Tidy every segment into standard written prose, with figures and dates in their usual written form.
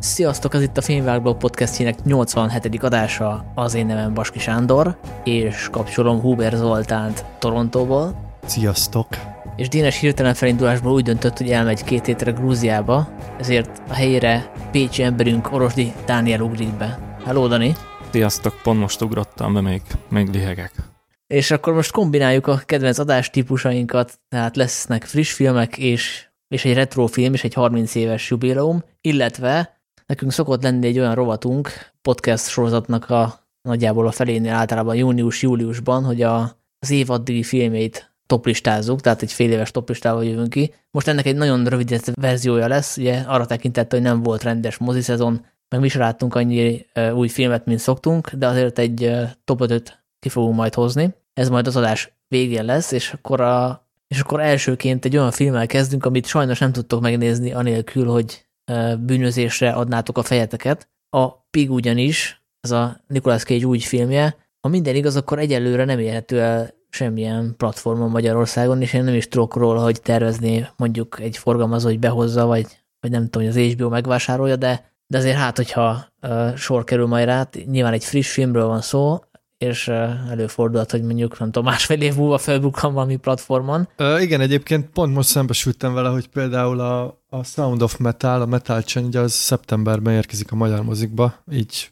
Sziasztok, ez itt a Filmvilágblog podcastjének 87. adása, az én nevem Baski Sándor, és kapcsolom Huber Zoltánt Torontóból. Sziasztok! És Dénes hirtelen felindulásból úgy döntött, hogy elmegy 2 hétre Grúziába, ezért a helyére pécsi emberünk Orosdi Dániel ugrik be. Hello, Dani! Sziasztok, pont most ugrottam, de még lihegek. És akkor most kombináljuk a kedvenc adástípusainkat, tehát lesznek friss filmek és egy retrofilm és egy 30 éves jubileum, illetve nekünk szokott lenni egy olyan rovatunk podcast sorozatnak nagyjából a felénél általában június-júliusban, hogy az év addigi filmjeit toplistázzuk, tehát egy fél éves toplistával jövünk ki. Most ennek egy nagyon rövid verziója lesz, ugye arra tekintett, hogy nem volt rendes moziszezon, meg mi is láttunk annyi új filmet, mint szoktunk, de azért egy top 5-öt ki fogunk majd hozni. Ez majd az adás végén lesz, és akkor elsőként egy olyan filmmel kezdünk, amit sajnos nem tudtok megnézni anélkül, hogy bűnözésre adnátok a fejeteket. A Pig ugyanis, ez a Nicolas Cage új filmje, ha minden igaz, akkor egyelőre nem érhető el semmilyen platformon Magyarországon, és én nem is tudok róla, hogy tervezné mondjuk egy forgalmazó, hogy behozza, vagy nem tudom, hogy az HBO megvásárolja, de azért hogyha sor kerül majd rá, nyilván egy friss filmről van szó, és előfordulhat, hogy mondjuk, nem tudom, másfél év múlva felbukkan valami platformon. Igen, egyébként pont most szembesültem vele, hogy például a Sound of Metal, a Metal Change, az szeptemberben érkezik a magyar mozikba, így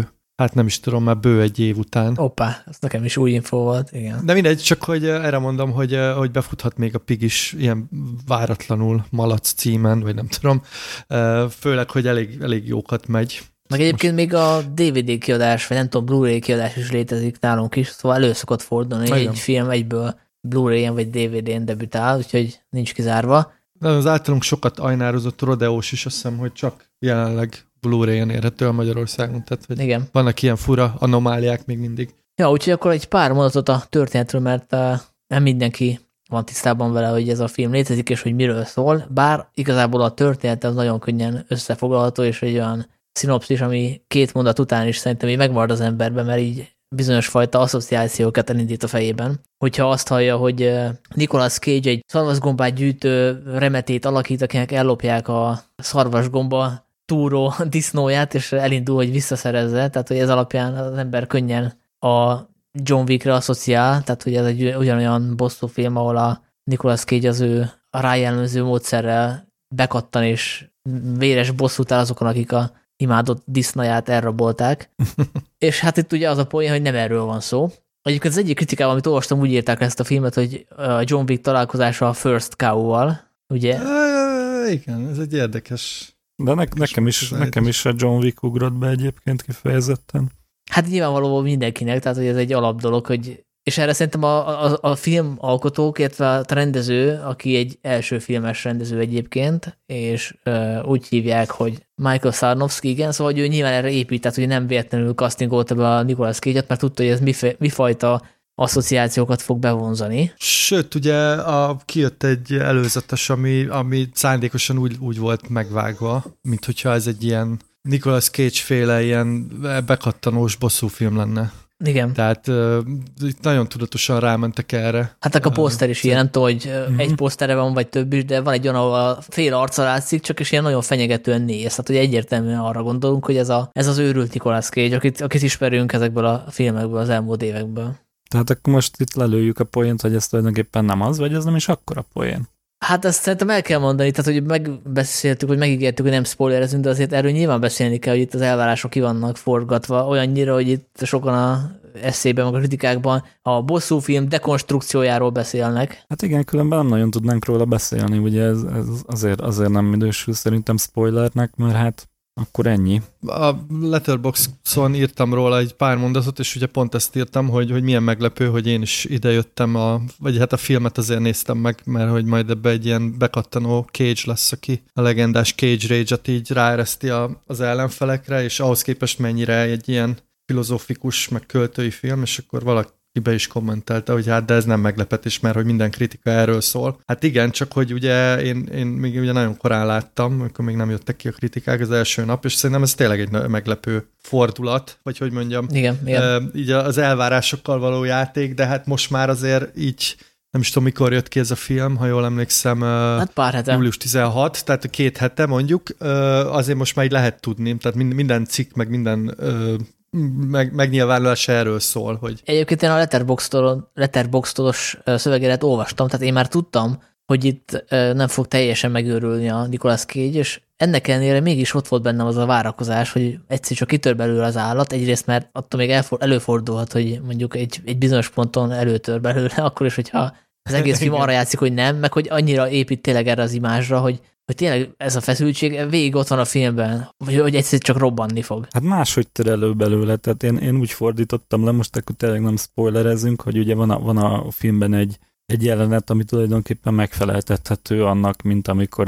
nem is tudom, már egy év után. Hoppá, ez nekem is új info volt, igen. De mindegy, csak hogy erre mondom, hogy befuthat még a Pig is ilyen váratlanul Malac címen, vagy nem tudom, főleg, hogy elég jókat megy. Meg egyébként még a DVD kiadás, vagy nem tudom, Blu-ray kiadás is létezik nálunk is, szóval elő szokott fordulni, hogy egy film egyből Blu-ray-en vagy DVD-n debütál, úgyhogy nincs kizárva. De az általunk sokat ajnározott Rodeós is, azt hiszem, hogy csak jelenleg Blu-ray-en érhető a Magyarországon, tehát hogy igen. Vannak ilyen fura anomáliák még mindig. Ja, úgyhogy akkor egy pár mondatot a történetről, mert nem mindenki van tisztában vele, hogy ez a film létezik, és hogy miről szól, bár igazából a történet az nagyon könnyen összefoglalható, és egy olyan szinopszis, ami 2 mondat után is szerintem így megmarad az emberben, mert így bizonyos fajta asszociációkat elindít a fejében. Hogyha azt hallja, hogy Nicolas Cage egy szarvasgombát gyűjtő remetét alakít, akinek ellopják a szarvasgomba túró disznóját, és elindul, hogy visszaszerezze, tehát hogy ez alapján az ember könnyen a John Wickre asszociál, tehát hogy ez egy ugyanolyan bosszúfilm, ahol a Nicolas Cage az ő a rájellemző módszerrel bekattan, és véres bosszút áll azokon, akik a imádott disznóját elrabolták. És hát itt ugye az a poén, hogy nem erről van szó. Egyébként az egyik kritikában, amit olvastam, úgy írták ezt a filmet, hogy a John Wick találkozása a First Cow-val, ugye? Igen, ez egy érdekes. De nekem is a John Wick ugrott be egyébként kifejezetten. Hát nyilvánvalóan mindenkinek, tehát hogy ez egy alapdolog, hogy és erre szerintem a filmalkotók, illetve a rendező, aki egy első filmes rendező egyébként, és úgy hívják, hogy Michael Sarnowski, igen, szóval hogy ő nyilván erre épített, hogy nem véletlenül castingolta be a Nicolas Cage-et, mert tudta, hogy ez mifajta asszociációkat fog bevonzani. Sőt, ugye kijött egy előzetes, ami szándékosan úgy volt megvágva, mint hogyha ez egy ilyen Nicolas Cage-féle ilyen bekattanós bosszúfilm lenne. Igen. Tehát itt nagyon tudatosan rámentek erre. Hát a poszter is ilyen, nem tudom, hogy egy posztere van, vagy több is, de van egy olyan, ahol a fél arca látszik, csak is ilyen nagyon fenyegetően néz. Tehát, hogy egyértelműen arra gondolunk, hogy ez az őrült Nicolas Cage, akit ismerünk ezekből a filmekből az elmúlt évekből. Tehát akkor most itt lelőjük a poént, hogy ez tulajdonképpen nem az, vagy ez nem is akkora poén? Hát ezt szerintem el kell mondani, tehát hogy megbeszéltük, hogy megígértük, hogy nem spoilerezünk, de azért erről nyilván beszélni kell, hogy itt az elvárások ki vannak forgatva, olyannyira, hogy itt sokan a eszében, meg a kritikákban a bosszúfilm dekonstrukciójáról beszélnek. Hát igen, különben nem nagyon tudnánk róla beszélni, ugye ez azért nem minősül szerintem spoilernek, mert hát akkor ennyi. A Letterboxdon írtam róla egy pár mondatot, és ugye pont ezt írtam, hogy milyen meglepő, hogy én is idejöttem, vagy hát a filmet azért néztem meg, mert hogy majd ebbe egy ilyen bekattanó Cage lesz, aki a legendás Cage Rage-et így ráereszti az ellenfelekre, és ahhoz képest mennyire egy ilyen filozófikus, meg költői film, és akkor valaki be is kommentelte, hogy hát de ez nem meglepetés, mert hogy minden kritika erről szól. Hát igen, csak hogy ugye én még ugye nagyon korán láttam, amikor még nem jöttek ki a kritikák az első nap, és szerintem ez tényleg egy meglepő fordulat, vagy hogy mondjam. Igen. Így az elvárásokkal való játék, de hát most már azért így nem is tudom, mikor jött ki ez a film, ha jól emlékszem, hát pár hete. Július 16, tehát 2 hete mondjuk, azért most már így lehet tudni, tehát minden cikk, meg minden megnyilvánulás erről szól, hogy... Egyébként én a Letterboxd-os szövegeret olvastam, tehát én már tudtam, hogy itt nem fog teljesen megőrülni a Nicolas Cage, és ennek ellenére mégis ott volt bennem az a várakozás, hogy egyszer csak kitör belőle az állat, egyrészt mert attól még előfordulhat, hogy mondjuk egy bizonyos ponton előtör belőle, akkor is, hogyha az egész film arra játszik, hogy nem, meg hogy annyira épít tényleg erre az imázsra, hogy tényleg ez a feszültség végig ott van a filmben, hogy egyszer csak robbanni fog. Hát máshogy tör elő belőle, tehát én úgy fordítottam le, most akkor tényleg nem spoilerezünk, hogy ugye van a filmben egy jelenet, ami tulajdonképpen megfeleltethető annak, mint amikor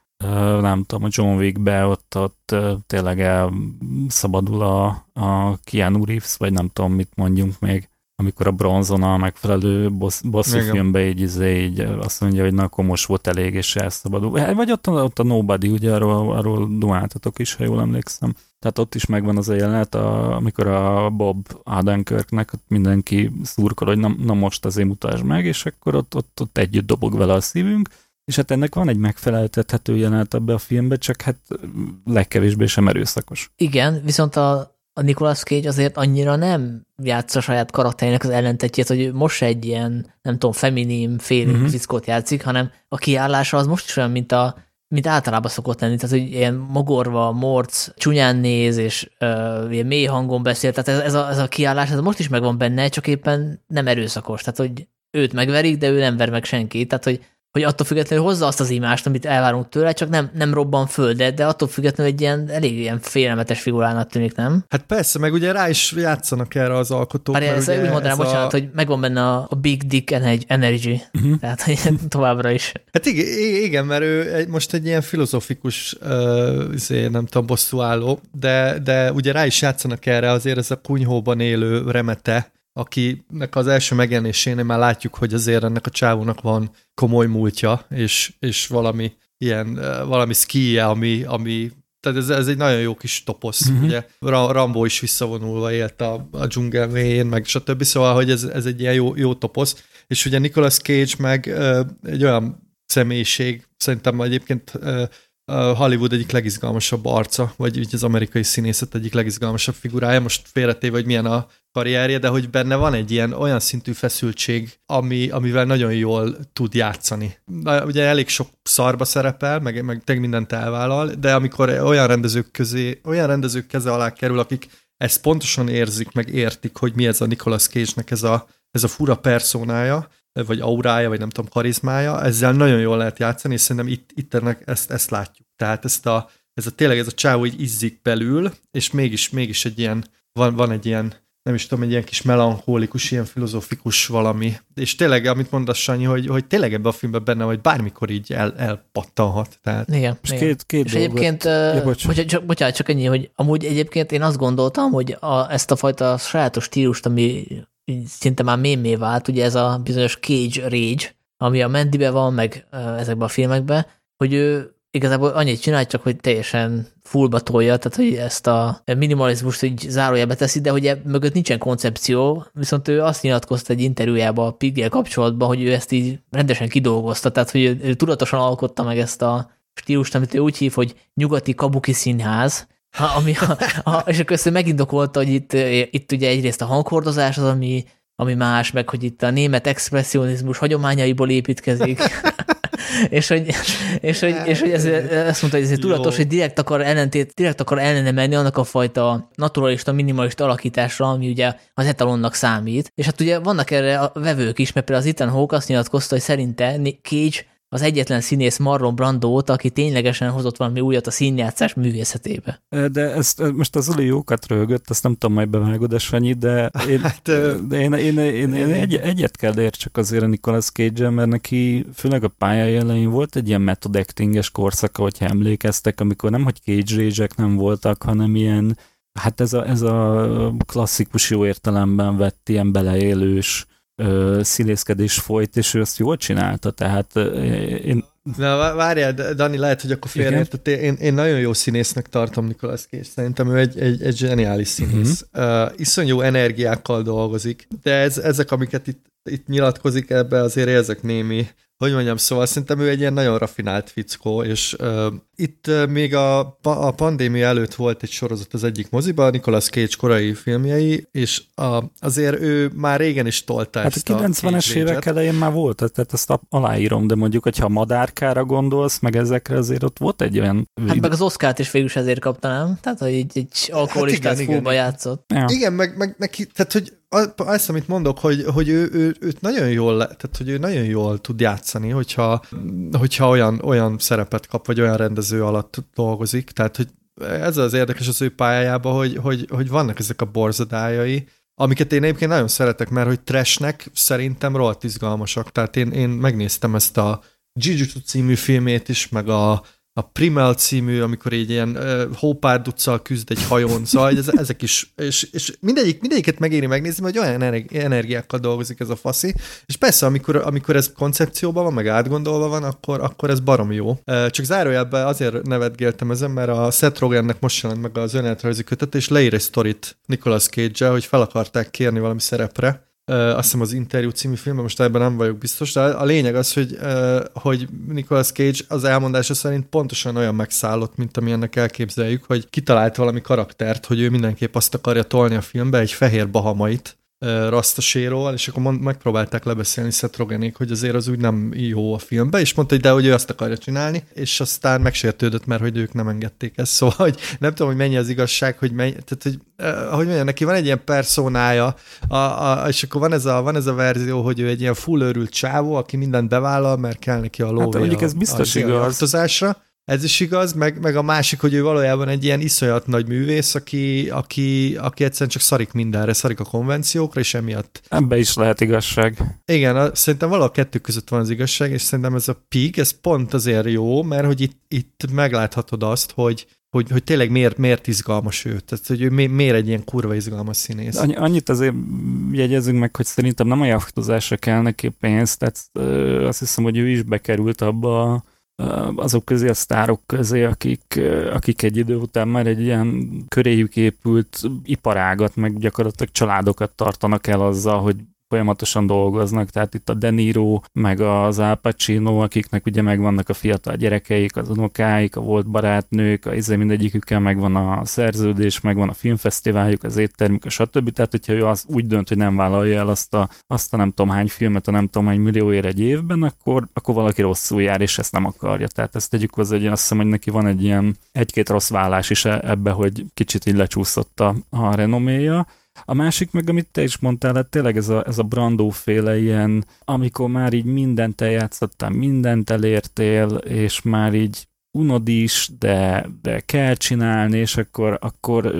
nem tudom, a John Wick-be ott tényleg elszabadul a Keanu Reeves, vagy nem tudom, mit mondjunk még, amikor a bronzon a megfelelő bosszú filmbe így azt mondja, hogy na, akkor most volt elég, és elszabadul. Vagy ott a Nobody, ugye arról duáltatok is, ha jól emlékszem. Tehát ott is megvan az a jelenet, amikor a Bob Odenkirknek mindenki szurkol, hogy na most azért mutasd meg, és akkor ott együtt dobog vele a szívünk, és hát ennek van egy megfeleltethető jelenet abban a filmben, csak hát legkevésbé sem erőszakos. Igen, viszont a Nicolas Cage azért annyira nem játsza saját karakterének az ellentetjét, hogy most se egy ilyen, nem tudom, feminin félig fickót játszik, hanem a kiállása az most is olyan, mint általában szokott lenni, tehát hogy ilyen mogorva, morc, csúnyán néz, és ilyen mély hangon beszél, tehát ez a kiállás ez most is megvan benne, csak éppen nem erőszakos, tehát hogy őt megverik, de ő nem ver meg senkit, tehát hogy attól függetlenül hozza azt az imást, amit elvárunk tőle, csak nem robban föl, de attól függetlenül egy elég ilyen félelmetes figurának tűnik, nem? Hát persze, meg ugye rá is játszanak erre az alkotók. Ezt úgy mondanám, bocsánat, hogy megvan benne a Big Dick Energy, tehát hogy továbbra is. Hát igen, mert ő most egy ilyen filozofikus, nem tudom, bosszúálló, de ugye rá is játszanak erre azért ez a kunyhóban élő remete, akinek az első megjelenésénél már látjuk, hogy azért ennek a csávónak van komoly múltja, és valami szkije, ami tehát ez egy nagyon jó kis toposz, ugye. Rambo is visszavonulva élt a dzsungel mélyén, meg stb. Szóval, hogy ez egy ilyen jó toposz. És ugye Nicolas Cage meg egy olyan személyiség, szerintem egyébként Hollywood egyik legizgalmasabb arca, vagy az amerikai színészet egyik legizgalmasabb figurája, most félretéve, hogy milyen a karrierje, de hogy benne van egy ilyen olyan szintű feszültség, amivel nagyon jól tud játszani. Ugye elég sok szarba szerepel, meg tényleg mindent elvállal, de amikor olyan rendezők keze alá kerül, akik ezt pontosan érzik, meg értik, hogy mi ez a Nicolas Cage-nek ez a fura personája, vagy aurája, vagy nem tudom, karizmája, ezzel nagyon jól lehet játszani, és szerintem itt ennek ezt látjuk. Tehát tényleg ez a csávó így izzik belül, és mégis egy ilyen, van egy ilyen, nem is tudom, egy ilyen kis melankólikus, ilyen filozófikus valami. És tényleg, amit mondasz, Sanyi, hogy tényleg ebben a filmben benne, hogy bármikor így elpattanhat. Tehát. Igen. Két és egyébként, bocsánat, csak ennyi, hogy amúgy egyébként én azt gondoltam, hogy ezt a fajta sajátos stílust, ami szinte már mémé vált, ugye ez a bizonyos Cage Rage, ami a Mandybe van, meg ezekben a filmekben, hogy ő igazából annyit csinál, csak hogy teljesen fullba tolja, tehát hogy ezt a minimalizmust így zárójelbe teszi, de hogy mögött nincsen koncepció, viszont ő azt nyilatkozta egy interjújában a Piggel kapcsolatban, hogy ő ezt így rendesen kidolgozta, tehát hogy ő tudatosan alkotta meg ezt a stílust, amit ő úgy hív, hogy nyugati kabuki színház, és akkor ezt megindokolta, hogy itt ugye egyrészt a hanghordozás az, ami más, meg hogy itt a német expresszionizmus hagyományaiból építkezik, és hogy azt mondta, hogy ez tudatos, hogy direkt akar ellene menni annak a fajta naturalista, minimalista alakításra, ami ugye az etalonnak számít. És hát ugye vannak erre a vevők is, mert például az Ethan Hawke azt nyilatkozta, hogy szerinte Cage az egyetlen színész Marlon Brando óta, aki ténylegesen hozott valami újat a színjátszás művészetébe. De most az Zoli jókat röhögött, ezt nem tudom, majd bevágod, Sanyi, de én egyet kell értsek azért a Nicolas Cage-el, mert neki főleg a pályai elején volt egy ilyen method acting-es korszaka, hogyha emlékeztek, amikor nem, hogy Cage Rage-ek nem voltak, hanem ilyen, hát ez a klasszikus jó értelemben vett ilyen beleélős színészkedés folyt, és ő azt jól csinálta, tehát én Na, várjál, Dani, lehet, hogy akkor félreértettél. Én nagyon jó színésznek tartom Nicolas Cage. Szerintem ő egy zseniális színész. Iszonyú jó energiákkal dolgozik, de ezek, amiket itt nyilatkozik, ebbe azért érzek némi, hogy mondjam, szóval szerintem ő egy ilyen nagyon rafinált fickó, és itt még a pandémia előtt volt egy sorozat az egyik moziban, Nicolas Cage korai filmjei, és azért ő már régen is tolta ezt a 90-es évek elején már volt, tehát ezt aláírom, de mondjuk, hogyha a Madárkára gondolsz, meg ezekre azért ott volt egy olyan... Hát meg az Oscart is végül is ezért kapta, nem? Tehát, hogy egy alkoholistát fullba játszott. Ja. Igen, meg neki, tehát, hogy azt, amit mondok, hogy őt nagyon jól, tehát hogy ő nagyon jól tud játszani, hogyha olyan szerepet kap, vagy olyan rendező alatt dolgozik. Tehát, hogy ez az érdekes az ő pályájában, hogy vannak ezek a borzadájai, amiket én egyébként nagyon szeretek, mert hogy trashnek szerintem rohadt izgalmasak. Tehát én megnéztem ezt a Jujutsu című filmét is, meg a Primal című, amikor így ilyen hópárduccal küzd egy hajón, szóval ezek is, és mindegyiket megéri megnézni, hogy olyan energiákkal dolgozik ez a faszi, és persze, amikor ez koncepcióban van, meg átgondolva van, akkor ez baromi jó. Csak zárójelben azért nevetgéltem ezen, mert a Seth Rogennek most jelent meg az önéletrajzi kötet, és leír egy sztorit Nicolas Cage-el, hogy fel akarták kérni valami szerepre, azt hiszem az Interjú című filmben, most ebben nem vagyok biztos, de a lényeg az, hogy Nicolas Cage az elmondása szerint pontosan olyan megszállott, mint amilyennek elképzeljük, hogy kitalált valami karaktert, hogy ő mindenképp azt akarja tolni a filmbe, egy fehér bahamait rasztaséróval, és akkor megpróbálták lebeszélni Seth Rogenék, hogy azért az úgy nem jó a filmbe, és mondta, hogy ő azt akarja csinálni, és aztán megsértődött, mert hogy ők nem engedték ezt. Szóval, hogy nem tudom, hogy mennyi az igazság, tehát, hogy mondjam, neki van egy ilyen personája, és akkor van ez a verzió, hogy ő egy ilyen full őrült csávó, aki mindent bevállal, mert kell neki a lóvé mondjuk ez biztos igaz. Ez is igaz, meg a másik, hogy ő valójában egy ilyen iszonyat nagy művész, aki egyszerűen csak szarik mindenre, szarik a konvenciókra, és emiatt... Ebbe is lehet igazság. Igen, szerintem valahol a kettő között van az igazság, és szerintem ez a peak, ez pont azért jó, mert hogy itt megláthatod azt, hogy tényleg miért izgalmas ő, tehát hogy ő miért egy ilyen kurva izgalmas színész. Annyit azért jegyezzünk meg, hogy szerintem nem a jachtozásra kell neki pénz, tehát azt hiszem, hogy ő is bekerült abba azok közé, a sztárok közé, akik egy idő után már egy ilyen köréjük épült iparágat, meg gyakorlatilag családokat tartanak el azzal, hogy folyamatosan dolgoznak, tehát itt a De Niro, meg az Al Pacino, akiknek ugye megvannak a fiatal gyerekeik, az unokáik, a volt barátnők, mindegyikükkel megvan a szerződés, megvan a filmfesztiváljuk, az éttermük, a stb. Tehát, hogyha ő úgy dönt, hogy nem vállalja el azt a nem tudom hány filmet, a nem tudom hány millióért egy évben, akkor valaki rosszul jár, és ezt nem akarja. Tehát ezt tegyük hozzá, hogy azt hiszem, hogy neki van egy ilyen egy-két rossz vállás is ebbe, hogy kicsit így lecsúszott a renoméja. A másik meg, amit te is mondtál, hát tényleg ez a Brando-féle ilyen, amikor már így mindent eljátszottál, mindent elértél, és már így unod is, de kell csinálni, és akkor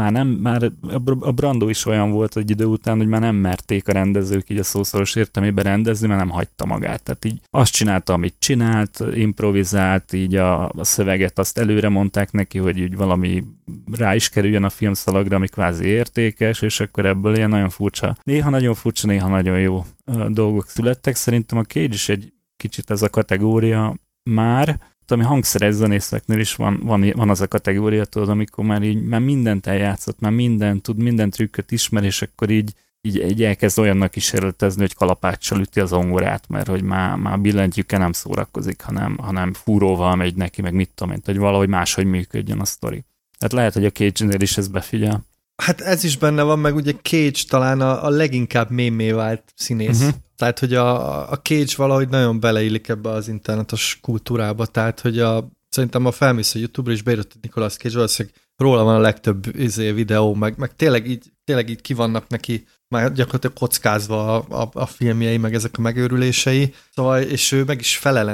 már a Brando is olyan volt egy idő után, hogy már nem merték a rendezők így a szószoros értelmében rendezni, mert nem hagyta magát. Tehát így azt csinálta, amit csinált, improvizált, így a szöveget azt előre mondták neki, hogy így valami rá is kerüljön a filmszalagra, ami kvázi értékes, és akkor ebből ilyen nagyon furcsa, néha nagyon jó dolgok születtek. Szerintem a Cage is egy kicsit ez a kategória már, ami hangszeres zenészeknél is van az a kategória, tudod, amikor már mindent eljátszott, már mindent tud, minden trükköt ismer, és akkor így elkezd olyannak kísérletezni, hogy kalapáccsal üti az zongorát, mert hogy már billentyűkkel nem szórakozik, hanem fúróval megy neki, meg mit tudom én, hogy valahogy máshogy működjön a sztori. Tehát lehet, hogy a Cage-nél is ez befigyel. Hát ez is benne van, meg ugye Cage talán a leginkább mémé vált színész. Uh-huh. Tehát, hogy a Cage valahogy nagyon beleillik ebbe az internetes kultúrába, tehát, hogy szerintem a felmész a YouTube-ra és beírott Nicolas Cage, valószínűleg róla van a legtöbb videó, meg tényleg így ki vannak neki már gyakorlatilag kockázva a filmjei, meg ezek a megőrülései. Szóval, és ő meg is felel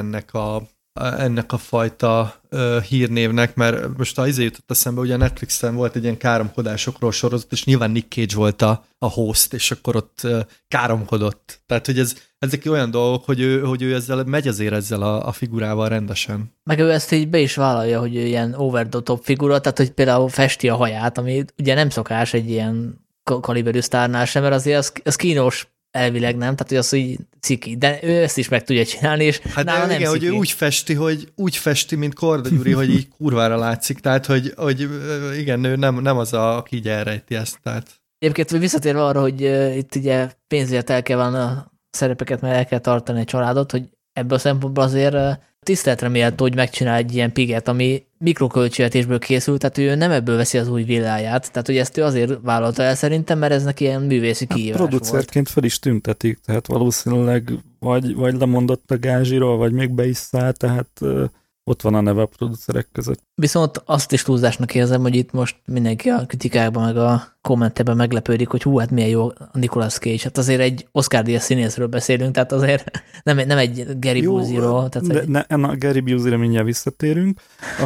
ennek a fajta hírnévnek, mert most jutott eszembe, ugye a Netflixen volt egy ilyen káromkodásokról sorozat, és nyilván Nick Cage volt a host, és akkor ott káromkodott. Tehát, hogy ezek olyan dolgok, hogy ő megy azért ezzel a figurával rendesen. Meg ő ezt így be is vállalja, hogy ilyen over the top figura, tehát, hogy például festi a haját, ami ugye nem szokás egy ilyen kaliberű sztárnál sem, mert azért az kínos elvileg nem, tehát hogy az, hogy ciki, de ő ezt is meg tudja csinálni, és hát nála nem igen, ciki. hogy ő úgy festi, mint Korda Gyuri, hogy így kurvára látszik, tehát hogy igen, ő nem az, aki így elrejti ezt, tehát. Egyébként visszatérve arra, hogy itt ugye pénzért el kell venni a szerepeket, mert el kell tartani a családot, hogy ebből a szempontból azért tiszteletre méltó, hogy megcsinál egy ilyen piget, ami mikroköltségvetésből készült, tehát ő nem ebből veszi az új villáját, tehát hogy ezt ő azért vállalta el szerintem, mert ez neki ilyen művészi kihívás volt. Producerként fel is tüntetik, tehát valószínűleg vagy lemondott a gázsiról, vagy még be is szállt, tehát ott van a neve a producerek között. Viszont azt is túlzásnak érzem, hogy itt most mindenki a kritikákban, meg a kommenteben meglepődik, hogy hát milyen jó a Nicolas Cage. Hát azért egy Oscar-díjas színészről beszélünk, tehát azért nem egy Gary Busey-ról. A Gary Busey-re mindjárt visszatérünk,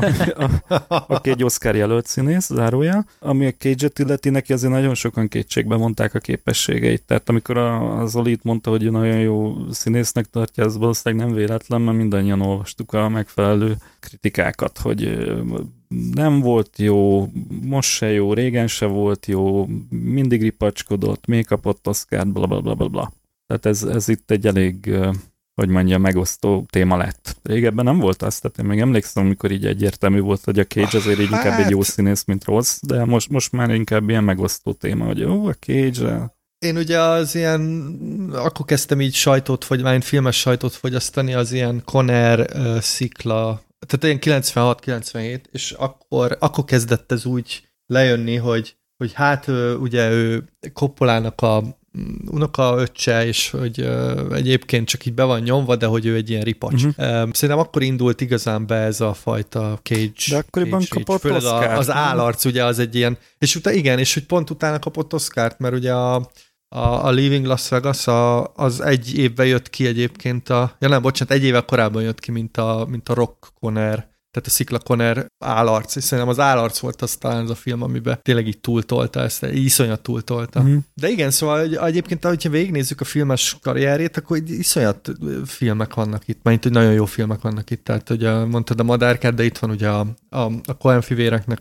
aki egy Oscar jelölt színész, zárójel, ami a Cage-et illeti, neki azért nagyon sokan kétségbe mondták a képességeit. Tehát amikor az Zoli mondta, hogy nagyon jó színésznek tartja, ez valószínűleg nem véletlen, mert mindannyian olvastuk a megfelelő kritikákat, hogy nem volt jó, most se jó, régen se volt jó, mindig ripacskodott, még kapott Oscart, blablabla. Tehát ez itt egy elég, hogy mondja, megosztó téma lett. Régebben nem volt az, tehát én még emlékszem, amikor így egyértelmű volt, hogy a Cage azért így inkább egy jó színész, mint rossz, de most már inkább ilyen megosztó téma, hogy jó, a Cage. Én ugye az ilyen, akkor kezdtem így filmes sajtót fogyasztani, az ilyen Conner, Szikla, tehát ilyen 96-97, és akkor kezdett ez úgy lejönni, hogy hát ugye ő Coppolának a unokaöccse, és hogy egyébként csak így be van nyomva, de hogy ő egy ilyen ripacs. Szerintem akkor indult igazán be ez a fajta Cage. De akkoriban kapott Oscart. Az állarc ugye az egy ilyen, és utána igen, és hogy pont utána kapott Oscart, mert ugye a Leaving Las Vegas az egy évvel jött ki egyébként egy évvel korábban jött ki, mint a Rock Conner, tehát a Szikla Conner állarc, és szerintem az állarc volt az talán az a film, amiben tényleg így túltolta ezt, iszonyat túltolta. De igen, szóval egyébként, hogyha végignézzük a filmes karrierjét, akkor iszonyat filmek vannak itt, mert hogy nagyon jó filmek vannak itt, tehát ugye mondtad a Madárkát, de itt van ugye a Coen fivéreknek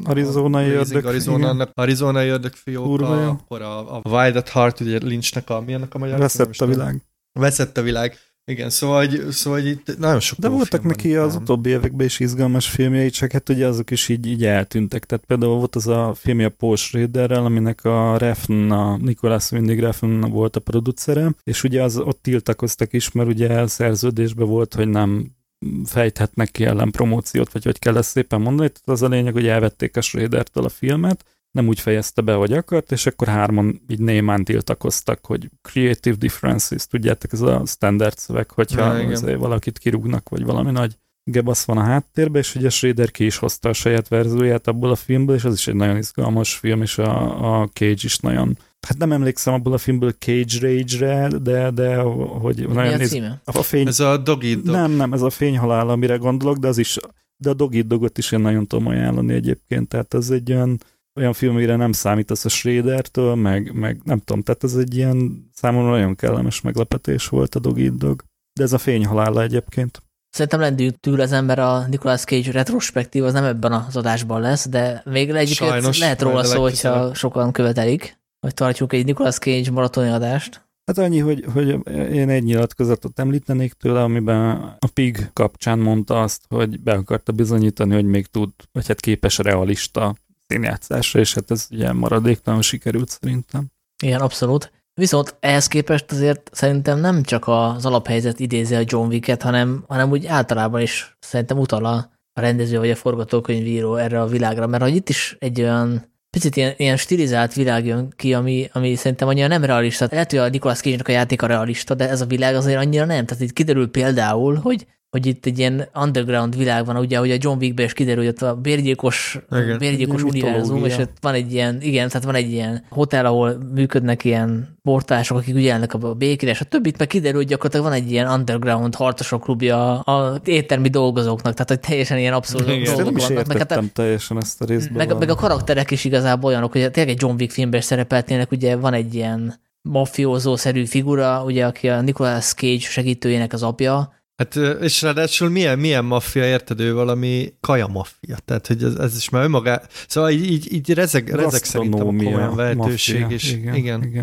Arizonai ördögfióka, akkor a Wild at Heart, ugye Lynchnek mi annak a magyar? Veszett a világ. Igen, szóval itt nagyon sok. De voltak neki az utóbbi években is izgalmas filmjei, csak hát ugye azok is így eltűntek. Tehát például volt az a filmje Paul Schraderrel, aminek a Nicholas Winding Refn volt a producere, és ugye ott tiltakoztak is, mert ugye szerződésben volt, hogy nem fejthetnek ki ellenpromóciót, vagy hogy kell ezt szépen mondani. Tehát az a lényeg, hogy elvették a Schradertől a filmet, nem úgy fejezte be, hogy akart, és akkor hárman így némán tiltakoztak, hogy creative differences, tudjátok, ez a standard szöveg, hogyha valakit kirúgnak, vagy valami nagy gebasz van a háttérben, és ugye Schrader ki is hozta a saját verzióját abból a filmből, és az is egy nagyon izgalmas film, és a Cage is nagyon... Hát nem emlékszem abból a filmből Cage Rage-re, de hogy... Mi a címe? Ez a Dog Eat Dog. Nem, ez a Fényhalál, amire gondolok, de a Dog Eat Dogot is én nagyon tudom ajánlani egyébként, tehát ez egy olyan film, amire nem számítasz a Schradertől, meg nem tudom, tehát ez egy ilyen számomra nagyon kellemes meglepetés volt a Dog Eat Dog. De ez a Fényhalála egyébként. Szerintem lendült tűr az ember, a Nicolas Cage retrospektív, az nem ebben az adásban lesz, de még egyébként lehet róla szó, hogyha sokan követelik, hogy tartjuk egy Nicolas Cage maratoni adást. Hát annyi, hogy én egy nyilatkozatot említenék tőle, amiben a Pig kapcsán mondta azt, hogy be akarta bizonyítani, hogy még tud, vagy hát képes realista színjátszásra, és hát ez ugye maradéktalan sikerült szerintem. Igen, abszolút. Viszont ehhez képest azért szerintem nem csak az alaphelyzet idézi a John Wick-et, hanem úgy általában is szerintem utal a rendező vagy a forgatókönyvíró erre a világra, mert hogy itt is egy olyan picit ilyen stilizált világ jön ki, ami szerintem annyira nem realista. Lehet, hogy a Nicolas Cage-nek a játéka realista, de ez a világ azért annyira nem. Tehát itt kiderül például, hogy itt egy ilyen underground világ van, ugye, hogy a John Wickben is kiderül, hogy ott a bérgyilkos univerzum, és ott van egy ilyen, tehát van egy ilyen hotel, ahol működnek ilyen portások, akik ugye elnek a békére, és a többit meg kiderül, hogy gyakorlatilag van egy ilyen underground harcosok klubja a éttermi dolgozóknak, tehát hogy teljesen ilyen abszolút dolgok vannak. Értettem teljesen ezt a részben. Meg a karakterek is igazából olyanok, hogy tényleg egy John Wick filmben szerepeltnének, ugye van egy ilyen mafiózó-szerű figura, ugye, aki a Nicolas Cage segítőjének az apja. Hát, és ráadásul milyen maffia, érted, ő valami kaja maffia, tehát hogy ez is már önmagá... Szóval így rezeg szerintem a komolyan vehetőség, és igen.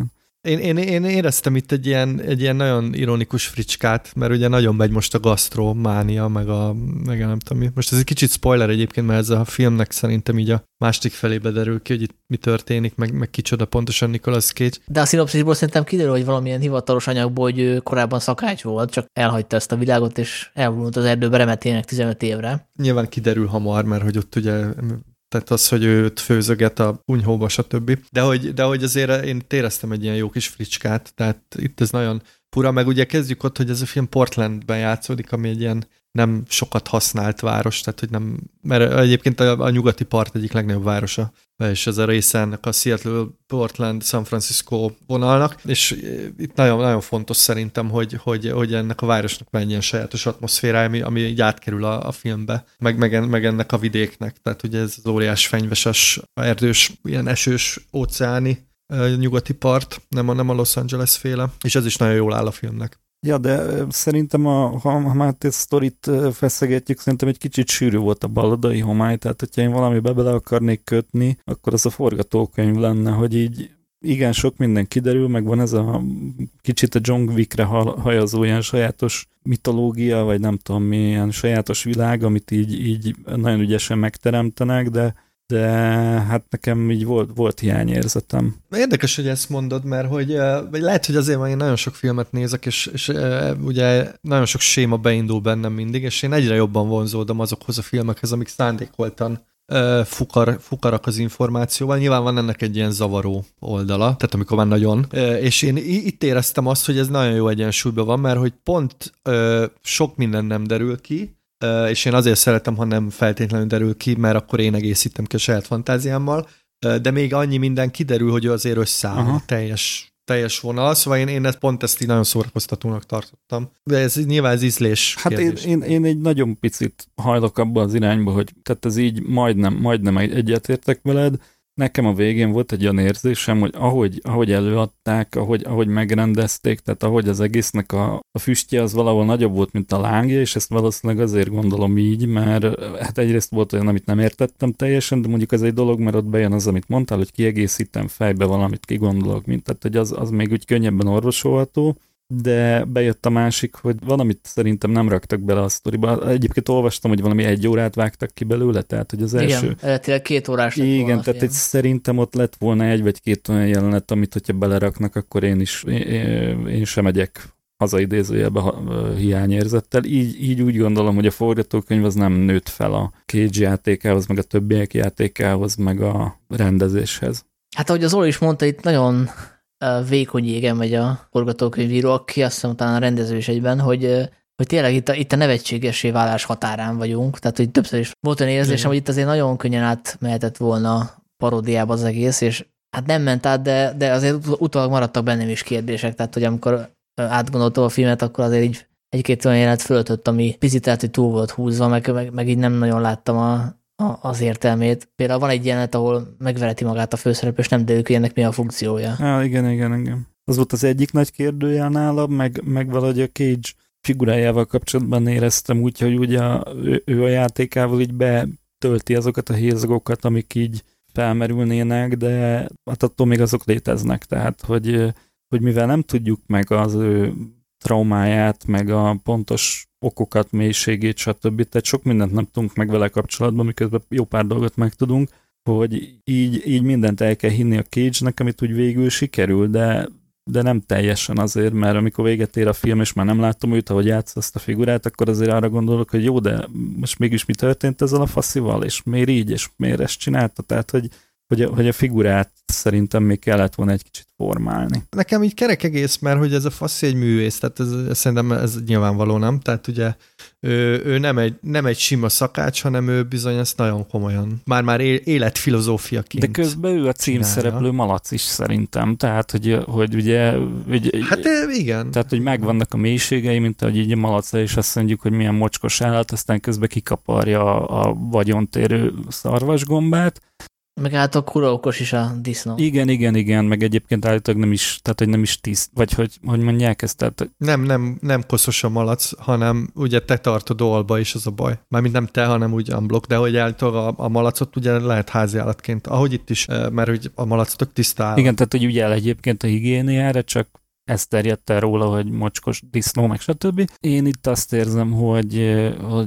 Én éreztem itt egy ilyen nagyon ironikus fricskát, mert ugye nagyon megy most a gasztrománia, meg nem tudom mi. Most ez egy kicsit spoiler egyébként, mert ez a filmnek szerintem így a másik felébe derül ki, hogy itt mi történik, meg kicsoda pontosan Nicolas Cage. De a szinopszisból szerintem kiderül, hogy valamilyen hivatalos anyagból, hogy ő korábban szakács volt, csak elhagyta ezt a világot, és elvonult az erdőbe remetének 15 évre. Nyilván kiderül hamar, mert hogy ott ugye... Tehát az, hogy őt főzöget a kunyhóba, stb. De hogy azért én éreztem egy ilyen jó kis fricskát, tehát itt ez nagyon fura, meg ugye kezdjük ott, hogy ez a film Portlandben játszódik, ami egy ilyen nem sokat használt város, tehát hogy nem, mert egyébként a nyugati part egyik legnagyobb városa, és ez a része ennek a Seattle, Portland, San Francisco vonalnak, és itt nagyon, nagyon fontos szerintem, hogy ennek a városnak van egy ilyen sajátos atmoszférája, ami így átkerül a filmbe, meg ennek a vidéknek, tehát ugye ez az óriás fenyveses, erdős, ilyen esős, óceáni nyugati part, nem a Los Angeles féle, és ez is nagyon jól áll a filmnek. Ja, de szerintem, ha már ezt sztorit feszegetjük, szerintem egy kicsit sűrű volt a balladai homály, tehát hogyha én valamibe bele akarnék kötni, akkor az a forgatókönyv lenne, hogy így igen, sok minden kiderül, meg van ez a kicsit a John Wickre hajazó ilyen sajátos mitológia, vagy nem tudom mi, ilyen sajátos világ, amit így nagyon ügyesen megteremtenek, de hát nekem így volt hiányérzetem. Érdekes, hogy ezt mondod, mert hogy lehet, hogy azért, mert én nagyon sok filmet nézek, és ugye nagyon sok séma beindul bennem mindig, és én egyre jobban vonzódom azokhoz a filmekhez, amik szándékoltan fukarak az információval. Nyilván van ennek egy ilyen zavaró oldala, tehát amikor már nagyon. És én itt éreztem azt, hogy ez nagyon jó egyensúlyban van, mert hogy pont sok minden nem derül ki, és én azért szeretem, ha nem feltétlenül derül ki, mert akkor én egészítem ki a saját fantáziámmal, de még annyi minden kiderül, hogy azért összeáll teljes vonal, szóval én ezt így nagyon szórakoztatónak tartottam. De ez nyilván az ízlés kérdés. Hát én egy nagyon picit hajlok abba az irányba, hogy tehát ez így majdnem egyetértek veled. Nekem a végén volt egy olyan érzésem, hogy ahogy előadták, ahogy megrendezték, tehát ahogy az egésznek a füstje az valahol nagyobb volt, mint a lángja, és ezt valószínűleg azért gondolom így, mert hát egyrészt volt olyan, amit nem értettem teljesen, de mondjuk ez egy dolog, mert ott bejön az, amit mondtál, hogy kiegészítem fejbe valamit, kigondolok, tehát hogy az még úgy könnyebben orvosolható, de bejött a másik, hogy valamit szerintem nem raktak bele a sztoriba. Egyébként olvastam, hogy valami 1 órát vágtak ki belőle, tehát hogy az első... Igen, eredetileg 2 órás lett igen, tehát szerintem ott lett volna 1 vagy 2 olyan jelenet, amit hogyha beleraknak, akkor én sem megyek hazaidézőjelbe hiányérzettel. Így úgy gondolom, hogy a forgatókönyv az nem nőtt fel a Cage játékához, meg a többiek játékához, meg a rendezéshez. Hát ahogy az Oli is mondta, itt nagyon vékony jégen megy a forgatókönyvíró, aki azt hiszem talán a rendező is egyben, hogy tényleg itt a nevetségessé válás határán vagyunk, tehát hogy többször is volt olyan érzésem, hogy itt azért nagyon könnyen átmehetett volna paródiába az egész, és hát nem ment át, de azért utólag maradtak bennem is kérdések, tehát hogy amikor átgondoltam a filmet, akkor azért így egy-két olyan jelenet föltött, ami picit lehet, hogy túl volt húzva, meg így nem nagyon láttam az értelmét. Például van egy jelenet, ahol megvereti magát a főszereplő, és nem derül ki, ennek mi a funkciója. Igen. Az volt az egyik nagy kérdőjel nálam, meg valahogy a Cage figurájával kapcsolatban éreztem úgy, hogy ugye ő a játékával így betölti azokat a hézagokat, amik így felmerülnének, de hát attól még azok léteznek. Tehát, hogy mivel nem tudjuk meg az ő traumáját, meg a pontos okokat, mélységét, stb. Tehát sok mindent nem tudunk meg vele kapcsolatban, miközben jó pár dolgot megtudunk, hogy így mindent el kell hinni a Cage-nek, amit úgy végül sikerül, de nem teljesen azért, mert amikor véget ér a film, és már nem látom őt, ahogy játsz azt a figurát, akkor azért arra gondolok, hogy jó, de most mégis mi történt ezzel a faszival, és miért így, és miért ezt csinálta? Tehát, hogy a figurát szerintem még kellett volna egy kicsit formálni. Nekem így kerek egész, mert hogy ez a faszi egy művész, tehát szerintem ez nyilvánvaló, nem? Tehát ugye ő nem egy sima szakács, hanem ő bizony ezt nagyon komolyan. Már életfilozófiaként. De közben ő a címszereplő malac is szerintem, tehát hogy ugye hát igen. Tehát, hogy megvannak a mélységei, mint ahogy így a malacra is azt mondjuk, hogy milyen mocskos állat, aztán közben kikaparja a vagyontérő szarvasgombát, Meg által kurva okos is a disznó. Igen, meg egyébként állítólag nem is, tehát hogy nem is tiszt, vagy hogy mondják ezt, tehát... Nem koszos a malac, hanem ugye te tartod olba is, az a baj. Mármint nem te, hanem úgy unblock, de hogy állítólag a malacot ugye lehet háziállatként, ahogy itt is, mert hogy a malac tök tiszta állat. Igen, tehát hogy ügyel egyébként a higiéniára, csak ez terjedt el róla, hogy mocskos disznó, meg stb. Én itt azt érzem, hogy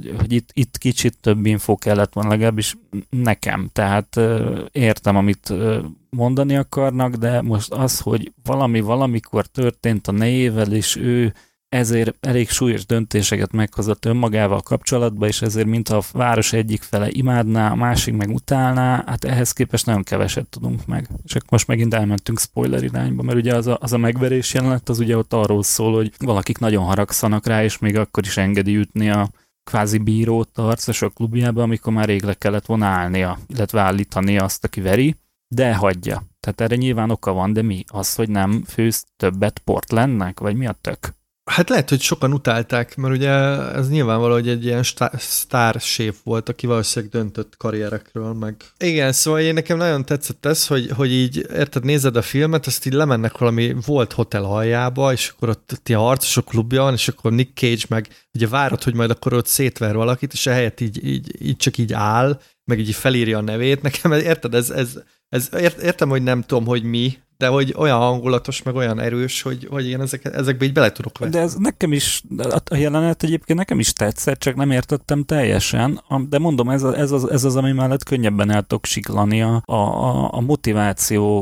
itt kicsit több infó kellett volna, legalábbis nekem. Tehát értem, amit mondani akarnak, de most az, hogy valami valamikor történt a nejével, és ő ezért elég súlyos döntéseket meghozott önmagával kapcsolatban, és ezért mintha a város egyik fele imádná, a másik meg utálná, hát ehhez képest nagyon keveset tudunk meg. És akkor most megint elmentünk spoiler irányba, mert ugye az a megverés jelenet, az ugye ott arról szól, hogy valakik nagyon haragszanak rá, és még akkor is engedi ütni a kvázi bírót a harcosok klubjába, amikor már rég le kellett volna állnia, illetve állítania azt, aki veri, de hagyja. Tehát erre nyilván oka van, de mi? Az, hogy nem főz többet Portlandnek? Vagy mi a tök? Hát lehet, hogy sokan utálták, mert ugye ez nyilvánvaló, hogy egy ilyen sztárséf volt, aki valószínűleg döntött karrierekről, meg... Igen, szóval én nekem nagyon tetszett ez, hogy így, érted, nézed a filmet, azt így lemennek valami volt hotel aljába, és akkor ott ilyen harcosok klubja van, és akkor Nick Cage meg ugye várod, hogy majd akkor ott szétver valakit, és ehelyett így csak így áll, meg így felírja a nevét. Nekem, érted, értem, hogy nem tudom, hogy mi, de hogy olyan hangulatos, meg olyan erős, hogy én ezekbe így bele tudok venni. De ez nekem is, a jelenet egyébként nekem is tetszett, csak nem értettem teljesen, de mondom, ez az, ami mellett könnyebben el tudok siklani. A motiváció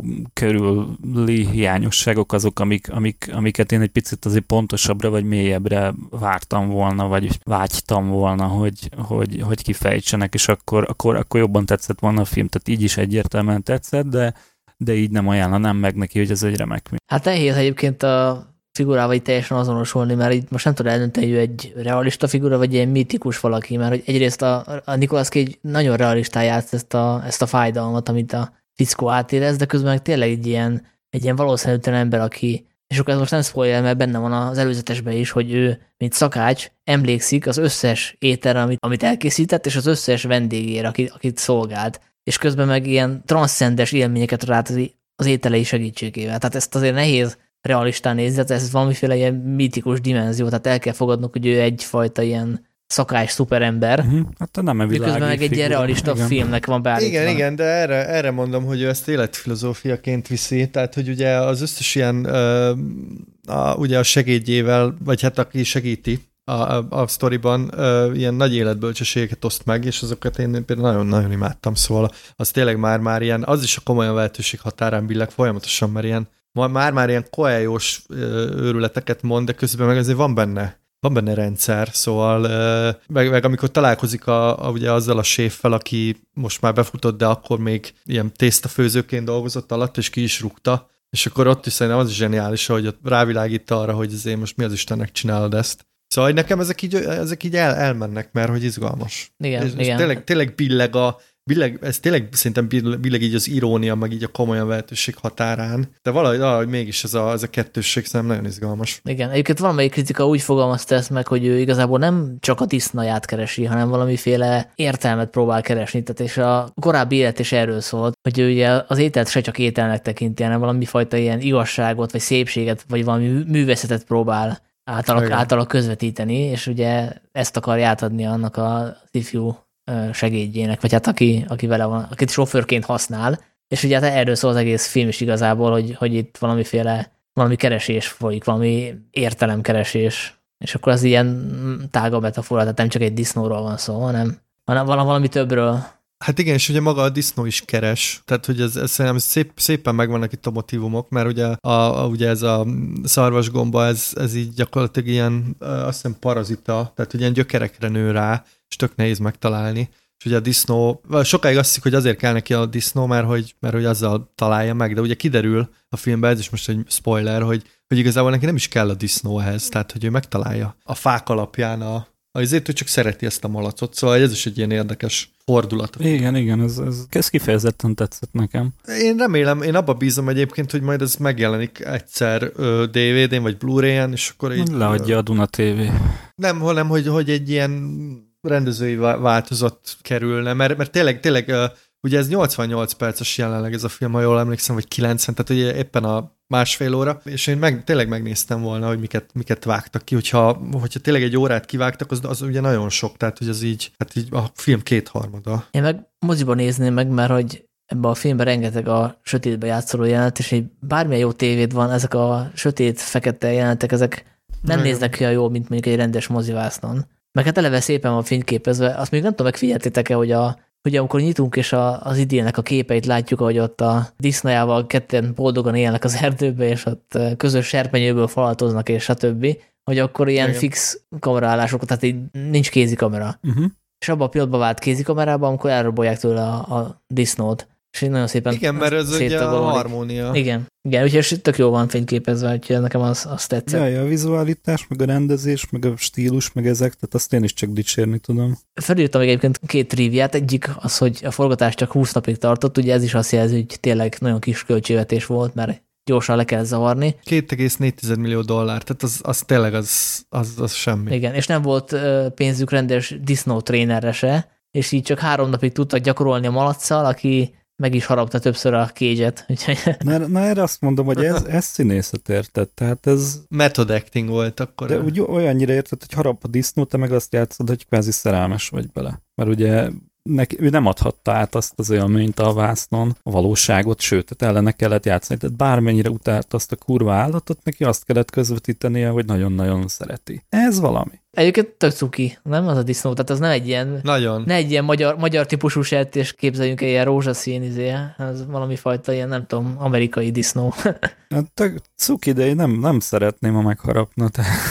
körüli hiányosságok azok, amiket én egy picit azért pontosabbra vagy mélyebbre vártam volna, vagy vágytam volna, hogy kifejtsenek, és akkor jobban tetszett volna a film, tehát így is egyértelműen tetszett, de így nem ajánlanám meg neki, hogy ez egy remek mű. Hát nehéz egyébként a figurával így teljesen azonosulni, mert így most nem tudom eldönteni, hogy egy realista figura, vagy egy mitikus valaki, mert hogy egyrészt a Nicolas Cage nagyon realistán játsz ezt a fájdalmat, amit a fickó átérez, de közben meg tényleg egy ilyen valószínűtlen ember, aki, és akkor ez most nem spoiler, mert benne van az előzetesben is, hogy ő, mint szakács, emlékszik az összes ételre, amit elkészített, és az összes vendégére, akit szolgált. És közben meg ilyen transzcendes élményeket rát az ételei segítségével. Tehát ezt azért nehéz realistán nézni, tehát ez valamiféle ilyen mitikus dimenzió, tehát el kell fogadnunk, hogy ő egyfajta ilyen szakács szuperember. Hát nem a világi miközben meg egy ilyen realista igen. filmnek van beállítva. Igen, de erre mondom, hogy ő ezt életfilozófiaként viszi, tehát hogy ugye az összes ilyen ugye a segédjével, vagy hát aki segíti, a sztoriban ilyen nagy életbölcsességeket oszt meg, és azokat én például nagyon-nagyon imádtam, szóval az tényleg már ilyen, az is a komolyan lehetőség határán billeg folyamatosan, mert ilyen, már ilyen koeljós őrületeket mond, de közben meg azért van benne rendszer, szóval meg amikor találkozik ugye azzal a séffel, aki most már befutott, de akkor még ilyen tésztafőzőként dolgozott alatt, és ki is rúgta, és akkor ott is szerintem az is zseniális, hogy ott rávilágít arra, hogy azért most mi az Istennek csinálod ezt. Szóval nekem ezek így elmennek, és hogy izgalmas. Igen, és igen. Tényleg billeg, ez tényleg szerintem billeg így az irónia, meg így a komolyan vehetőség határán, de valahogy mégis ez a kettősség szerintem nagyon izgalmas. Igen, egyébként valamelyik kritika úgy fogalmazta ezt meg, hogy ő igazából nem csak a disznóját keresi, hanem valamiféle értelmet próbál keresni, tehát és a korábbi élet is erről szólt, hogy ő ugye az ételt se csak ételnek tekinti, hanem valami fajta ilyen igazságot, vagy szépséget, vagy valami művészetet próbál általa közvetíteni, és ugye ezt akarja átadni annak a ifjú segédjének, vagy hát aki vele van, akit sofőrként használ, és ugye hát erről szól az egész film is igazából, hogy itt valami keresés folyik, valami értelemkeresés, és akkor az ilyen tágabb metafora, tehát nem csak egy disznóról van szó, hanem valami többről. Hát igen, és ugye maga a disznó is keres, tehát hogy ez szerintem szépen megvannak itt a motívumok, mert ugye, ugye ez a szarvasgomba, ez így gyakorlatilag ilyen, azt hiszem parazita, tehát hogy ilyen gyökerekre nő rá, és tök nehéz megtalálni. És ugye a disznó, sokáig azt hiszik, hogy azért kell neki a disznó, mert hogy azzal találja meg, de ugye kiderül a filmben, ez is most egy spoiler, hogy igazából neki nem is kell a disznó ehhez, tehát hogy ő megtalálja a fák alapján azért, hogy csak szereti ezt a malacot, szóval ez is egy ilyen érdekes fordulat. Igen, ez kifejezetten tetszett nekem. Én remélem, én abba bízom egyébként, hogy majd ez megjelenik egyszer DVD-n vagy Blu-ray-en, és akkor így... Leadja a Duna TV. Nem, hanem, hogy egy ilyen rendezői változat kerülne, mert tényleg ugye ez 88 perces jelenleg ez a film, ha jól emlékszem, vagy 90, tehát ugye éppen a másfél óra, és én tényleg megnéztem volna, hogy miket vágtak ki, hogyha tényleg egy órát kivágtak, az ugye nagyon sok, tehát hogy az így, hát így a film 2/3. Én meg moziban nézném meg, mert hogy ebben a filmben rengeteg a sötétbe játszoló jelenet, és hogy bármilyen jó tévéd van, ezek a sötét-fekete jelenetek, ezek nem néznek olyan jól, mint mondjuk egy rendes mozivásznon. Meg hát eleve szépen van fényképezve, azt még nem tudom, megfigyeltétek-e, hogy amikor nyitunk, és az idének a képeit látjuk, hogy ott a disznójával ketten boldogan élnek az erdőbe, és ott közös serpenyőből falatoznak, és stb., hogy akkor ilyen fix kameraállások, tehát így nincs kézikamera. És abban a pillanatban vált kézikamerában, amikor elrabolják tőle a disznót. És így nagyon szépen igen, mert ez ugye a harmónia. Igen, úgyhogy tök jól van fényképezve, úgyhogy nekem az tetszett. Ja, a vizualitás, meg a rendezés, meg a stílus, meg ezek, tehát azt én is csak dicsérni tudom. Felírtam még egyébként 2 triviát, egyik az, hogy a forgatás csak 20 napig tartott, ugye ez is azt jelzi, hogy tényleg nagyon kis költségvetés volt, mert gyorsan le kell zavarni. $2,4 millió, tehát az tényleg az semmi. Igen, és nem volt pénzük rendes disznótrénerre se, és így csak 3 napig tudtak gyakorolni a malacccal, aki meg is harapta többször a Cage-et. Na erre azt mondom, hogy ez színészet, érted? Tehát ez... Method acting volt akkor. De úgy olyannyira érted, hogy harap a disznó, te meg azt játszod, hogy kvázi szerelmes vagy bele. Mert ugye ő nem adhatta át azt az élményt a vásznon, a valóságot, sőt, tehát ellene kellett játszani. Tehát bármennyire utált azt a kurva állatot, neki azt kellett közvetítenie, hogy nagyon-nagyon szereti. Ez valami. Egyébként tök cuki, nem az a disznó? Tehát az nem egy ilyen, nagyon. Ne egy ilyen magyar típusú sertés, képzeljünk egy ilyen rózsaszín ez valami fajta ilyen, nem tudom, amerikai disznó. Hát cuki, de én nem szeretném, ha megharapna,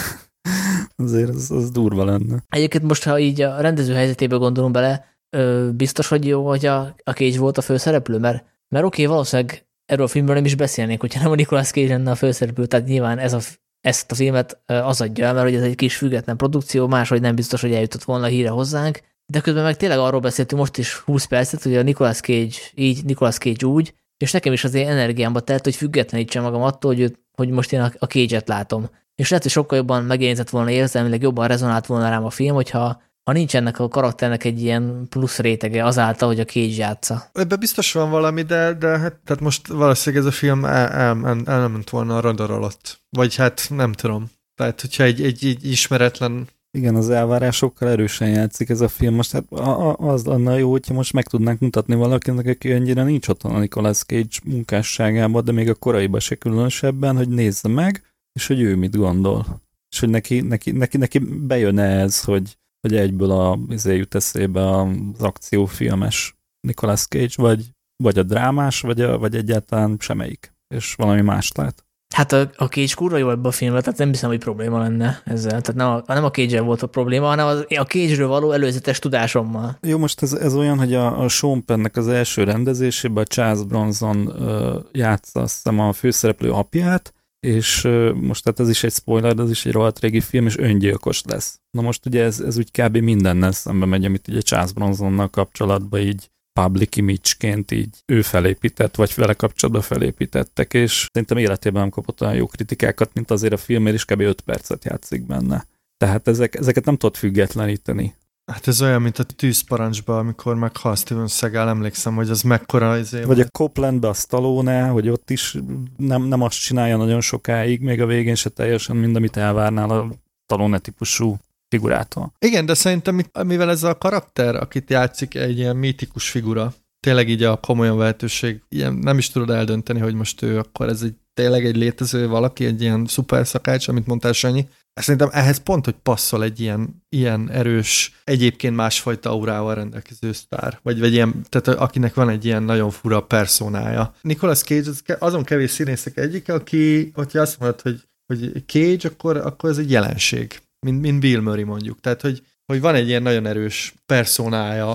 azért az durva lenne. Egyébként most, ha így a rendező helyzetébe gondolunk bele, biztos, hogy jó, hogy a Cage volt a főszereplő, mert oké, valószínűleg erről a filmről nem is beszélnék, hogyha nem a Nicolas Cage lenne a főszereplő, tehát nyilván ezt a filmet az adja el, mert hogy ez egy kis független produkció, máshogy nem biztos, hogy eljutott volna a híre hozzánk, de közben meg tényleg arról beszéltünk most is 20 percet, hogy a Nicolas Cage így, Nicolas Cage úgy, és nekem is azért energiámba telt, hogy függetlenítsem magam attól, hogy most én a Cage-et látom. És lehet, hogy sokkal jobban megjelenített volna érzelmileg, jobban rezonált volna rám a film, hogyha nincs ennek a karakternek egy ilyen plusz rétege azáltal, hogy a Cage játsza. Ebben biztos van valami, de hát tehát most valószínűleg ez a film elment volna a radar alatt. Vagy hát nem tudom. Tehát, hogyha egy ismeretlen... Igen, az elvárásokkal erősen játszik ez a film. Most hát az lenne jó, hogyha most meg tudnánk mutatni valakinek, aki ennyire nincs otthon a Nicolas Cage munkásságában, de még a koraiban se különösebben, hogy nézze meg, és hogy ő mit gondol. És hogy neki bejön ez, hogy egyből jut eszébe az akciófilmes Nicolas Cage, vagy a drámás, vagy egyáltalán semmelyik. És valami más lát. Hát a Cage kurva jó ebben a filmben, tehát nem hiszem, hogy probléma lenne ezzel. Tehát nem a Cage-el volt a probléma, hanem a Cage-ről való előzetes tudásommal. Jó, most ez olyan, hogy a Sean Pennnek az első rendezésében a Charles Bronson játsza, azt hiszem, a főszereplő apját, és most tehát ez is egy spoiler, ez is egy rohadt régi film, és öngyilkos lesz. Na most ugye ez úgy kb. Mindennel szembe megy, amit ugye Charles Bronsonnal kapcsolatban így public image-ként így ő felépített, vagy vele kapcsolatban felépítettek, és szerintem életében nem kapott olyan jó kritikákat, mint azért a filmért, és kb. 5 percet játszik benne. Tehát ezeket nem tudod függetleníteni. Hát ez olyan, mint a Tűzparancsban, amikor meghal Steven Seagal, emlékszem, hogy az mekkora... Vagy a Coplandben a Stallone, hogy ott is nem azt csinálja nagyon sokáig, még a végén se teljesen mind, amit elvárnál a Stallone típusú figurától. Igen, de szerintem, mivel ez a karakter, akit játszik, egy ilyen mítikus figura, tényleg így a komolyan vehetőség, ilyen, nem is tudod eldönteni, hogy most ő akkor ez tényleg egy létező valaki, egy ilyen szuper szakács, amit mondtál, Sanyi. Szerintem ehhez pont, hogy passzol egy ilyen erős, egyébként másfajta aurával rendelkező sztár, vagy ilyen, tehát akinek van egy ilyen nagyon fura personája. Nicolas Cage azon kevés színészek egyik, aki, hogyha azt mondod, hogy Cage, akkor ez egy jelenség, mint Bill Murray mondjuk. Tehát, hogy van egy ilyen nagyon erős personája,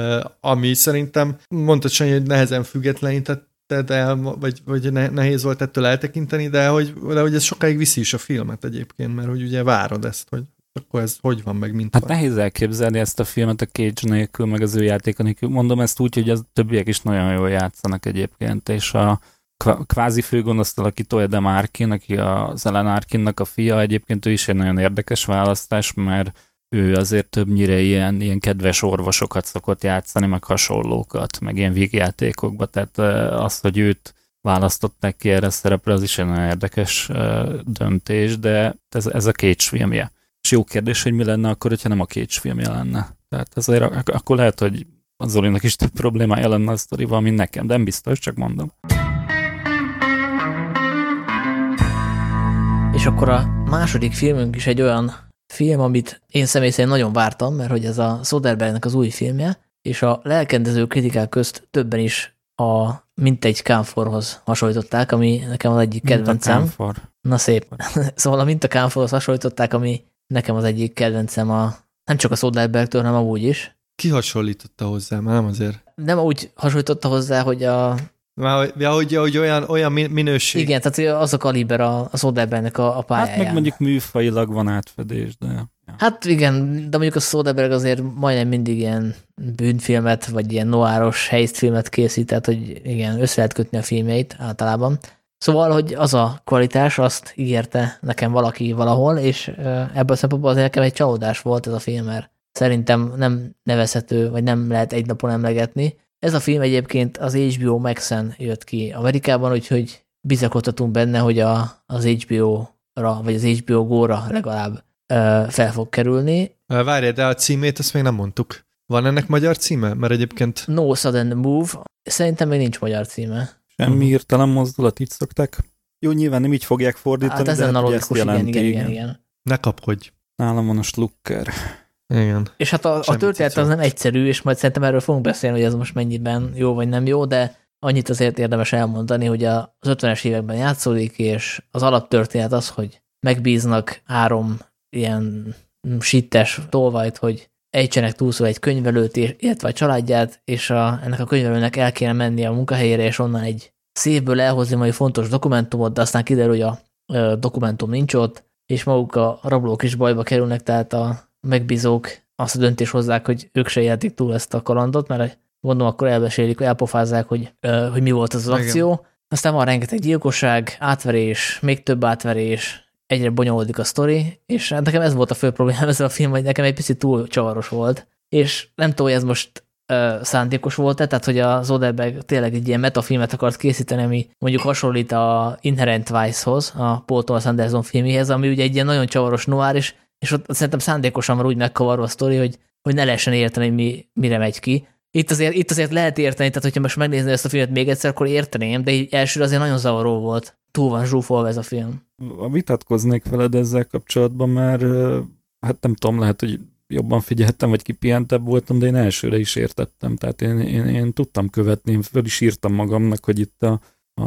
ami szerintem, mondtad Sanyi, hogy nehezen függetlenített, vagy nehéz volt ettől eltekinteni, de hogy ez sokáig viszi is a filmet egyébként, mert hogy ugye várod ezt, hogy akkor ez hogy van meg, mint hát van. Nehéz elképzelni ezt a filmet a Cage nélkül, meg az ő játéka nélkül. Mondom ezt úgy, hogy az többiek is nagyon jól játszanak egyébként, és a kvázi főgonosztal, aki Toyota Arkin, aki az Ellen Arkinnak a fia, egyébként ő is egy nagyon érdekes választás, mert ő azért többnyire ilyen kedves orvosokat szokott játszani, meg hasonlókat, meg ilyen vígjátékokba, tehát az, hogy őt választották ki erre a szerepre, az is egy nagyon érdekes döntés, de ez a Cage filmje. És jó kérdés, hogy mi lenne akkor, hogyha nem a Cage filmje lenne. Tehát azért akkor lehet, hogy az Zolinak is több problémája lenne a sztorival, mint nekem, de nem biztos, csak mondom. És akkor a második filmünk is egy olyan film, amit én személy szerint nagyon vártam, mert hogy ez a Soderberghnek az új filmje, és a lelkendező kritikák közt többen is a Mintegy Kámforhoz hasonlították, ami nekem az egyik kedvencem. Na szép. Szóval a Minta Kámforhoz hasonlították, ami nekem az egyik kedvencem nem csak a Soderberghtől, hanem amúgy is. Ki hasonlította hozzá? Már nem azért. Nem úgy hasonlította hozzá, hogy hogy olyan minőség. Igen, tehát az a kaliber a Soderberghnek a pályáján. Hát meg mondjuk műfajilag van átfedés, de... Ja. Hát igen, de mondjuk a Soderbergh azért majdnem mindig ilyen bűnfilmet, vagy ilyen noáros heistfilmet készít, tehát hogy igen, össze lehet kötni a filmjeit általában. Szóval, hogy az a kvalitás, azt ígérte nekem valaki valahol, és ebből a szempontból az nekem egy csalódás volt ez a film, mert szerintem nem nevezhető, vagy nem lehet egy napon emlegetni. Ez a film egyébként az HBO Max-en jött ki Amerikában, úgyhogy bizakodhatunk benne, hogy az HBO-ra, vagy az HBO Go-ra legalább fel fog kerülni. Várjál, de a címét ezt még nem mondtuk. Van ennek magyar címe? Mert egyébként... No Sudden Move. Szerintem még nincs magyar címe. Semmi hirtelen mozdulat, így szokták. Jó, nyilván nem így fogják fordítani, hát ezen de a ezt jelenti. Igen. Ne kapkodj. Nálam van a Slucker. Igen. És hát a történet az nem egyszerű, és majd szerintem erről fogunk beszélni, hogy ez most mennyiben jó vagy nem jó, de annyit azért érdemes elmondani, hogy az 50-es években játszódik, és az alaptörténet az, hogy megbíznak 3 ilyen sittes tolvajt, hogy ejtsenek túlszól egy könyvelőt, illetve a családját, és ennek a könyvelőnek el kéne mennie a munkahelyére, és onnan egy széfből elhozni majd fontos dokumentumot, de aztán kiderül, hogy a dokumentum nincs ott, és maguk a rablók is bajba kerülnek, tehát a megbízók azt a döntést hozzák, hogy ők se élték túl ezt a kalandot, mert gondolom akkor elbesélik, elpofázzák, hogy mi volt az akció. Aztán van rengeteg gyilkosság, átverés, még több átverés, egyre bonyolódik a sztori, és nekem ez volt a fő problémám ezzel a film, hogy nekem egy picit túl csavaros volt, és nem tudom, hogy ez most szándékos volt-e, tehát hogy a Soderbergh tényleg egy ilyen metafilmet akart készíteni, ami mondjuk hasonlít a Inherent Vice-hoz, a Paul Thomas Anderson filméhez, ami ugye egy ilyen nagyon csavaros noir, és ott szerintem szándékosan van úgy megkavarva a sztori, hogy ne lehessen érteni, hogy mire megy ki. Itt azért lehet érteni, tehát hogyha most megnézni ezt a filmet még egyszer, akkor érteném, de így elsőre azért nagyon zavaró volt. Túl van zsúfolva ez a film. Vitatkoznék veled ezzel kapcsolatban, mert hát nem tudom, lehet, hogy jobban figyeltem, vagy kipihentebb voltam, de én elsőre is értettem. Tehát én tudtam követni, én föl is írtam magamnak, hogy itt a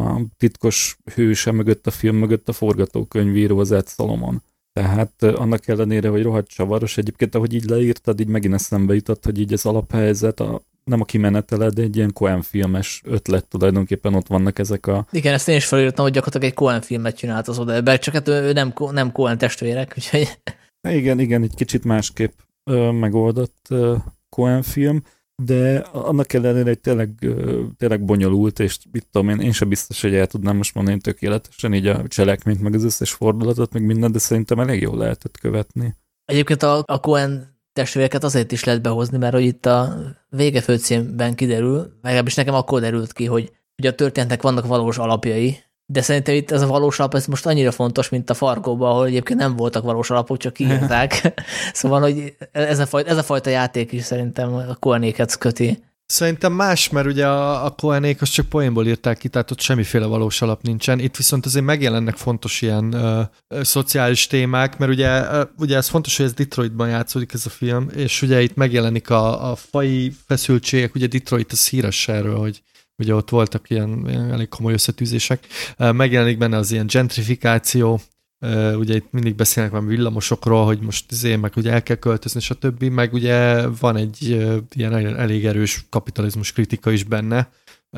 titkos hőse mögött, a film mögött a forgatókönyvíró az Ed Solomon. Tehát annak ellenére, hogy rohadt csavaros, egyébként ahogy így leírtad, így megint eszembe jutott, hogy így az alaphelyzet, nem a kimenetele, de egy ilyen Coen filmes ötlet tulajdonképpen ott vannak ezek a... Igen, ezt én is felírtam, hogy gyakorlatilag egy Coen filmet csinált az Soderbergh, csak hát ő nem Coen testvérek, úgyhogy... Igen, egy kicsit másképp megoldott Coen film, de annak ellenére, hogy tényleg bonyolult, és mit tudom én sem biztos, hogy el tudnám most mondani tökéletesen így a cselekményt, meg az összes fordulatot, meg minden, de szerintem elég jól lehetett követni. Egyébként a Coen testvéreket azért is lehet behozni, mert hogy itt a vége főcímben kiderül, legalábbis nekem akkor derült ki, hogy a történetnek vannak valós alapjai, de szerintem itt ez a valós alap, ez most annyira fontos, mint a Fargóban, ahol egyébként nem voltak valós alapok, csak kiírták. Szóval, hogy ez a fajta játék is szerintem a Coenéket köti. Szerintem más, mert ugye a Coenék azt csak poénból írták ki, tehát ott semmiféle valós alap nincsen. Itt viszont azért megjelennek fontos ilyen szociális témák, mert ugye ez fontos, hogy ez Detroitban játszódik ez a film, és ugye itt megjelenik a faji feszültségek, ugye Detroit az híres erről, hogy ugye ott voltak ilyen elég komoly összetűzések. Megjelenik benne az ilyen gentrifikáció, ugye itt mindig beszélnek már villamosokról, hogy most meg ugye el kell költözni, stb. Meg ugye van egy ilyen elég erős kapitalizmus kritika is benne.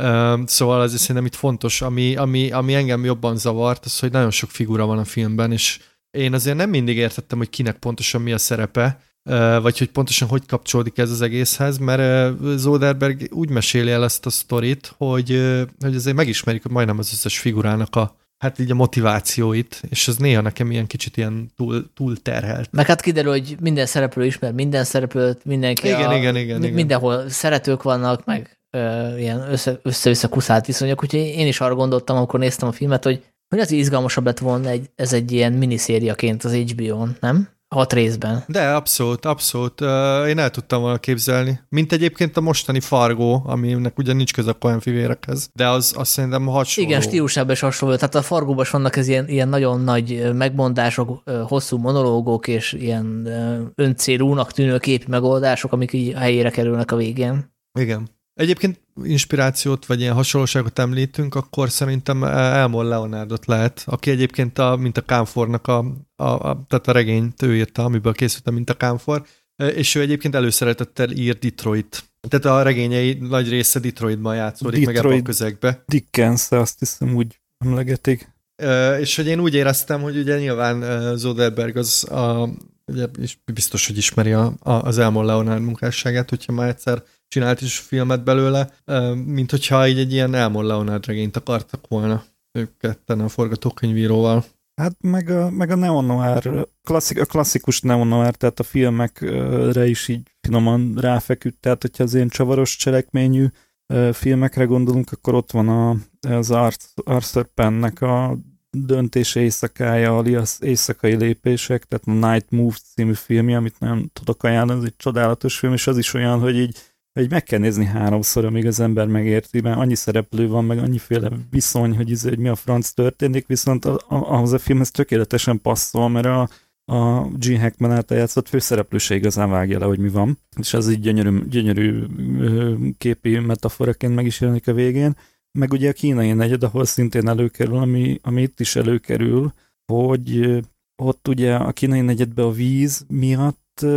Szóval azért szerintem itt fontos, ami engem jobban zavart, az, hogy nagyon sok figura van a filmben, és én azért nem mindig értettem, hogy kinek pontosan mi a szerepe, vagy hogy pontosan hogy kapcsolódik ez az egészhez, mert Soderbergh úgy meséli el ezt a sztorit, hogy azért megismerjük majdnem az összes figurának hát így a motivációit, és ez néha nekem ilyen kicsit ilyen túl terhelt. Meg hát kiderül, hogy minden szereplő ismer minden szereplőt, mindenki igen. mindenhol szeretők vannak, meg ilyen össze-vissza kuszált viszonyok, úgyhogy én is arra gondoltam, amikor néztem a filmet, hogy az izgalmasabb lett volna ez egy ilyen miniszériaként az HBO-n, nem? 6 részben. De abszolút. Én el tudtam volna képzelni. Mint egyébként a mostani Fargo, aminek ugye nincs köze a Coen-fivérekhez, de az szerintem hasonló. Igen, stílusában is hasonló. Tehát a Fargóban vannak ez ilyen nagyon nagy megmondások, hosszú monológok és ilyen öncélúnak tűnő képi megoldások, amik így a helyére kerülnek a végén. Igen. Egyébként inspirációt, vagy ilyen hasonlóságot említünk, akkor szerintem Elmore Leonardot lehet, aki egyébként mint a Kánfornak tehát a regényt ő írta, amiből készült mint a Kánfor, és ő egyébként előszeretettel ír Detroit. Tehát a regényei nagy része Detroitban játszódik, meg ebben a közegbe. Dickens, azt hiszem úgy emlegetik. És hogy én úgy éreztem, hogy ugye nyilván Soderbergh ugye biztos, hogy ismeri az Elmore Leonard munkásságát, hogyha már egyszer csinált is filmet belőle, mint hogyha így egy ilyen Elmore Leonard regényt akartak volna ők ketten a forgatókönyvíróval. Hát meg a neo-noir, a klasszikus neo-noir, tehát a filmekre is így finoman ráfeküdt, tehát hogyha az ilyen csavaros cselekményű filmekre gondolunk, akkor ott van az Arthur Penn-nek a Döntése éjszakája, alias Éjszakai lépések, tehát a Night Moves című filmje, amit nem tudok ajánlani, ez egy csodálatos film, és az is olyan, hogy így meg kell nézni 3-szor, amíg az ember megérti, mert annyi szereplő van, meg annyiféle viszony, hogy mi a franc történik, viszont ahhoz a filmhez tökéletesen passzol, mert a Gene Hackman által játszott főszereplő se igazán vágja le, hogy mi van, és az így gyönyörű képi metaforaként meg is jelenik a végén. Meg ugye a kínai negyed, ahol szintén előkerül, ami itt is előkerül, hogy ott ugye a kínai negyedben a víz miatt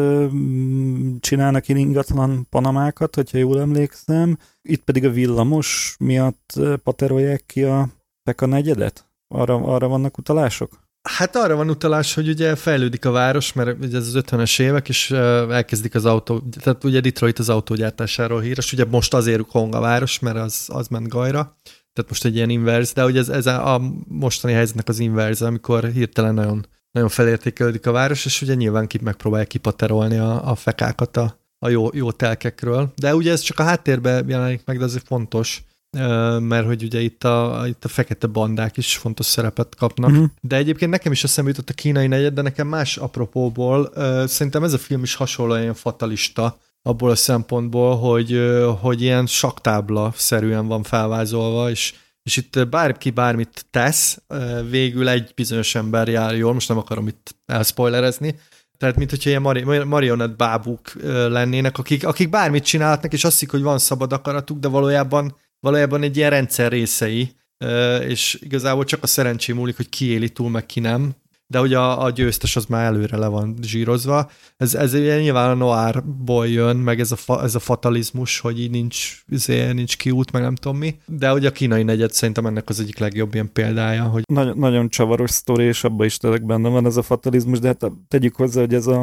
csinálnak ingatlan panamákat, hogyha jól emlékszem. Itt pedig a villamos miatt paterolják ki a Peka negyedet? Arra vannak utalások? Hát arra van utalás, hogy ugye fejlődik a város, mert ugye ez az 50-es évek, és elkezdik az autó, tehát ugye Detroit az autógyártásáról híres, ugye most azért Kong a város, mert az ment gajra, tehát most egy ilyen inverz, de ugye ez a mostani helyzetnek az inverze, amikor hirtelen nagyon felértékelődik a város, és ugye nyilván megpróbálják kipaterolni a fekákat a jó telkekről. De ugye ez csak a háttérben jelenik meg, de azért fontos, mert hogy ugye itt a fekete bandák is fontos szerepet kapnak. Uh-huh. De egyébként nekem is eszembe jutott a kínai negyed, de nekem más apropóból szerintem ez a film is hasonló ilyen fatalista abból a szempontból, hogy ilyen saktábla-szerűen van felvázolva, és itt bárki bármit tesz, végül egy bizonyos ember jár jól, most nem akarom itt elspoilerezni, tehát mint hogyha ilyen marionett bábuk lennének, akik bármit csinálhatnak, és azt hiszik, hogy van szabad akaratuk, de valójában egy ilyen rendszer részei, és igazából csak a szerencsé múlik, hogy ki éli túl, meg ki nem. De ugye a győztes az már előre le van zsírozva. Ez nyilván a noirból jön, meg ez a fatalizmus, hogy így nincs kiút, meg nem tudom mi. De ugye a kínai negyed szerintem ennek az egyik legjobb ilyen példája. Hogy... Nagyon csavaros sztori, és abban is tényleg benne van ez a fatalizmus, de hát tegyük hozzá, hogy ez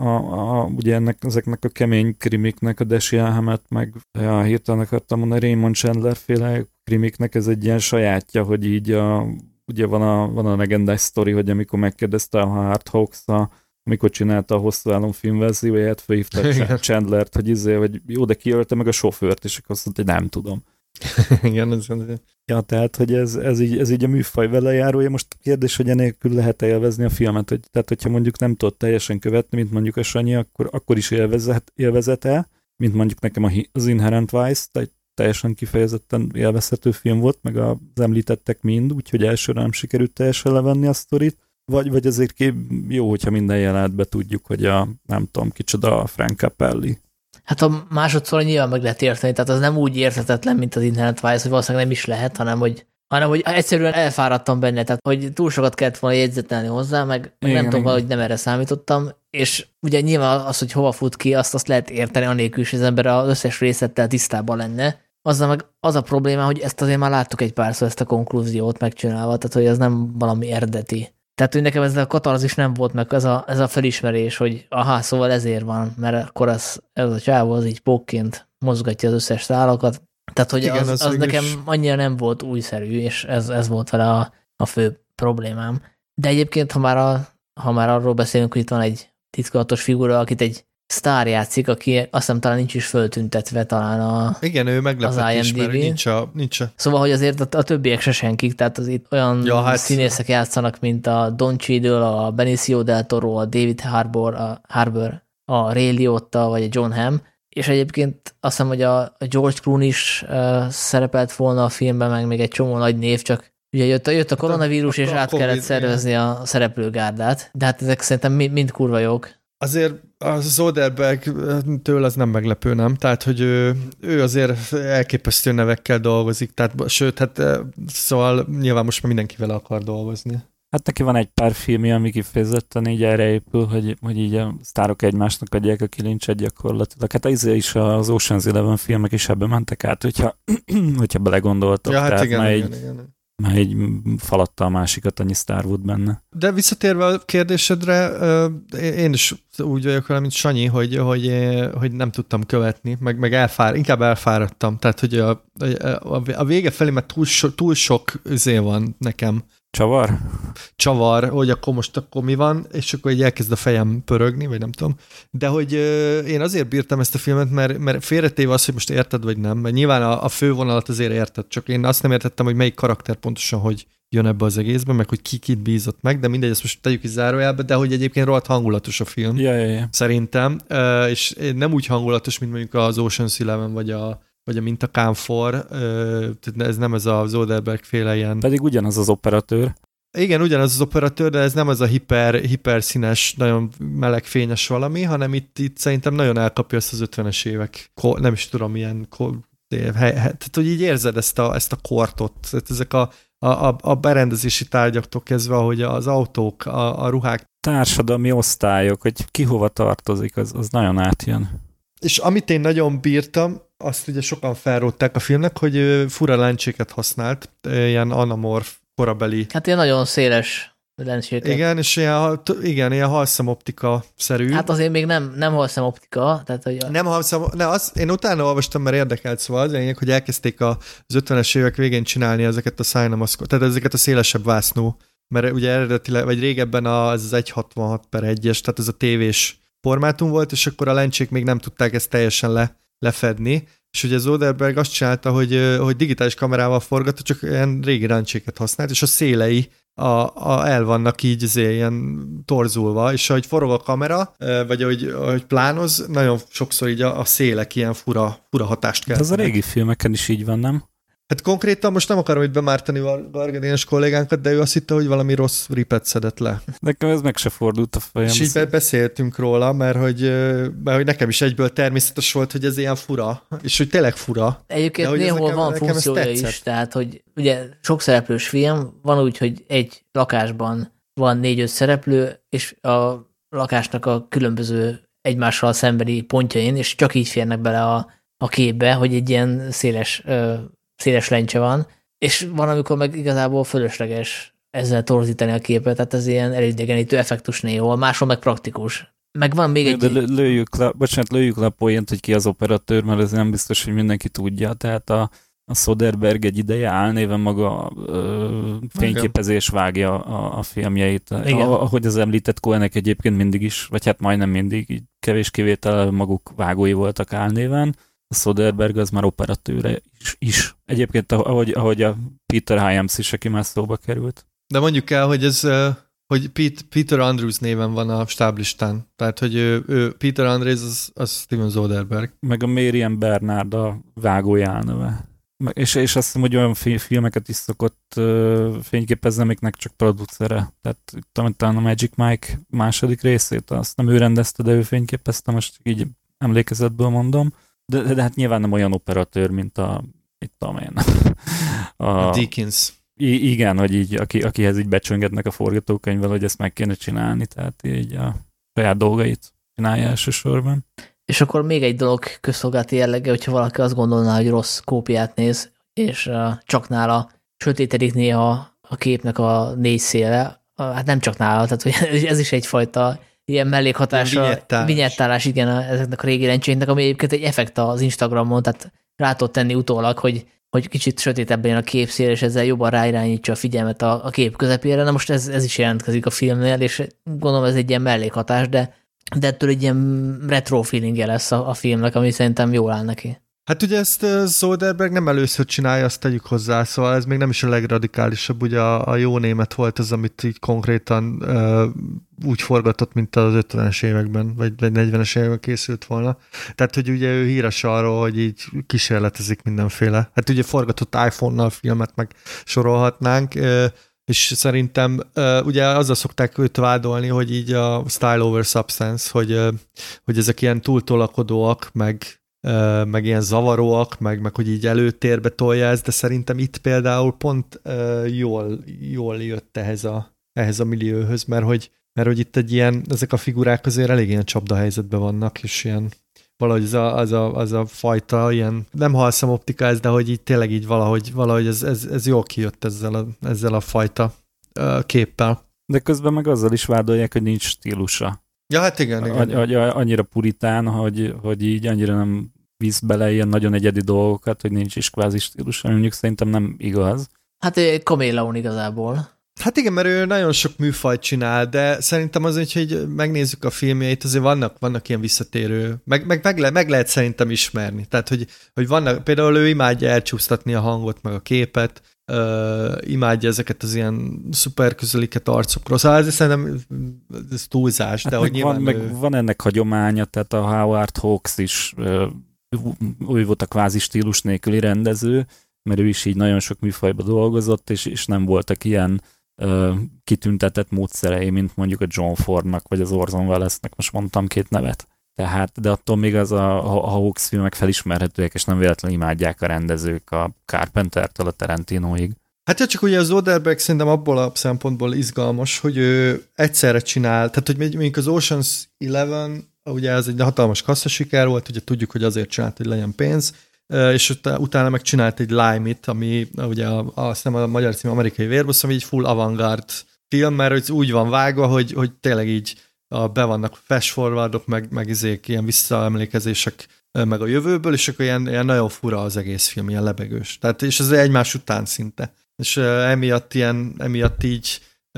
ugye ezeknek a kemény krimiknek, a Dashiell Hammett, meg hirtelen akartam mondani, Raymond Chandler féle krimiknek ez egy ilyen sajátja, hogy így ugye van a legendás sztori, hogy amikor megkérdezte a Howard Hawks, amikor csinálta a hosszú álom filmverzióját, felhívta Chandlert, hogy jó, de kiölte meg a sofőrt, és akkor azt mondta, hogy nem tudom. Igen, ja, tehát, hogy ez így a műfaj velejárója. Most kérdés, hogy enélkül lehet-e élvezni a filmet, tehát hogyha mondjuk nem tudod teljesen követni, mint mondjuk a Sanyi, akkor is élvezete, mint mondjuk nekem az Inherent Vice, tehát teljesen kifejezetten élvezhető film volt, meg az említettek mind, úgyhogy elsőre nem sikerült teljesen levenni a sztorit, vagy azért jó, hogyha minden jelenetben tudjuk, hogy nem tudom, kicsoda a Frank Capelli. Hát a másodszor nyilván meg lehet érteni, tehát az nem úgy érthetetlen, mint az Inherent Vice, hogy valószínűleg nem is lehet, hanem hogy egyszerűen elfáradtam benne, tehát hogy túl sokat kellett volna jegyzetelni hozzá, meg nem tudom, valahogy nem erre számítottam, és ugye nyilván az, hogy hova fut ki, azt lehet érteni anélkül is, hogy az ember az összes részlettel tisztában lenne. Azzal meg az a probléma, hogy ezt azért már láttuk egy párszor, ezt a konklúziót megcsinálva, tehát hogy ez nem valami eredeti. Tehát, hogy nekem ez a katarzis nem volt meg, ez a felismerés, hogy szóval ezért van, mert akkor ez a csávó az így pókként mozgatja az összes szálakat. Tehát, hogy igen, az nekem annyira nem volt újszerű, és ez volt vele a fő problémám. De egyébként, ha már arról beszélünk, hogy itt van egy titkolatos figura, akit egy sztár játszik, aki azt hiszem talán nincs is föltüntetve talán igen, ő meglepetés, mert nincs a... Szóval, hogy azért a többiek se senkik, tehát az itt olyan színészek játszanak, mint a Don Cheadle, a Benicio del Toro, a David Harbour, a Ray Liotta, vagy a John Hamm, és egyébként azt hiszem, hogy a George Clooney is szerepelt volna a filmben, meg még egy csomó nagy név, csak ugye jött a koronavírus, és át kellett szervezni a szereplőgárdát, de hát ezek szerintem mind kurva jók. Azért a Soderbergh-től az nem meglepő, nem? Tehát, hogy ő azért elképesztő nevekkel dolgozik, tehát, sőt, hát szóval nyilván most már mindenkivel akar dolgozni. Hát neki van egy pár filmje, ami kifejezetten így erre épül, hogy így a sztárok egymásnak adják a kilincset gyakorlatilag. Hát az is az Ocean's 11 filmek is ebben mentek át, hogyha belegondoltok. Ja, hát tehát igen. Már így falatta a másikat, annyi sztár volt benne. De visszatérve a kérdésedre, én is úgy vagyok vele, mint Sanyi, hogy nem tudtam követni, meg inkább elfáradtam. Tehát, hogy a vége felé, mert túl sok van nekem. Csavar, hogy akkor mi van, és akkor így elkezd a fejem pörögni, vagy nem tudom. De hogy én azért bírtam ezt a filmet, mert félretéve az, hogy most érted, vagy nem, mert nyilván a fővonalat azért érted, csak én azt nem értettem, hogy melyik karakter pontosan, hogy jön ebbe az egészbe, meg hogy kit bízott meg, de mindegy, ezt most tegyük is zárójelbe, de hogy egyébként rohadt hangulatos a film. Ja. Szerintem, és nem úgy hangulatos, mint mondjuk az Ocean's 11, vagy a Mint a Kámfor, ez nem ez a Soderbergh féle ilyen... Pedig ugyanaz az operatőr. Igen, ugyanaz az operatőr, de ez nem az a hiperszínes, nagyon melegfényes valami, hanem itt szerintem nagyon elkapja ezt az 50-es évek, nem is tudom, milyen... Tehát, hogy így érzed ezt a kortot, tehát ezek a berendezési tárgyaktól kezdve, ahogy az autók, a ruhák... Társadalmi osztályok, hogy ki hova tartozik, az nagyon átjön. És amit én nagyon bírtam, azt ugye sokan felrótták a filmnek, hogy fura lencséket használt, ilyen anamorf korabeli. Hát ilyen nagyon széles lencséket. Igen, és ilyen halszemoptika-szerű. Hát azért még nem halszemoptika. Tehát, hogy Nem én utána olvastam, mert érdekelt, szóval az lényeg, hogy elkezdték az 50-es évek végén csinálni ezeket a Cinemaskot, tehát ezeket a szélesebb vásznú, mert ugye eredetileg, vagy régebben ez az 1.66/1-es, tehát ez a tévés formátum volt, és akkor a lencsék még nem tudták ezt teljesen lefedni, és ugye Soderbergh azt csinálta, hogy digitális kamerával forgatta, csak ilyen régi lencséket használt, és a szélei el vannak így ilyen torzulva, és ahogy forog a kamera, vagy ahogy plánoz, nagyon sokszor így a szélek ilyen fura hatást keltenek. Ez a régi filmeken is így van, nem? Hát konkrétan most nem akarom itt bemártani Vargadénes kollégánkat, de ő azt hitte, hogy valami rossz ripet szedett le. Nekem ez meg se fordult a fejem. És így beszéltünk róla, mert hogy nekem is egyből természetes volt, hogy ez ilyen fura, és hogy tényleg fura. Egyébként néhol van funkciója is, tehát hogy ugye sok szereplős film, van úgy, hogy egy lakásban van 4-5 szereplő, és a lakásnak a különböző egymással szembeni pontjain, és csak így férnek bele a képbe, hogy egy ilyen széles lencse van, és van, amikor meg igazából fölösleges ezzel torzítani a képet, tehát ez ilyen elidegenítő effektus néhol, máshol meg praktikus. Meg van még egy... De lőjük le a poént, hogy ki az operatőr, mert ez nem biztos, hogy mindenki tudja, tehát a Soderbergh egy ideje álnéven maga fényképezés vágja a filmjeit. Ahogy az említett Coenek egyébként mindig is, vagy hát majdnem mindig, így kevés kivétel maguk vágói voltak álnéven. A Soderbergh az már operatőre is. Egyébként ahogy a Peter Hyams is, aki már szóba került. De mondjuk el, hogy hogy Peter Andrews néven van a stáblistán. Tehát, hogy ő Peter Andrews az Steven Soderbergh. Meg a Marian Bernard a vágója álneve. És azt hiszem, hogy olyan filmeket is szokott fényképezni, amiknek csak producere. Tehát talán a Magic Mike második részét, azt nem ő rendezte, de ő fényképezte, most így emlékezetből mondom. De hát nyilván nem olyan operatőr, mint mit tudom én. A Dickens. Igen, hogy így, akihez így becsöngetnek a forgatókönyvvel, hogy ezt meg kéne csinálni, tehát így a saját dolgait csinálja elsősorban. És akkor még egy dolog közszolgálati jellege, hogyha valaki azt gondolná, hogy rossz kópiát néz, és csak nála sötétedik néha a képnek a négy széle, hát nem csak nála, tehát hogy ez is egyfajta ilyen mellékhatása, vinyettálás, igen, ezeknek a régi lencséknek, ami egyébként egy effekt az Instagramon, tehát rá tudod tenni utólag, hogy hogy kicsit sötétebb legyen a képszél, és ezzel jobban ráirányítsa a figyelmet a kép közepére. Na most ez is jelentkezik a filmnél, és gondolom ez egy ilyen mellékhatás, de ettől egy ilyen retro feelingje lesz a filmnek, ami szerintem jól áll neki. Hát ugye ezt Soderbergh nem először csinálja, azt tegyük hozzá, szóval ez még nem is a legradikálisabb, ugye a jó német volt az, amit így konkrétan úgy forgatott, mint az 50-es években, vagy 40-es években készült volna. Tehát, hogy ugye ő híres arról, hogy így kísérletezik mindenféle. Hát ugye forgatott iPhone-nal filmet meg sorolhatnánk, és szerintem ugye azzal szokták őt vádolni, hogy így a style over substance, hogy ezek ilyen túltolakodóak, meg ilyen zavaróak, meg hogy így előtérbe tolja ezt, de szerintem itt például pont jól jött ehhez a millióhöz, mert hogy itt egy ilyen, ezek a figurák azért elég ilyen csapdahelyzetben vannak, és ilyen valahogy az a fajta ilyen, nem halszamoptika ez, de hogy így tényleg így valahogy ez jól kijött ezzel a fajta képpel. De közben meg azzal is vádolják, hogy nincs stílusa. Ja, hát igen. Annyira puritán, hogy így annyira nem visz bele ilyen nagyon egyedi dolgokat, hogy nincs is kvázi stílusa. Mondjuk szerintem nem igaz. Hát kaméleon igazából. Hát igen, mert ő nagyon sok műfajt csinál, de szerintem az, hogy megnézzük a filmjeit, azért vannak ilyen visszatérő, meg lehet szerintem ismerni. Tehát, hogy vannak, például ő imádja elcsúsztatni a hangot, meg a képet, imádja ezeket az ilyen szuper közeliket arcokról. Szóval ez szerintem ez túlzás, de hogy nyilván van ennek hagyománya, tehát a Howard Hawks is ő volt a kvázi stílus nélküli rendező, mert ő is így nagyon sok műfajba dolgozott, és nem voltak ilyen kitüntetett módszerei, mint mondjuk a John Fordnak, vagy az Orson Wellesnek, most mondtam két nevet. Tehát, de attól még az a Hawks filmek felismerhetőek, és nem véletlenül imádják a rendezők a Carpentertől a Tarantinoig. Hát csak ugye az Soderbergh szerintem abból a szempontból izgalmas, hogy ő egyszerre csinál, tehát hogy mondjuk az Ocean's 11, ugye ez egy hatalmas kasszasiker volt, ugye tudjuk, hogy azért csinált, hogy legyen pénz, és utána meg csinált egy Lime-it, ami ugye azt nem a magyar cím Amerikai Vérbusz, ami egy full avantgárd film, mert úgy van vágva, hogy tényleg így be vannak flash forwardok, meg izék, ilyen visszaemlékezések meg a jövőből, és akkor ilyen nagyon fura az egész film, ilyen lebegős. Tehát, és ez egymás után szinte. És emiatt így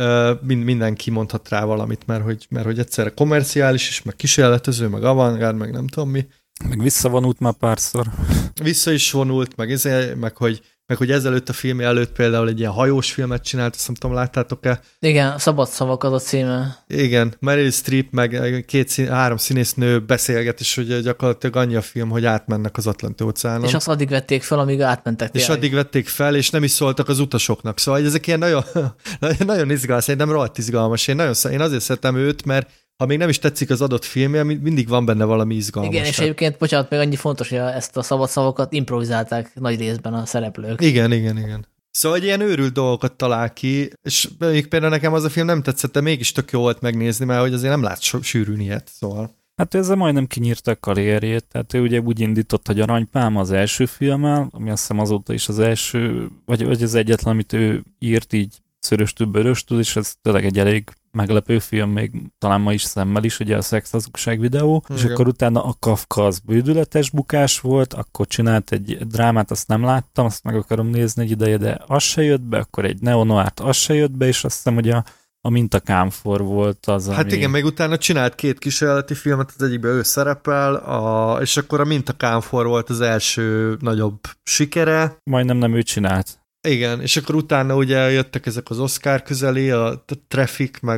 mindenki mondhat rá valamit, mert hogy egyszerre komerciális is, meg kísérletező, meg avantgárd, meg nem tudom mi. Meg visszavonult már párszor. Vissza is vonult, meg hogy ezelőtt a film előtt például egy ilyen hajós filmet csinált, azt nem tudom, láttátok-e? Igen, Szabad szavak az a címe. Igen, Meryl Streep meg három színésznő beszélget, és hogy gyakorlatilag annyi a film, hogy átmennek az Atlanti-óceánon. És azt addig vették fel, amíg átmentek tényleg. És addig vették fel, és nem is szóltak az utasoknak. Szóval ezek ilyen nagyon, nagyon izgalmas, szerintem rohadt izgalmas. Én azért szeretem őt, mert ha még nem is tetszik az adott filmje, mindig van benne valami izgalmas. Igen, és egyébként, bocsánat, még annyi fontos, hogy ezt a szabad szavakat improvizálták nagy részben a szereplők. Igen. Szóval egy ilyen őrült dolgokat talál ki, és például nekem az a film nem tetszett, de mégis tök jó volt megnézni, mert hogy azért nem lát sűrűn ilyet, szóval. Hát ezzel majdnem kinyírta a karrierjét, tehát ő ugye úgy indított, hogy Aranypálma az első filmmel, ami azt hiszem azóta is az első, vagy az egyetlen, amit ő írt így szöröstül, bőröstül, és ez tényleg egy elég meglepő film, még talán ma is szemmel is, ugye a Szex hazugság videó, és akkor utána a Kafka az bődületes bukás volt, akkor csinált egy drámát, azt nem láttam, azt meg akarom nézni egy ideje, de az se jött be, akkor egy neonoárt, az se jött be, és azt hiszem, hogy a Minta Kámfor volt az, Hát igen, meg utána csinált 2 kísérleti filmet, az egyikben ő szerepel, és akkor a Minta Kámfor volt az első nagyobb sikere. Majdnem nem ő csinált. Igen, és akkor utána ugye jöttek ezek az Oscar közeli, a Traffic, meg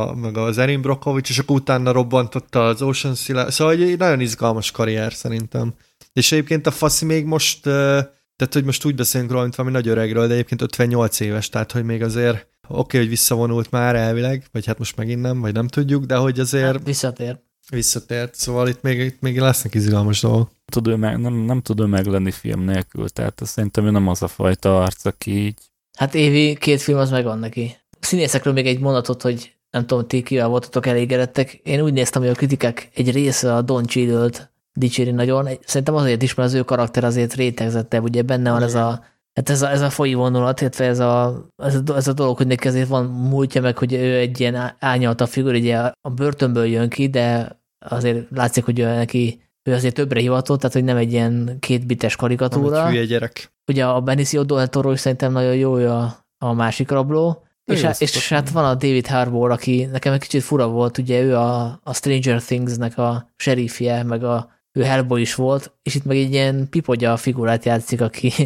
az Erin Brockovich, és akkor utána robbantotta az Ocean's 11, szóval egy nagyon izgalmas karrier szerintem. És egyébként a faszi még most, tehát hogy most úgy beszélünk róla, mint valami nagy öregről, de egyébként 58 éves, tehát hogy még azért oké, hogy visszavonult már elvileg, vagy hát most megint nem, vagy nem tudjuk, de hogy azért... Hát visszatért, szóval itt még lesznek izgalmas dolgok. Nem tud ő meglenni film nélkül, tehát szerintem ő nem az a fajta arc, aki így... Hát évi 2 film az megvan neki. A színészekről még egy mondatot, hogy nem tudom, ti kivel voltatok elégedettek. Én úgy néztem, hogy a kritikák egy része a Don Cheadle-t dicséri nagyon. Szerintem azért is, mert az ő karakter azért rétegzettebb, ugye benne van ez a folyi vonulat, illetve ez a dolog, hogy neki azért van múltja, meg hogy ő egy ilyen árnyaltabb figura, ugye a börtönből jön ki, de azért látszik, hogy neki ő azért többre hivatott, tehát hogy nem egy ilyen kétbites karikatúra. Nem egy hülye gyerek. Ugye a Benicio del Toro is szerintem nagyon jó, ő a másik rabló. És hát van a David Harbour, aki nekem egy kicsit fura volt, ugye ő a Stranger Things-nek a sheriffje, meg ő Hellboy is volt, és itt meg egy ilyen pipogya figurát játszik,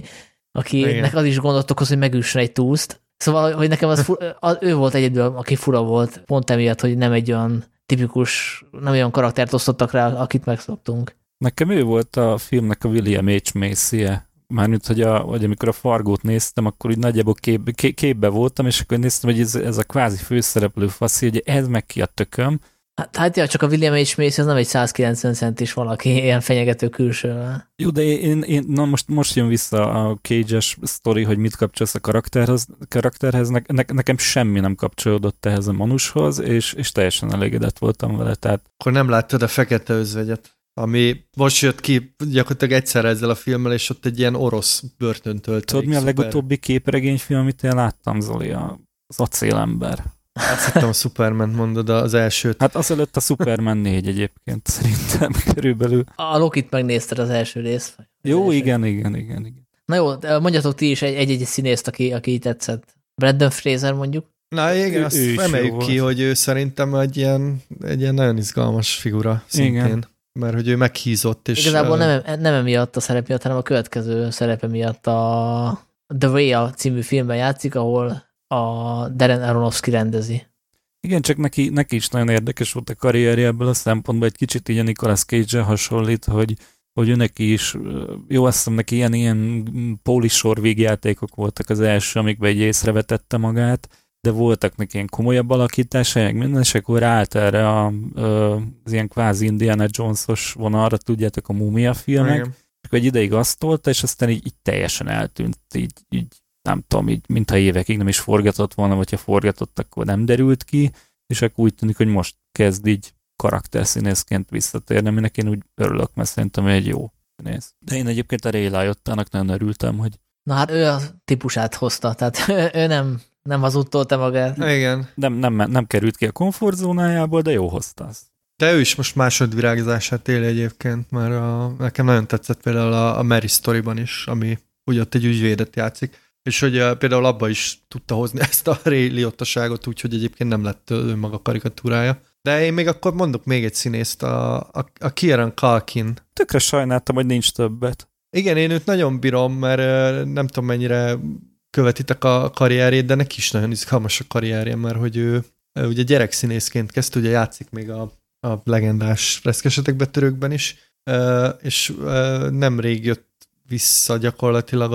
akinek az is gondot okoz, hogy megüssön egy túszt. Szóval, hogy nekem ő volt egyedül, aki fura volt, pont emiatt, hogy nem egy olyan tipikus, nem olyan karaktert osztottak rá, akit megszoktunk. Nekem ő volt a filmnek a William H. Macy-je. Mármint, hogy amikor a Fargót néztem, akkor így nagyjából képbe voltam, és akkor néztem, hogy ez a kvázi főszereplő faszi, hogy ez meg ki a tököm. Hát ja, csak a William H. Macy az nem egy 190 centis valaki, ilyen fenyegető külsővel. Jó, de na most jön vissza a Cage-es sztori, hogy mit kapcsolsz a karakterhez. Nekem semmi nem kapcsolódott ehhez a manushoz, és teljesen elégedett voltam vele. Tehát... Akkor nem láttad a Fekete özvegyet, ami most jött ki gyakorlatilag egyszerre ezzel a filmmel, és ott egy ilyen orosz börtönt töltelik. Tudod, mi a legutóbbi képregényfilm, amit én láttam, Zoli? Az Acélember. Azt hittem a Superman mondod, az elsőt. Hát azelőtt a Superman 4 egyébként szerintem körülbelül. A Lokit megnézted az első részt. Jó, igen. Na jó, mondjatok ti is egy színészt, aki tetszett. Brandon Fraser mondjuk. Na igen, azt emeljük ki, hogy ő szerintem egy ilyen nagyon izgalmas figura szintén. Igen. Mert hogy ő meghízott. És igazából nem emiatt a szerep miatt, hanem a következő szerepe miatt a The Whale című filmben játszik, ahol a Darren Aronofsky rendezi. Igen, csak neki is nagyon érdekes volt a karrierje ebből a szempontból, egy kicsit így a Nicolas Cage-re hasonlít, hogy ő neki is, jó, azt hiszem neki ilyen pólisor végjátékok voltak az első, amikben egy észrevetette magát, de voltak neki ilyen komolyabb alakításai, minden, és akkor állt erre az ilyen kvázi Indiana Jones-os vonalra, tudjátok, a Múmia filmek, igen. És egy ideig azt tolta, és aztán így teljesen eltűnt, így nem tudom, így, mintha évekig nem is forgatott volna, vagy ha forgatott, akkor nem derült ki, és akkor úgy tűnik, hogy most kezd így karakterszínészként visszatérni, aminek én úgy örülök, mert szerintem egy jó színész. De én egyébként a Ray Liottának nagyon örültem, hogy... Na hát ő a típusát hozta, tehát ő nem hazudtolta magát. Igen. Nem került ki a komfortzónájából, de jó hozta azt. De ő is most másodvirágzását éli egyébként, mert nekem nagyon tetszett például a Mary Storyban is, ami ugye ott egy ügyvédet játszik, és hogy például abba is tudta hozni ezt a Ray Liottaságot, úgyhogy egyébként nem lett önmaga karikatúrája. De én még akkor mondok még egy színészt, a Kieran Culkin. Tökre sajnáltam, hogy nincs többet. Igen, én őt nagyon bírom, mert nem tudom mennyire követitek a karrierjét, de neki is nagyon izgalmas a karrierje, mert hogy ő ugye gyerekszínészként kezdte, ugye játszik még a legendás Reszkesetek betörőkben is, és nemrég jött vissza gyakorlatilag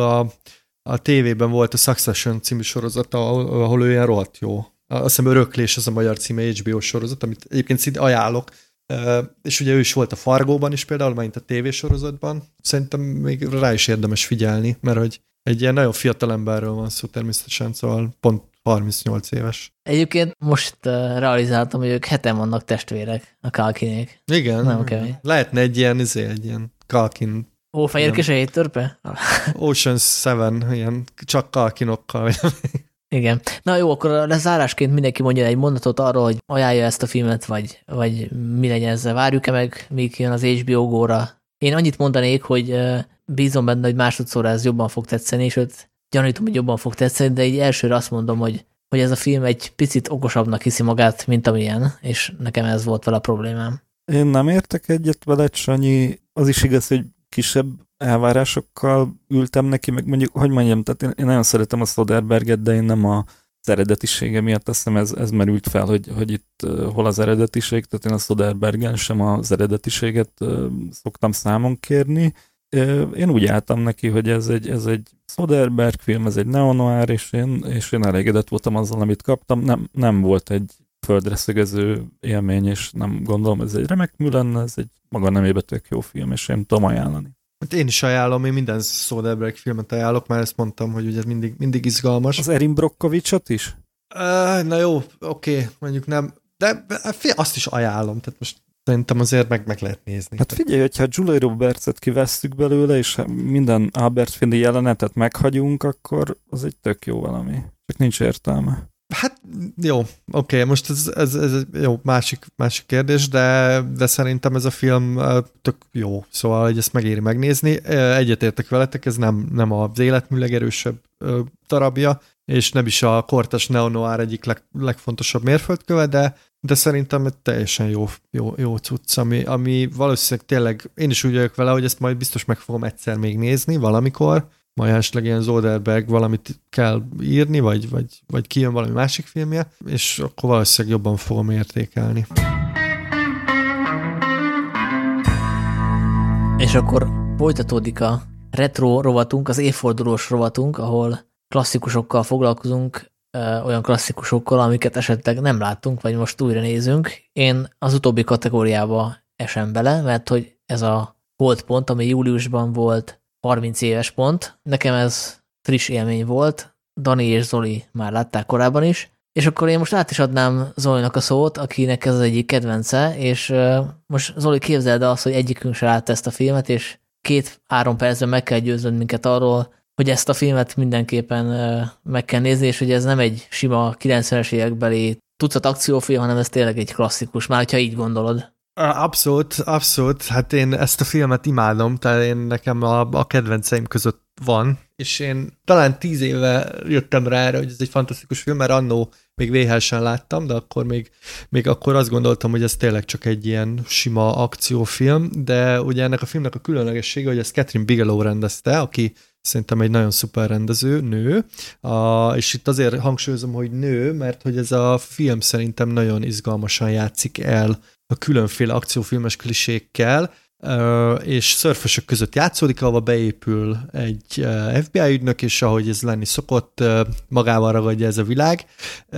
a tévében volt a Succession című sorozata, ahol ő ilyen rohadt jó. Azt hiszem Öröklés az a magyar címe HBO sorozat, amit egyébként szinte ajánlok. És ugye ő is volt a Fargóban is például, mint a tévésorozatban. Szerintem még rá is érdemes figyelni, mert hogy egy ilyen nagyon fiatal emberről van szó természetesen, szóval pont 38 éves. Egyébként most realizáltam, hogy ők 7-en vannak testvérek, a Culkinék. Igen. Nem kemény. Lehetne egy ilyen Culkin. Fehérkés a 7 törpe? Ocean's 7, ilyen csak Culkinokkal. Igen. Na jó, akkor lezárásként mindenki mondja egy mondatot arról, hogy ajánlja ezt a filmet, vagy mi legyen ezzel. Várjuk-e meg, míg jön az HBO Go-ra? Én annyit mondanék, hogy bízom benne, hogy másodszorra ez jobban fog tetszeni, és őt gyanítom, hogy jobban fog tetszeni, de így elsőre azt mondom, hogy ez a film egy picit okosabbnak hiszi magát, mint amilyen, és nekem ez volt vele a problémám. Én nem értek egyet veled, Sanyi. Az is igaz, hogy kisebb elvárásokkal ültem neki, meg mondjuk, hogy mondjam, tehát én nagyon szeretem a Soderberget, de én nem az eredetisége miatt, azt hiszem ez merült fel, hogy itt hol az eredetiség, tehát én a Soderbergen sem az eredetiséget szoktam számon kérni. Én úgy álltam neki, hogy ez egy Soderberg film, ez egy neo-noir, és én elégedett voltam azzal, amit kaptam. Nem volt egy földre szögező élmény, és nem gondolom, ez egy remek mű lenne, ez egy maga nemébe tök jó film, és én tudom ajánlani. Én is ajánlom, én minden Soderbergh filmet ajánlok, már ezt mondtam, hogy ugye mindig izgalmas. Az Erin Brockovichot is? Na jó, oké, mondjuk nem, de azt is ajánlom, tehát most szerintem azért meg lehet nézni. Hát figyelj, hogyha Julia Roberts-et kivesszük belőle, és minden Albert Finney jelenetet meghagyunk, akkor az egy tök jó valami. Csak nincs értelme. Hát jó, oké, most ez jó, másik kérdés, de szerintem ez a film tök jó, szóval hogy ezt megéri megnézni. Egyetértek veletek, ez nem az életmű legerősebb darabja, és nem is a kortas neo-noir egyik legfontosabb mérföldköve, de szerintem egy teljesen jó cucc, ami valószínűleg tényleg, én is úgy vagyok vele, hogy ezt majd biztos meg fogom egyszer még nézni valamikor, majd esetleg ilyen Soderbergh valamit kell írni, vagy kijön valami másik filmje, és akkor valószínűleg jobban fogom értékelni. És akkor folytatódik a retro rovatunk, az évfordulós rovatunk, ahol klasszikusokkal foglalkozunk, olyan klasszikusokkal, amiket esetleg nem láttunk, vagy most újra nézünk. Én az utóbbi kategóriába esem bele, mert hogy ez a holdpont, ami júliusban volt 30 éves pont, nekem ez friss élmény volt, Dani és Zoli már látták korábban is, és akkor én most át is adnám Zolinak a szót, akinek ez az egyik kedvence, és most Zoli, képzeld azt, hogy egyikünk se látta ezt a filmet, és 2-3 percben meg kell győznöd minket arról, hogy ezt a filmet mindenképpen meg kell nézni, és hogy ez nem egy sima 90-es évekbeli tucat akciófilm, hanem ez tényleg egy klasszikus, már ha így gondolod. Abszolút. Hát én ezt a filmet imádom, tehát nekem a kedvenceim között van, és én talán 10 éve jöttem rá erre, hogy ez egy fantasztikus film, mert annó még VHS-en láttam, de akkor még akkor azt gondoltam, hogy ez tényleg csak egy ilyen sima akciófilm, de ugye ennek a filmnek a különlegessége, hogy ezt Catherine Bigelow rendezte, aki szerintem egy nagyon szuper rendező, nő, és itt azért hangsúlyozom, hogy nő, mert hogy ez a film szerintem nagyon izgalmasan játszik el a különféle akciófilmes klisékkel, és szörfösök között játszódik, ahova beépül egy FBI ügynök, és ahogy ez lenni szokott, magával ragadja ez a világ,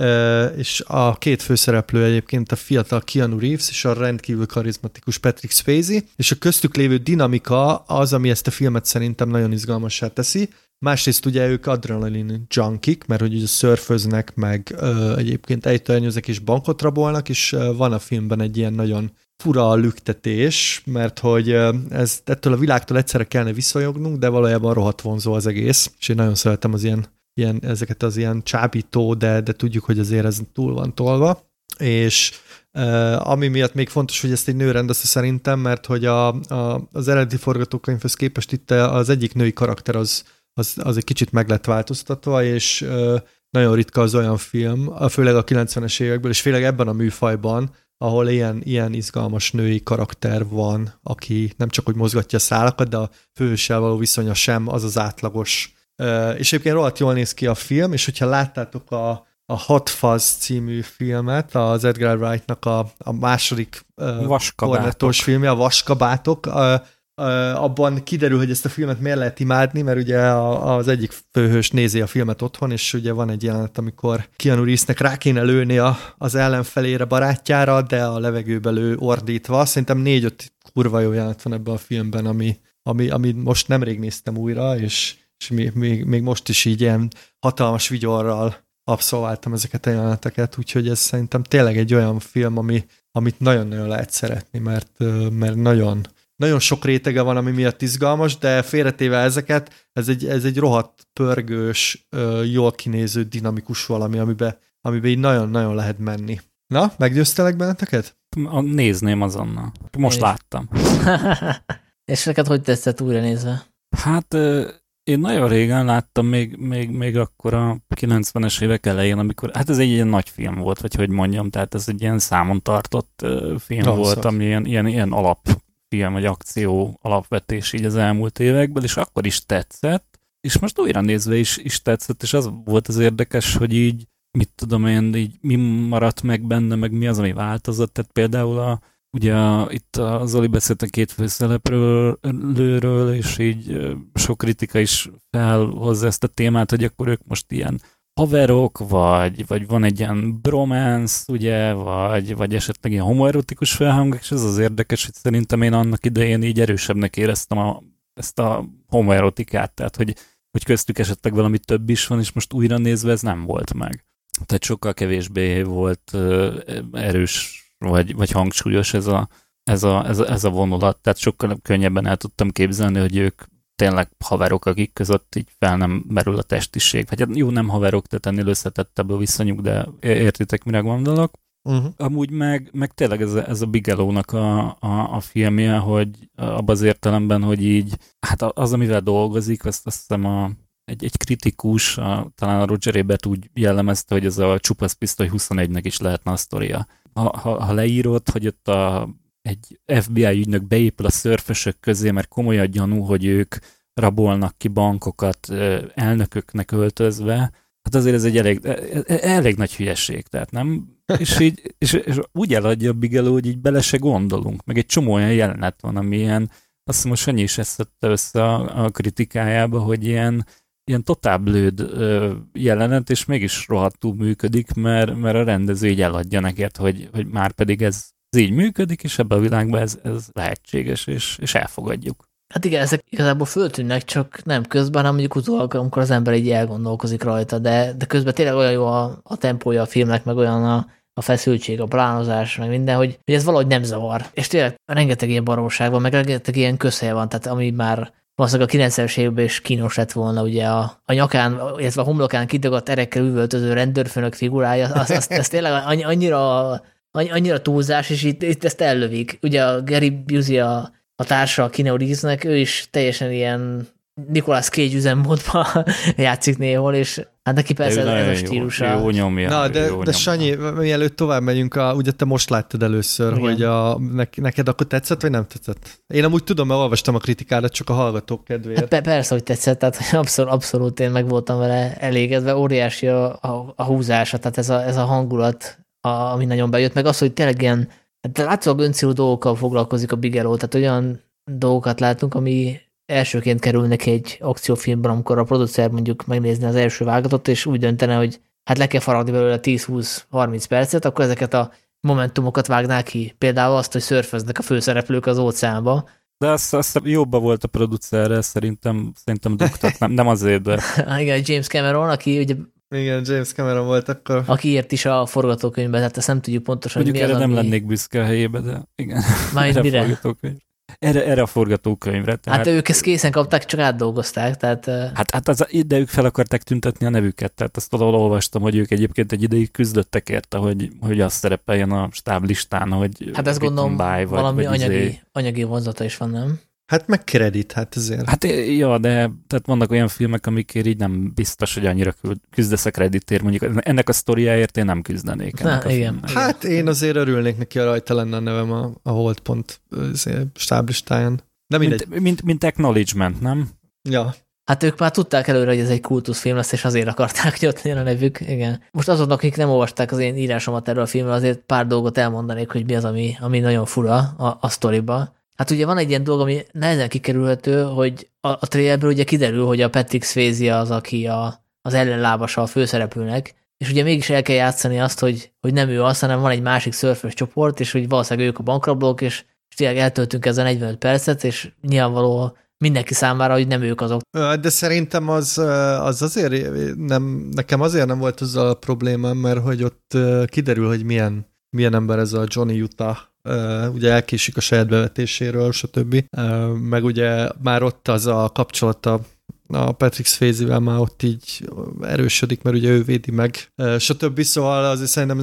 és a két főszereplő egyébként a fiatal Keanu Reeves és a rendkívül karizmatikus Patrick Swayze, és a köztük lévő dinamika az, ami ezt a filmet szerintem nagyon izgalmassá teszi. Másrészt ugye ők adrenalin junkik, mert hogy ugye szörföznek, meg egyébként ejtőernyőznek és bankot rabolnak, és van a filmben egy ilyen nagyon fura lüktetés, mert hogy ettől a világtól egyszerre kellene visszajognunk, de valójában rohadt vonzó az egész, és én nagyon szeretem az ezeket az ilyen csábító, de tudjuk, hogy azért ez túl van tolva, és ami miatt még fontos, hogy ezt egy nő rendezte szerintem, mert hogy az eredeti forgatókönyvhöz képest itt az egyik női karakter az egy kicsit meg lett változtatva, és nagyon ritka az olyan film, főleg a 90-es évekből, és főleg ebben a műfajban, ahol ilyen izgalmas női karakter van, aki nem csak hogy mozgatja a szálakat, de a főhőssel való viszonya sem az az átlagos. És egyébként rohadt jól néz ki a film, és hogyha láttátok a Hot Fuzz című filmet, az Edgar Wright-nak a második kornettós filmje, a Vaskabátok, abban kiderül, hogy ezt a filmet miért lehet imádni, mert ugye az egyik főhős nézi a filmet otthon, és ugye van egy jelenet, amikor Keanu Reevesnek rá kéne lőni az ellenfelére, barátjára, de a levegőbe lő ordítva. Szerintem 4-5 kurva jó jelenet van ebben a filmben, ami most nemrég néztem újra, és még most is így ilyen hatalmas vigyorral abszolváltam ezeket a jeleneteket, úgyhogy ez szerintem tényleg egy olyan film, amit nagyon-nagyon lehet szeretni, mert nagyon sok rétege van, ami miatt izgalmas, de félretéve ezeket, ez egy rohadt pörgős, jól kinéző, dinamikus valami, amiben így nagyon-nagyon lehet menni. Na, meggyőztelek benneteket? Nézném azonnal. Most láttam. És neked hogy tetszett újra nézve? Hát én nagyon régen láttam, még akkor a 90-es évek elején, amikor, hát ez egy ilyen nagy film volt, vagy hogy mondjam, tehát ez egy ilyen számon tartott film volt, ami ilyen alapfilm, vagy akció alapvetés így az elmúlt években, és akkor is tetszett, és most újra nézve is tetszett, és az volt az érdekes, hogy így, mit tudom én, így mi maradt meg benne, meg mi az, ami változott, tehát például itt a Zoli beszélt a két főszereplőről, és így sok kritika is felhozza ezt a témát, hogy akkor ők most ilyen haverok, vagy van egy ilyen bromance, ugye, vagy esetleg ilyen homoerotikus felhangok, és ez az érdekes, hogy szerintem én annak idején így erősebbnek éreztem ezt a homoerotikát, tehát hogy köztük esetleg valami több is van, és most újra nézve ez nem volt meg. Tehát sokkal kevésbé volt erős vagy hangsúlyos ez a vonulat, tehát sokkal könnyebben el tudtam képzelni, hogy ők tényleg haverok, akik között így fel nem merül a testiség. Hát jó, nem haverok, tehát ennél összetettebb a viszonyuk, de értitek, mire gondolok. Amúgy meg tényleg ez a Bigelownak a filmje, hogy abban az értelemben, hogy így, hát az, amivel dolgozik, azt hiszem egy kritikus, talán a Roger Ebert úgy jellemezte, hogy ez a Csupasz pisztoly 21-nek is lehetne a sztoria. Ha leírod, hogy ott egy FBI ügynök beépül a szörfösök közé, mert komoly a gyanú, hogy ők rabolnak ki bankokat elnököknek öltözve, hát azért ez egy elég nagy hülyeség, tehát nem? És úgy eladja a Bigelow, hogy így bele se gondolunk, meg egy csomó olyan jelenet van, ami ilyen, azt hiszem, most Sanyi is ezt szedte össze a kritikájába, hogy ilyen totál blőd jelenet, és mégis rohadtul működik, mert a rendező így eladja neked, hogy már pedig ez így működik, és ebben a világban ez lehetséges, és elfogadjuk. Hát igen, ezek igazából föltűnnek, csak nem közben, hanem mondjuk utólag, amikor az ember így elgondolkozik rajta, de közben tényleg olyan jó a tempója a filmnek, meg olyan a feszültség, a plánozás, meg minden, hogy ez valahogy nem zavar. És tényleg rengeteg ilyen baromság van, meg rengeteg ilyen közhely van, tehát ami már valószínűleg a 90-es években is kínos lett volna, ugye a nyakán, illetve a homlokán kidagadt erekkel üvöltöző rendőrfőnök figurája, az tényleg annyira túlzás, és itt ezt ellövik. Ugye a Gary Busey a társa a Keanu Reevesnek, ő is teljesen ilyen Nicolas Cage üzemmódban játszik néhol, és hát neki persze ez a stílusa. Jó nyomja. Na, de Sanyi, mielőtt tovább megyünk, ugye te most láttad először, igen, hogy neked akkor tetszett, vagy nem tetszett? Én amúgy tudom, mert olvastam a kritikádat, csak a hallgatók kedvéért. Hát persze, hogy tetszett, tehát abszolút én meg voltam vele elégedve, óriási a húzása, tehát ez a hangulat, ami nagyon bejött, meg az, hogy tényleg ilyen, hát látszólag öncélú dolgokkal foglalkozik a Bigelow, tehát olyan dolgokat látunk, ami elsőként kerülnek egy akciófilmben, amikor a producer mondjuk megnézni az első vágatot, és úgy döntene, hogy hát le kell faragni belőle 10-20-30 percet, akkor ezeket a momentumokat vágnák ki. Például azt, hogy szörföznek a főszereplők az óceánba. De azt jobban volt a producerre, szerintem dugtak, nem azért, de... Igen, James Cameron, aki ugye... Igen, James Cameron volt akkor. Aki írt is a forgatókönyvben, tehát ezt nem tudjuk pontosan, mondjuk hogy mi erre az, nem lennék büszke a helyébe, de igen. Már mire? Erre a forgatókönyvre. Tehát... Hát ők ezt készen kapták, csak átdolgozták. Tehát... Hát de ők fel akarták tüntetni a nevüket, tehát azt valahol olvastam, hogy ők egyébként egy ideig küzdöttek érte, hogy az szerepeljen a stáblistán, hogy... Hát ezt gondolom valami anyagi vonzata is van, nem? Hát meg kredit, hát ezért. Hát ja, de tehát vannak olyan filmek, amikért így nem biztos, hogy annyira küzdesz a kreditért, mondjuk ennek a sztoriáért én nem küzdenék. Igen. Hát én azért örülnék neki, ha rajta lenne a nevem a holdpont stáblistáján. De mindegy. Mint acknowledgement, nem? Ja. Hát ők már tudták előre, hogy ez egy kultuszfilm lesz, és azért akarták, hogy ott legyen a nevük. Igen. Most azoknak, akik nem olvasták az én írásomat erről a filmről, azért pár dolgot elmondanék, hogy mi az, ami nagyon fura a sztoriba. Hát ugye van egy ilyen dolog, ami nehezen kikerülhető, hogy a trailerből ugye kiderül, hogy a Patrick Swayze az, aki az ellenlábasa a főszereplőnek, és ugye mégis el kell játszani azt, hogy nem ő az, hanem van egy másik szörfös csoport, és hogy valószínűleg ők a bankrablók, és tényleg eltöltünk ezzel 45 percet, és nyilvánvaló mindenki számára, hogy nem ők azok. De szerintem az azért nem, nekem azért nem volt azzal a problémám, mert hogy ott kiderül, hogy milyen ember ez a Johnny Utah, ugye elkésik a saját bevetéséről, stb. Meg ugye már ott az a kapcsolata a Patrick Swayze-vel már ott így erősödik, mert ugye ő védi meg, stb. Szóval azért szerintem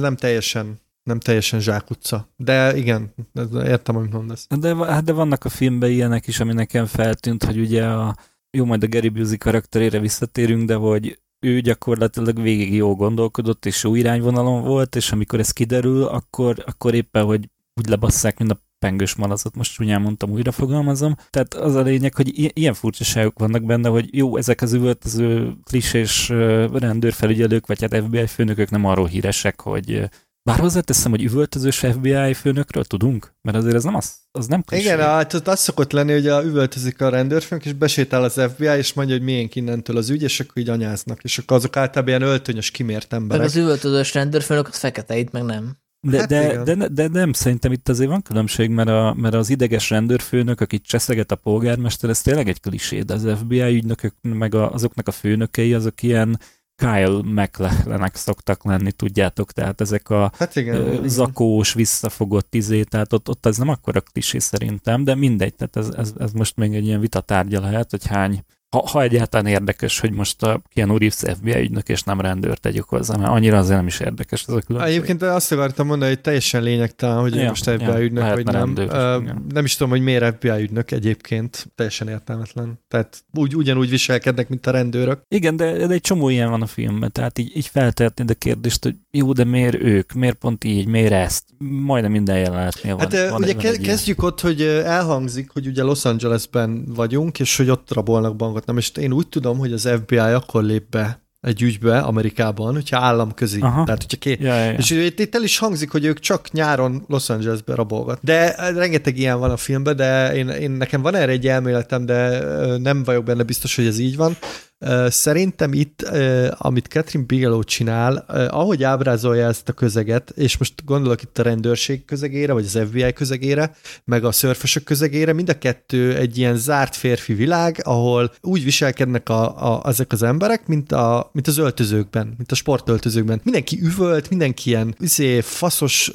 nem teljesen zsákutca. De igen, értem, amit mondasz. De vannak a filmben ilyenek is, ami nekem feltűnt, hogy ugye jó, majd a Gary Busey karakterére visszatérünk, de hogy ő gyakorlatilag végig jól gondolkodott, és jó irányvonalon volt, és amikor ez kiderül, akkor éppen, hogy úgy lebasszák, mint a pengős malacot, most csúnyán mondtam, újra fogalmazom. Tehát az a lényeg, hogy ilyen furcsaságok vannak benne, hogy jó, ezek az üvöltöző klisés rendőrfelügyelők, vagy hát FBI főnökök nem arról híresek, hogy bár hozzáteszem, hogy üvöltözős FBI főnökről tudunk? Mert azért ez nem az nem klisé. Igen, hát az szokott lenni, hogy üvöltözik a rendőrfőnök, és besétál az FBI, és mondja, hogy miénk innentől az ügy, és akkor így anyáznak. És akkor azok általában ilyen öltönyös, kimért emberek. Meg az üvöltözős rendőrfőnök, az fekete, itt meg nem. De nem, szerintem itt azért van különbség, mert az ideges rendőrfőnök, akit cseszeget a polgármester, ez tényleg egy klisé, de az FBI ügynökök, meg azoknak a főnökei, azok ilyen Kyle MacLachlan-ek szoktak lenni, tudjátok, tehát ezek a hát igen, zakós, visszafogott tehát ott ez nem akkora klisé szerintem, de mindegy, tehát ez most még egy ilyen vitatárgya lehet, hogy hány, ha egyáltalán érdekes, hogy most a Keanu Reeves FBI ügynök és nem rendőr tegyük hozzá, mert annyira azért nem is érdekes ez a különbség. Egyébként azt akartam mondani, hogy teljesen lényegtelen, hogy most FBI ügynök, vagy nem. Nem is tudom, hogy miért FBI ügynök egyébként, teljesen értelmetlen. Tehát ugyanúgy viselkednek, mint a rendőrök. Igen, de egy csomó ilyen van a filmben, tehát így feltehetnéd a kérdést, hogy jó, de miért ők, miért pont így, miért ezt? Majdnem minden jelenetnél van. Hát ugye kezdjük ott, hogy elhangzik, hogy ugye Los Angelesben vagyunk, és hogy ott rabolnak bankot. Na most én úgy tudom, hogy az FBI akkor lép be egy ügybe Amerikában, hogyha államközi. Tehát, hogyha és itt el is hangzik, hogy ők csak nyáron Los Angelesbe rabolgat. De rengeteg ilyen van a filmben, de én nekem van erre egy elméletem, de nem vagyok benne biztos, hogy ez így van. Szerintem itt, amit Catherine Bigelow csinál, ahogy ábrázolja ezt a közeget, és most gondolok itt a rendőrség közegére, vagy az FBI közegére, meg a szörfösök közegére, mind a kettő egy ilyen zárt férfi világ, ahol úgy viselkednek ezek az emberek, mint az öltözőkben, mint a sportöltözőkben. Mindenki üvölt, mindenki ilyen faszos,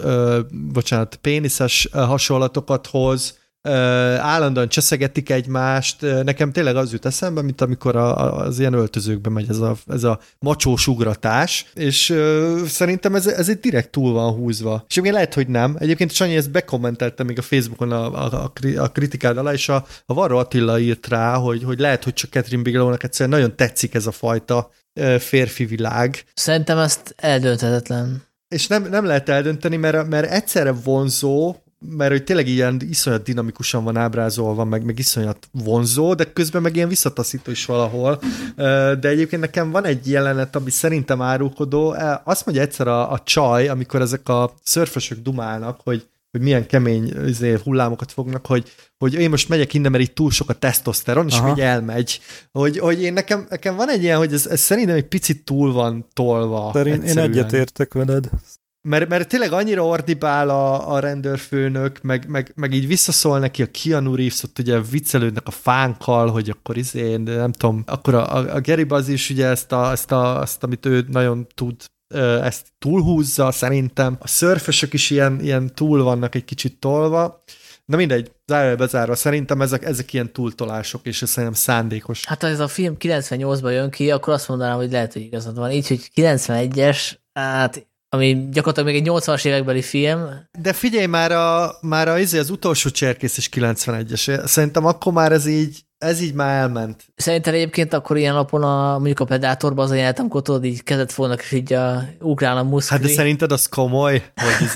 péniszes hasonlatokat hoz, állandóan cseszegetik egymást. Nekem tényleg az jut eszembe, mint amikor az ilyen öltözőkben megy ez a macsós ugratás, és szerintem ez egy direkt túl van húzva. És még lehet, hogy nem. Egyébként Sanyi ezt bekommentelte még a Facebookon a kritikád alá, és a Varro Attila írt rá, hogy lehet, hogy csak Catherine Bigelownak egyszerűen nagyon tetszik ez a fajta férfi világ. Szerintem ezt eldönthetetlen. És nem lehet eldönteni, mert egyszerre vonzó, mert hogy tényleg ilyen iszonyat dinamikusan van ábrázolva, meg iszonyat vonzó, de közben meg ilyen visszataszító is valahol. De egyébként nekem van egy jelenet, ami szerintem árulkodó. Azt mondja egyszer a csaj, amikor ezek a szörfösök dumálnak, hogy milyen kemény hullámokat fognak, hogy én most megyek innen, mert itt túl sok a tesztoszteron, és így elmegy. Hogy én nekem van egy ilyen, hogy ez szerintem egy picit túl van tolva. Én egyetértek veled. Mert tényleg annyira ordibál a rendőrfőnök, meg így visszaszól neki a Keanu Reeves, ott ugye viccelődnek a fánkkal, hogy akkor nem tudom, akkor a Gary Buzz is ugye ezt, amit ő nagyon tud, ezt túlhúzza szerintem. A szörfösök is ilyen túl vannak egy kicsit tolva. Na mindegy, bezárva. Szerintem ezek ilyen túltolások, és ez szerintem szándékos. Hát ha ez a film 98-ban jön ki, akkor azt mondanám, hogy lehet, hogy igazad van. Így, hogy 91-es, hát ami gyakorlatilag még egy 80-as évekbeli film. De figyelj, már az utolsó cserkész is 91-es. Szerintem akkor már ez így már elment. Szerintem egyébként akkor ilyen napon mondjuk a Predatorban az a jelenet, amikor tudod, így kezet fognak, és így ugrál a muszkli. Hát de szerinted az komoly?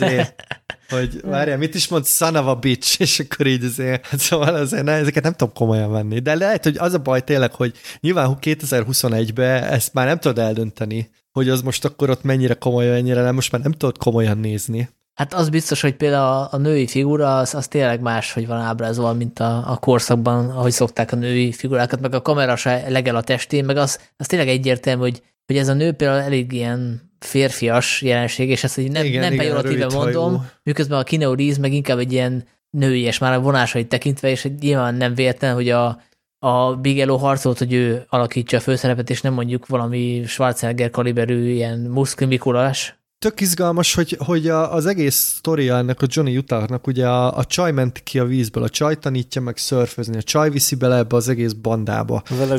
Hogy várjál, mit is mond, son of a bitch, és akkor így hát szóval azért ezeket nem tudom komolyan venni. De lehet, hogy az a baj tényleg, hogy nyilván 2021-ben ezt már nem tudod eldönteni, hogy az most akkor ott mennyire komoly, mennyire nem, most már nem tudod komolyan nézni. Hát az biztos, hogy például a női figura, az tényleg más, hogy van ábrázolva, mint a korszakban, ahogy szokták a női figurákat, meg a kamera se legel a testén, meg az tényleg egyértelmű, hogy ez a nő például elég ilyen férfias jelenség, és ezt nem pejoratíve mondom, miközben a Keanu Reeves meg inkább egy ilyen női, és már a vonásait tekintve, és nyilván nem véletlen, hogy a Bigelow harcolt, hogy ő alakítsa a főszerepet, és nem mondjuk valami Schwarzenegger kaliberű ilyen muszkli Mikulás. Tök izgalmas, hogy az egész sztoria ennek a Johnny Utahnak, ugye a csaj ment ki a vízből, a csaj tanítja meg szörfözni, a csaj viszi bele ebbe az egész bandába.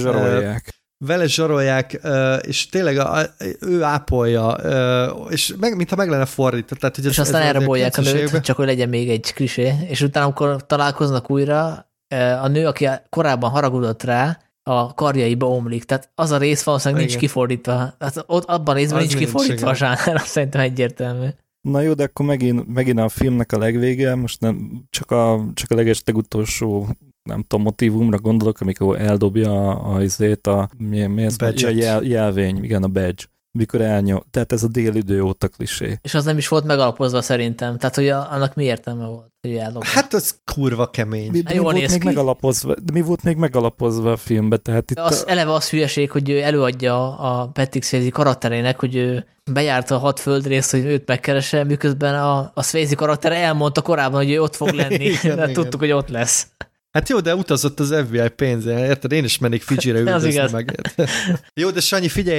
Vele zsarolják, és tényleg ő ápolja, és mintha meg lenne fordítva. Tehát, hogy és aztán elrabolják a nőt, csak hogy legyen még egy klisé, és utána, amikor találkoznak újra, a nő, aki korábban haragudott rá, a karjaiba omlik. Tehát az a rész valószínűleg nincs kifordítva. Hát ott abban a részben nincs kifordítva a zsánr, azt szerintem egyértelmű. Na jó, de akkor megint a filmnek a legvége, most nem csak a legutolsó, nem tudom, motívumra gondolok, amikor eldobja a jelvény, igen, a badge. Mikor elnyom. Tehát ez a délidő óta klisé. És az nem is volt megalapozva szerintem. Tehát, hogy annak mi értelme volt, hogy eldobja? Hát az kurva kemény. Mi volt még megalapozva a filmben? Tehát itt eleve az hülyeség, hogy ő előadja a Patrick Swayze karakterének, hogy ő bejárta a 6 földrészt, hogy őt megkeresse, miközben a Swayze karakter elmondta korábban, hogy ő ott fog lenni. Igen, tudtuk, hogy ott lesz. Hát jó, de utazott az FBI pénze, érted? Én is mennék Fidzsire üldözni meg. Jó, de Sanyi, figyelj,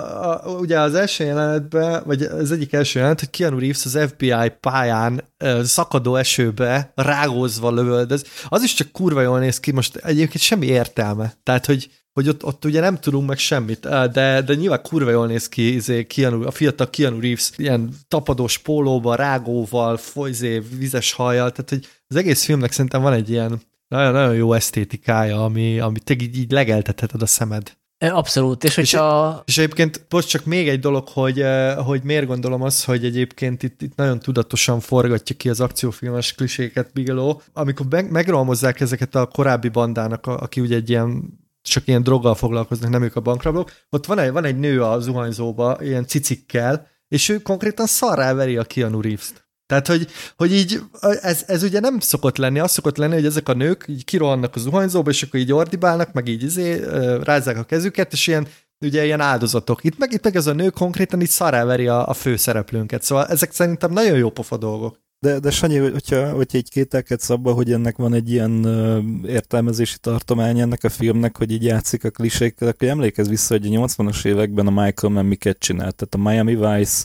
ugye az első jelenetben, vagy az egyik első jelenet, hogy Keanu Reeves az FBI pályán szakadó esőbe rágózva lövöldöz. Az is csak kurva jól néz ki, most egyébként semmi értelme. Tehát, hogy ott ugye nem tudunk meg semmit, de nyilván kurva jól néz ki a fiatal Keanu Reeves ilyen tapadós pólóval, rágóval, vizes hajjal, tehát hogy az egész filmnek szerintem van egy ilyen nagyon-nagyon jó esztétikája, ami így legeltetheted a szemed. Abszolút, és egyébként most csak még egy dolog, hogy miért gondolom azt, hogy egyébként itt nagyon tudatosan forgatja ki az akciófilmes kliséket Bigelow, amikor megrohamozzák ezeket a korábbi bandának, aki ugye egy ilyen csak ilyen droggal foglalkoznak, nem ők a bankrablók. Ott van egy nő a zuhanyzóba, ilyen cicikkel, és ő konkrétan szarrá veri a Keanu Reeves-t. Tehát, hogy így ez ugye nem szokott lenni, az szokott lenni, hogy ezek a nők így kirohannak a zuhanyzóba, és akkor így ordibálnak, meg így rázzák a kezüket, és ilyen áldozatok. Itt meg ez a nő konkrétan így szarrá veri a főszereplőnket. Szóval ezek szerintem nagyon jó pofa dolgok. De Sanyi, hogyha egy kételkedsz abban, hogy ennek van egy ilyen értelmezési tartomány ennek a filmnek, hogy így játszik a klisékkel, akkor emlékezz vissza, hogy a 80-as években a Michael Mann miket csinált. Tehát a Miami Vice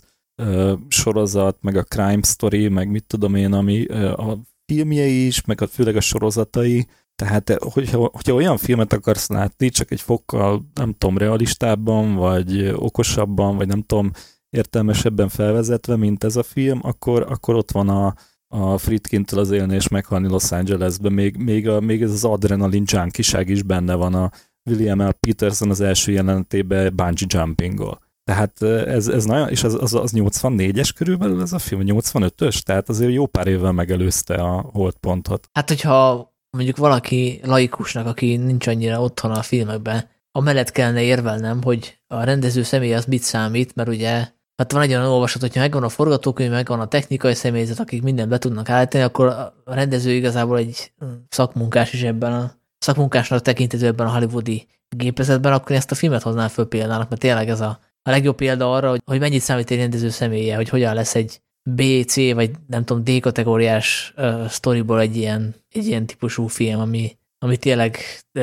sorozat, meg a Crime Story, meg mit tudom én, ami a filmjei is, meg főleg a sorozatai. Tehát, hogyha olyan filmet akarsz látni, csak egy fokkal, nem tudom, realistábban, vagy okosabban, vagy nem tudom, értelmesebben felvezetve, mint ez a film, akkor ott van a Friedkintől az Élni és meghalni Los Angelesben, még ez az adrenalin junkiság is benne van, a William L. Peterson az első jelenetében bungee jumpingol. Tehát ez nagyon, és az 84-es körülbelül ez a film, 85-ös, tehát azért jó pár évvel megelőzte a holdpontot. Hát, hogyha mondjuk valaki laikusnak, aki nincs annyira otthon a filmekben, amellett kellene érvelnem, hogy a rendező személy az mit számít, mert ugye hát van egy olyan olvasat, hogyha megvan a forgatókönyv, megvan a technikai személyzet, akik mindent be tudnak állítani, akkor a rendező igazából egy szakmunkás is szakmunkásnak tekinthető ebben a hollywoodi gépezetben, akkor ezt a filmet hoznám föl példának, mert tényleg ez a legjobb példa arra, hogy mennyit számít egy rendező személye, hogy hogyan lesz egy B, C, vagy nem tudom, D kategóriás sztoriból egy ilyen típusú film, ami tényleg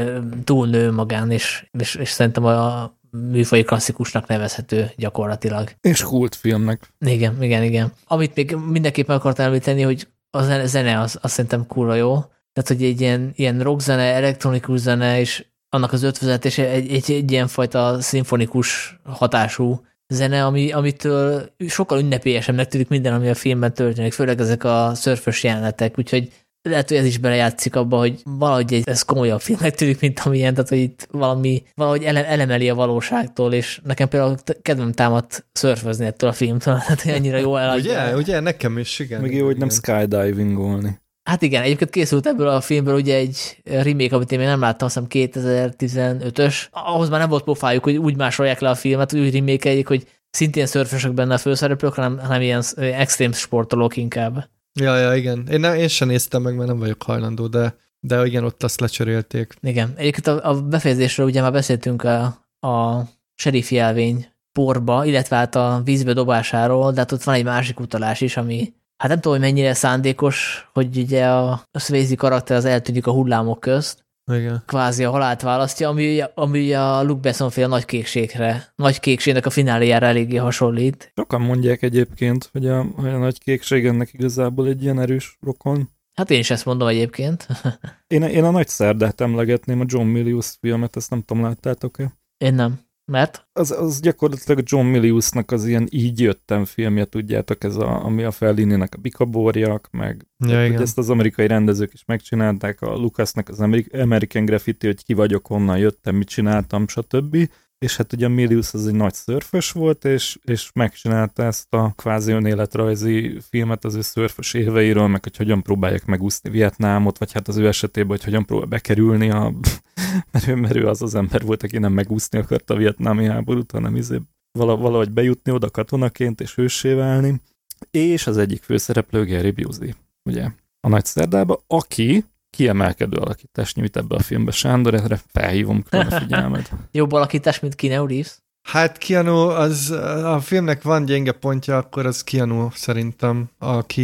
túlnő magán, és szerintem a műfaji klasszikusnak nevezhető gyakorlatilag. És kultfilmnek. Igen. Amit még mindenképpen akartam említeni, hogy a zene az szerintem kurva jó. Tehát, hogy egy ilyen rockzene, elektronikus zene, és annak az ötvözetése egy ilyen fajta szimfonikus hatású zene, amitől sokkal ünnepélyesebbnek tűnik minden, ami a filmben történik, főleg ezek a szörfös jelenetek, úgyhogy lehet, hogy ez is belejátszik abba, hogy valahogy ez komolyabb filmnek tűnik, mint amilyen, tehát hogy itt valahogy elemeli a valóságtól, és nekem például kedvem támadt szörfözni ettől a filmtől, tehát ennyire jó eladja. Ugye, nekem is, igen. Meg jó, hogy nem skydivingolni. Hát igen, egyébként készült ebből a filmből ugye egy remake, amit én még nem láttam, azt hiszem 2015-ös. Ahhoz már nem volt pofájuk, hogy úgy másolják le a filmet, úgy remake-eljék, hogy szintén szörfösök benne a főszereplők, hanem ilyen extrém sportolók inkább. Ja, igen. Én sem néztem meg, mert nem vagyok hajlandó, de igen, ott azt lecserélték. Igen. Egyébként a befejezésről ugye már beszéltünk a sheriff jelvény porba, illetve hát a vízbe dobásáról, de hát ott van egy másik utalás is, ami hát nem tudom, hogy mennyire szándékos, hogy ugye a Swayze karakter az eltűnik a hullámok közt. Igen. Kvázi a halált választja, ami a Luc Besson-féle nagy kékségnek a fináléjára eléggé hasonlít. Sokan mondják egyébként, hogy a nagy kékség ennek igazából egy ilyen erős rokon. Hát én is ezt mondom egyébként. Én a Nagy Szerdát emlegetném, a John Milius filmet, ezt nem tudom, láttátok-e? Én nem. Mert? Az gyakorlatilag John Miliusnak az ilyen Így jöttem filmje, tudjátok, ez ami a Fellininek a Bikaborjak, meg hogy ezt az amerikai rendezők is megcsinálták, a Lucasnak az American Graffiti, hogy ki vagyok, honnan jöttem, mit csináltam, stb. És hát ugye Milius az egy nagy szörfös volt, és megcsinálta ezt a kvázi önéletrajzi filmet az ő szörfös éveiről, meg hogy hogyan próbálják megúszni Vietnámot, vagy hát az ő esetében, hogy hogyan próbál bekerülni, mert ő az ember volt, aki nem megúszni akart a vietnámi háborút, hanem valahogy bejutni oda katonaként és hőssé válni. És az egyik főszereplő Gary Busey, ugye, a Nagy Szerdába, aki kiemelkedő alakítás nyújt ebbe a filmbe. Sándor, erre felhívom a figyelmed. Jobb alakítás, mint Keanu Reeves? Hát Keanu, a filmnek van gyenge pontja, akkor az Keanu szerintem, aki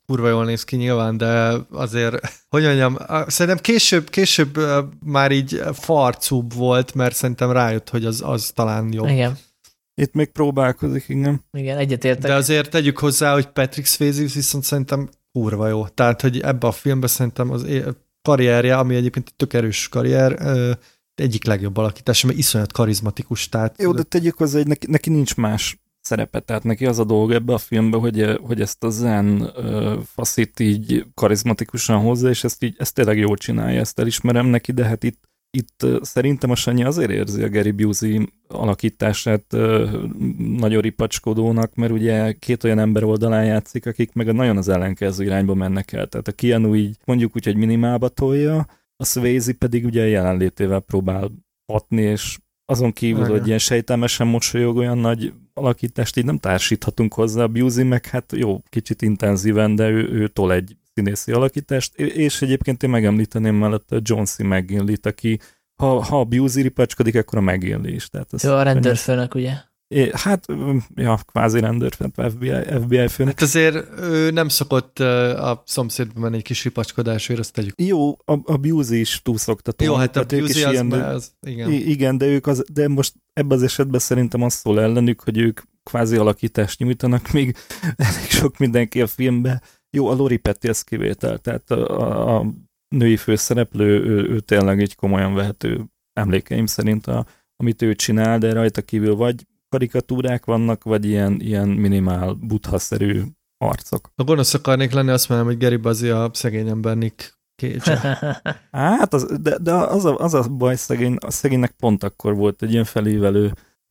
kurva jól néz ki nyilván, de azért, hogy mondjam, szerintem később már így farcúbb volt, mert szerintem rájött, hogy az talán jobb. Igen. Itt még próbálkozik, igen. Igen, egyetértek. De azért tegyük hozzá, hogy Patrick Swayze viszont szerintem kurva jó. Tehát, hogy ebben a filmben szerintem az karrierje, ami egyébként egy tök erős karrier, egyik legjobb alakítás, mert iszonyat karizmatikus. Tehát, jó, de tegyük hozzá, hogy neki nincs más szerepe, tehát neki az a dolga ebbe a filmben, hogy ezt a zen faszit így karizmatikusan hozza, és ezt tényleg jól csinálja, ezt elismerem neki, de hát itt szerintem a Sanyi azért érzi a Gary Busey alakítását nagyon ripacskodónak, mert ugye két olyan ember oldalán játszik, akik meg nagyon az ellenkező irányba mennek el. Tehát a Keanu így mondjuk úgy, hogy minimálba tolja, a Swayze pedig ugye a jelenlétével próbál hatni, és azon kívül, hogy ilyen sejtelmesen mosolyog, olyan nagy alakítást így nem társíthatunk hozzá. A Busey meg hát jó, kicsit intenzíven, de ő tol egy színészi alakítást, és egyébként én megemlíteném mellett a John C. McGinley-t, aki ha a Busey ripacskodik, akkor a McGinley is. Tehát ő a rendőrfőnök, ugye? Hát, ja, kvázi rendőrfőnök, FBI főnök. Hát azért ő nem szokott a szomszédban menni egy kis ripacskodásért, azt tegyük. Jó, a Busey is túlszoktató. Jó, hát a Busey az igen. Igen, de most ebben az esetben szerintem azt szól ellenük, hogy ők kvázi alakítást nyújtanak, még elég sok mindenki a filmben. Jó, a Lori Petty ez kivétel, tehát a női főszereplő, ő tényleg egy komolyan vehető emlékeim szerint, amit ő csinál, de rajta kívül vagy karikatúrák vannak, vagy ilyen minimál buddha-szerű arcok. Ha gonosz akarnék lenni, azt mondom, hogy Gary Busey a szegény ember Nick Cage. Hát, de az a baj, a szegénynek pont akkor volt egy ilyen felívelő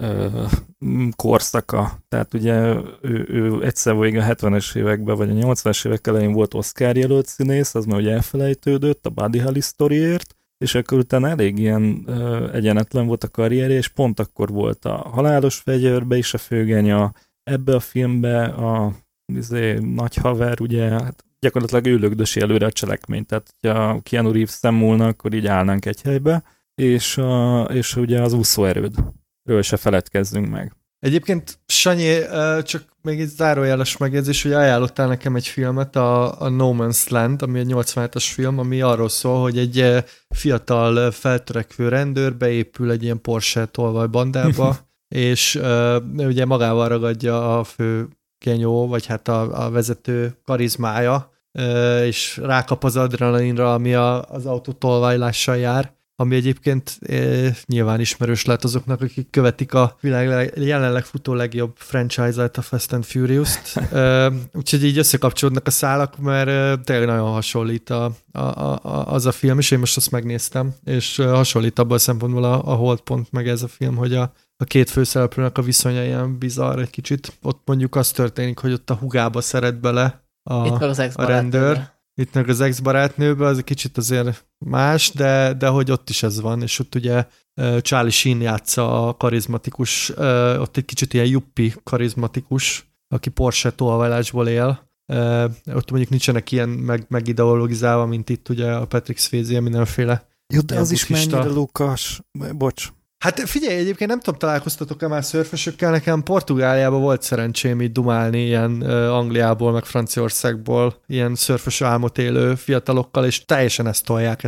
korszaka. Tehát ugye ő egyszer vagy a 70-es években, vagy a 80-es évek elején volt Oscar jelölt színész, az már ugye elfelejtődött a Buddy Holly sztoriért, és akkor utána elég ilyen egyenetlen volt a karrierje, és pont akkor volt a Halálos fegyőrbe is a főgenya, ebbe a filmbe a nagy haver, ugye, hát gyakorlatilag ő lögdösi előre a cselekményt, tehát ha Keanu Reeves szemúlna, akkor így állnánk egy helybe, és ugye az úszóerődről se feledkezzünk meg. Egyébként, Sanyi, csak még egy zárójeles megjegyzés, hogy ajánlottál nekem egy filmet, a No Man's Land, ami egy 87-es film, ami arról szól, hogy egy fiatal feltörekvő rendőr beépül egy ilyen Porsche tolvajbandába, és ugye magával ragadja a fő genyó, vagy hát a vezető karizmája, és rákap az adrenalinra, ami az autó tolvajlással jár, ami egyébként nyilván ismerős lehet azoknak, akik követik a világ jelenleg futó legjobb franchise-át, a Fast and Furious-t. Úgyhogy így összekapcsolódnak a szálak, mert tényleg nagyon hasonlít az a film, és én most azt megnéztem, és hasonlít abban a szempontból a Holdpont meg ez a film, hogy a két főszereplőnek a viszonya ilyen bizarr egy kicsit. Ott mondjuk az történik, hogy ott a hugába szeret bele a rendőr. Itt meg az ex-barátnőben, az egy kicsit azért más, de hogy ott is ez van, és ott ugye Charlie Sheen játsza a karizmatikus, ott egy kicsit ilyen juppi karizmatikus, aki Porsche tolvajlásból él. Ott mondjuk nincsenek ilyen megideologizálva, mint itt ugye a Patrick Swayze, mindenféle. Jó, de az is mennyire Lukas. Bocs. Hát figyelj, egyébként nem tudom, találkoztatok-e már szörfösökkel, nekem Portugáliában volt szerencsém így dumálni ilyen Angliából, meg Franciaországból ilyen szörfös álmot élő fiatalokkal, és teljesen ezt tolják,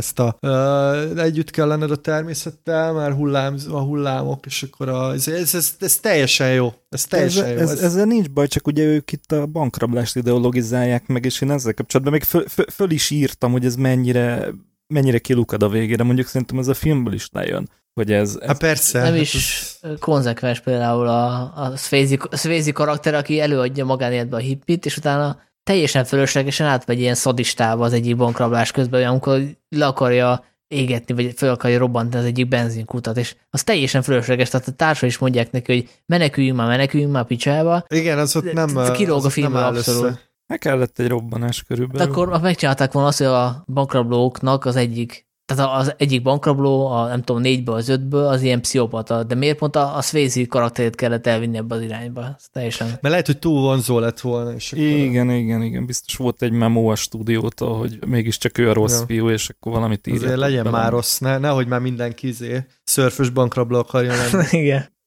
együtt kell lenned a természettel, már a hullámok, és akkor ez teljesen jó. Ezzel nincs baj, csak ugye ők itt a bankrablást ideologizálják meg, és én ezzel kapcsolatban még föl is írtam, hogy ez mennyire kilukad a végére, mondjuk szerintem ez a filmből is lejön. Hogy ez persze. Nem is konzekvens például a Swayze karakter, aki előadja magánéletbe a hippit, és utána teljesen fölöslegesen átmegy ilyen szadistába az egyik bankrablás közben, amikor le akarja égetni, vagy fel akarja robbantani az egyik benzinkutat, és az teljesen fölösleges, tehát a társai is mondják neki, hogy meneküljünk már picsába. Igen, az ott nem kilóg a filmből abszolút. Meg kellett egy robbanás körülbelül. De akkor megcsinálták volna azt, hogy a bankrablóknak az egyik, tehát az egyik bankrabló, nem tudom, 4-ből az 5-ből, az ilyen pszichopata, de miért pont a Swayze karakterét kellett elvinni ebbe az irányba? Ez teljesen... Mert lehet, hogy túl vonzó lett volna. És akkor... Igen. Biztos volt egy memo a stúdiótól, hogy mégiscsak ő a rossz fiú, és akkor valamit írja. Azért legyen már rossz, nehogy már mindenki szörfös bankrabló akarja lenni. Igen.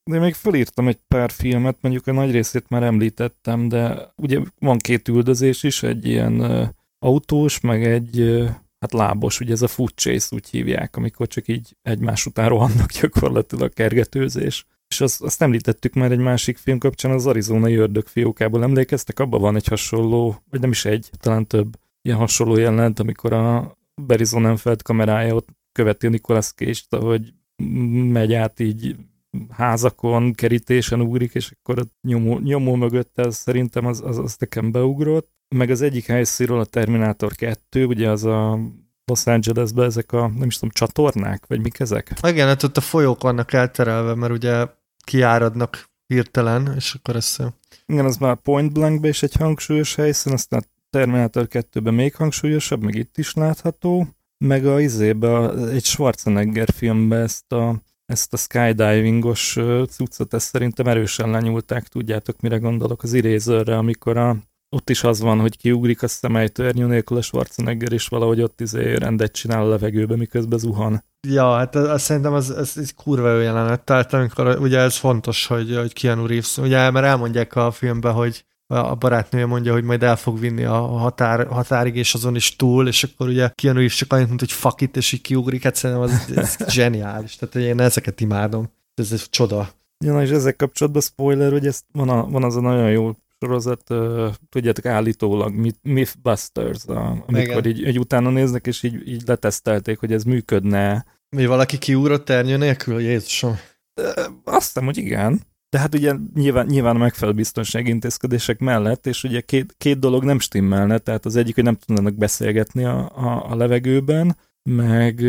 De még felírtam egy pár filmet, mondjuk a nagy részét már említettem, de ugye van 2 üldözés is, egy ilyen autós, meg egy hát lábos, ugye ez a foot chase úgy hívják, amikor csak így egymás után rohannak gyakorlatilag kergetőzés. És azt említettük már egy másik film kapcsán, az Arizonai ördögfiókából emlékeztek, abban van egy hasonló, vagy nem is egy, talán több ilyen hasonló jelenet, amikor a Barry Sonnenfeld kamerája ott követi a Nicolas Cage-t, ahogy megy át így házakon, kerítésen ugrik, és akkor a nyomó mögött ez szerintem az nekem beugrott. Meg az egyik helyszínről a Terminator 2, ugye az a Los Angelesben ezek a, nem is tudom, csatornák, vagy mik ezek? Igen, hát ott a folyók vannak elterelve, mert ugye kiáradnak hirtelen, és akkor ez... Igen, az már Point Blankben is egy hangsúlyos helyszín, aztán a Terminator 2-ben még hangsúlyosabb, meg itt is látható, meg egy Schwarzenegger filmben ezt a skydivingos cuccot, ezt szerintem erősen lenyúlták, tudjátok, mire gondolok, az Eraserre, amikor ott is az van, hogy kiugrik a szemelytörnyű nélkül a Schwarzenegger, és valahogy ott rendet csinál a levegőbe, miközben zuhan. Ja, hát szerintem ez egy kurva jó jelenet, tehát amikor ugye ez fontos, hogy Keanu Reeves, ugye mert elmondják a filmben, hogy a barátnője mondja, hogy majd el fog vinni a határig, és azon is túl, és akkor ugye Keanu Reeves csak annyit mond, hogy fuck it, és így kiugrik, hát szerintem ez zseniális, tehát én ezeket imádom, ez egy csoda. Ja, na és ezek kapcsolatban spoiler, hogy ez van az a nagyon jó sorozat, tudjátok, állítólag Mythbusters, amikor így utána néznek, és így letesztelték, hogy ez működne. Mi valaki kiugrott ternyő nélkül? Jézusom. Azt hiszem, hogy igen. De hát ugye nyilván a megfelelő biztonsági intézkedések mellett, és ugye két dolog nem stimmelne, tehát az egyik, hogy nem tudnának beszélgetni a levegőben, meg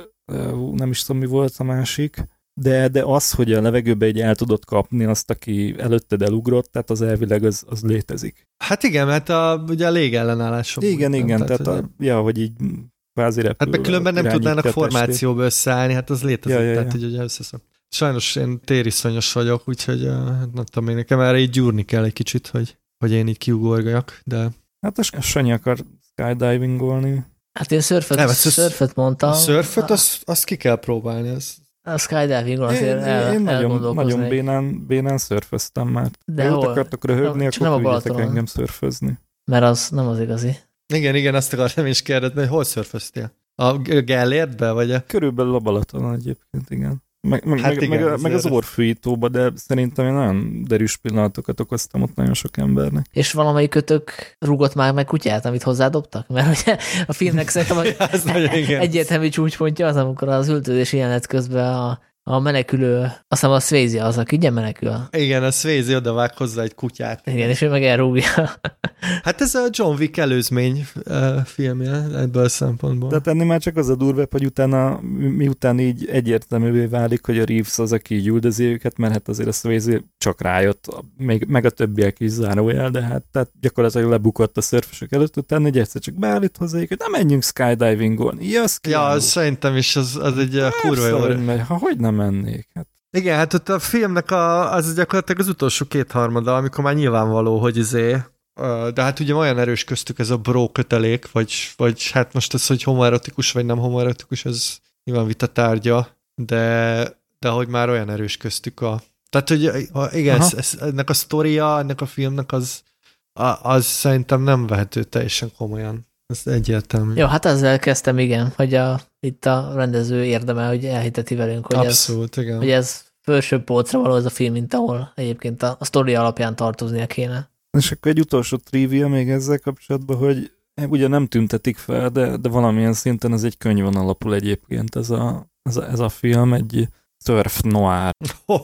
nem is tudom, mi volt a másik, de az, hogy a levegőbe így el tudod kapni azt, aki előtted elugrott, tehát az elvileg az létezik. Hát igen, mert ugye a légellenállások. Igen, tehát hogy így kvázi repül. Hát meg különben nem tudnának formációba összeállni, hát az létezik, tehát így ugye összeszok. Sajnos én tériszonyos vagyok, úgyhogy nem tudom én, nekem erre így gyúrni kell egy kicsit, hogy én így kiugorjak, de... Hát a Sanyi akar skydivingolni. Hát én szörföt mondtam. A szörföt, azt ki kell próbálni. A skydivingon azért én nagyon bénán szörföztem már. De ha akartok röhögni, akkor küldjetek engem szörfözni. Mert az nem az igazi. Igen, azt akartam is kérdezni, hogy hol szörföztél? A Gellértbe, vagy Körülbelül a Balatonon egyébként, igen. Meg az Orfűítóba, de szerintem én nagyon derűs pillanatokat okoztam ott nagyon sok embernek. És valamelyik kötök rúgott már meg kutyát, amit hozzádobtak? Mert ugye a filmnek szerintem egyértelmű csúcspontja az, amikor az öltözési jelenet közben a menekülő, azt hiszem a Swayze az, aki ugye menekül. Igen, a Swayze odavág hozzá egy kutyát. Igen, és ő meg elrúgja. Hát ez a John Wick előzmény filmje ebből a szempontból. Tehát ennél már csak az a durvább, hogy miután így egyértelművé válik, hogy a Reeves az, aki így üldözi őket, mert hát azért a Swayze csak rájött, meg a többiek is zárójel, de hát tehát gyakorlatilag lebukott a szörfösök előtt, utána egy egyszer csak beállít hozzájuk, hogy nem menjünk skydivingolni. Ja, szerintem is az egy kurva jó. Hogy nem mennék? Hát. Igen, hát ott a filmnek az gyakorlatilag az utolsó 2/3, amikor már nyilvánvaló, hogy de hát ugye olyan erős köztük ez a bro kötelék, vagy hát most ez, hogy homoerotikus vagy nem homoerotikus, ez nyilván vita tárgya, de hogy már olyan erős köztük tehát, hogy igen, ennek a sztoria, ennek a filmnek az szerintem nem vehető teljesen komolyan. Ez egyértelmű. Jó, hát ezzel kezdtem, igen, hogy itt a rendező érdemel, hogy elhiteti velünk, hogy, abszolút, igen. Hogy ez felsőbb polcra való ez a film, mint ahol egyébként a sztori alapján tartoznia kéne. És akkor egy utolsó trivia még ezzel kapcsolatban, hogy ugye nem tüntetik fel, de valamilyen szinten ez egy könyvon alapul egyébként ez a film, egy surf noir.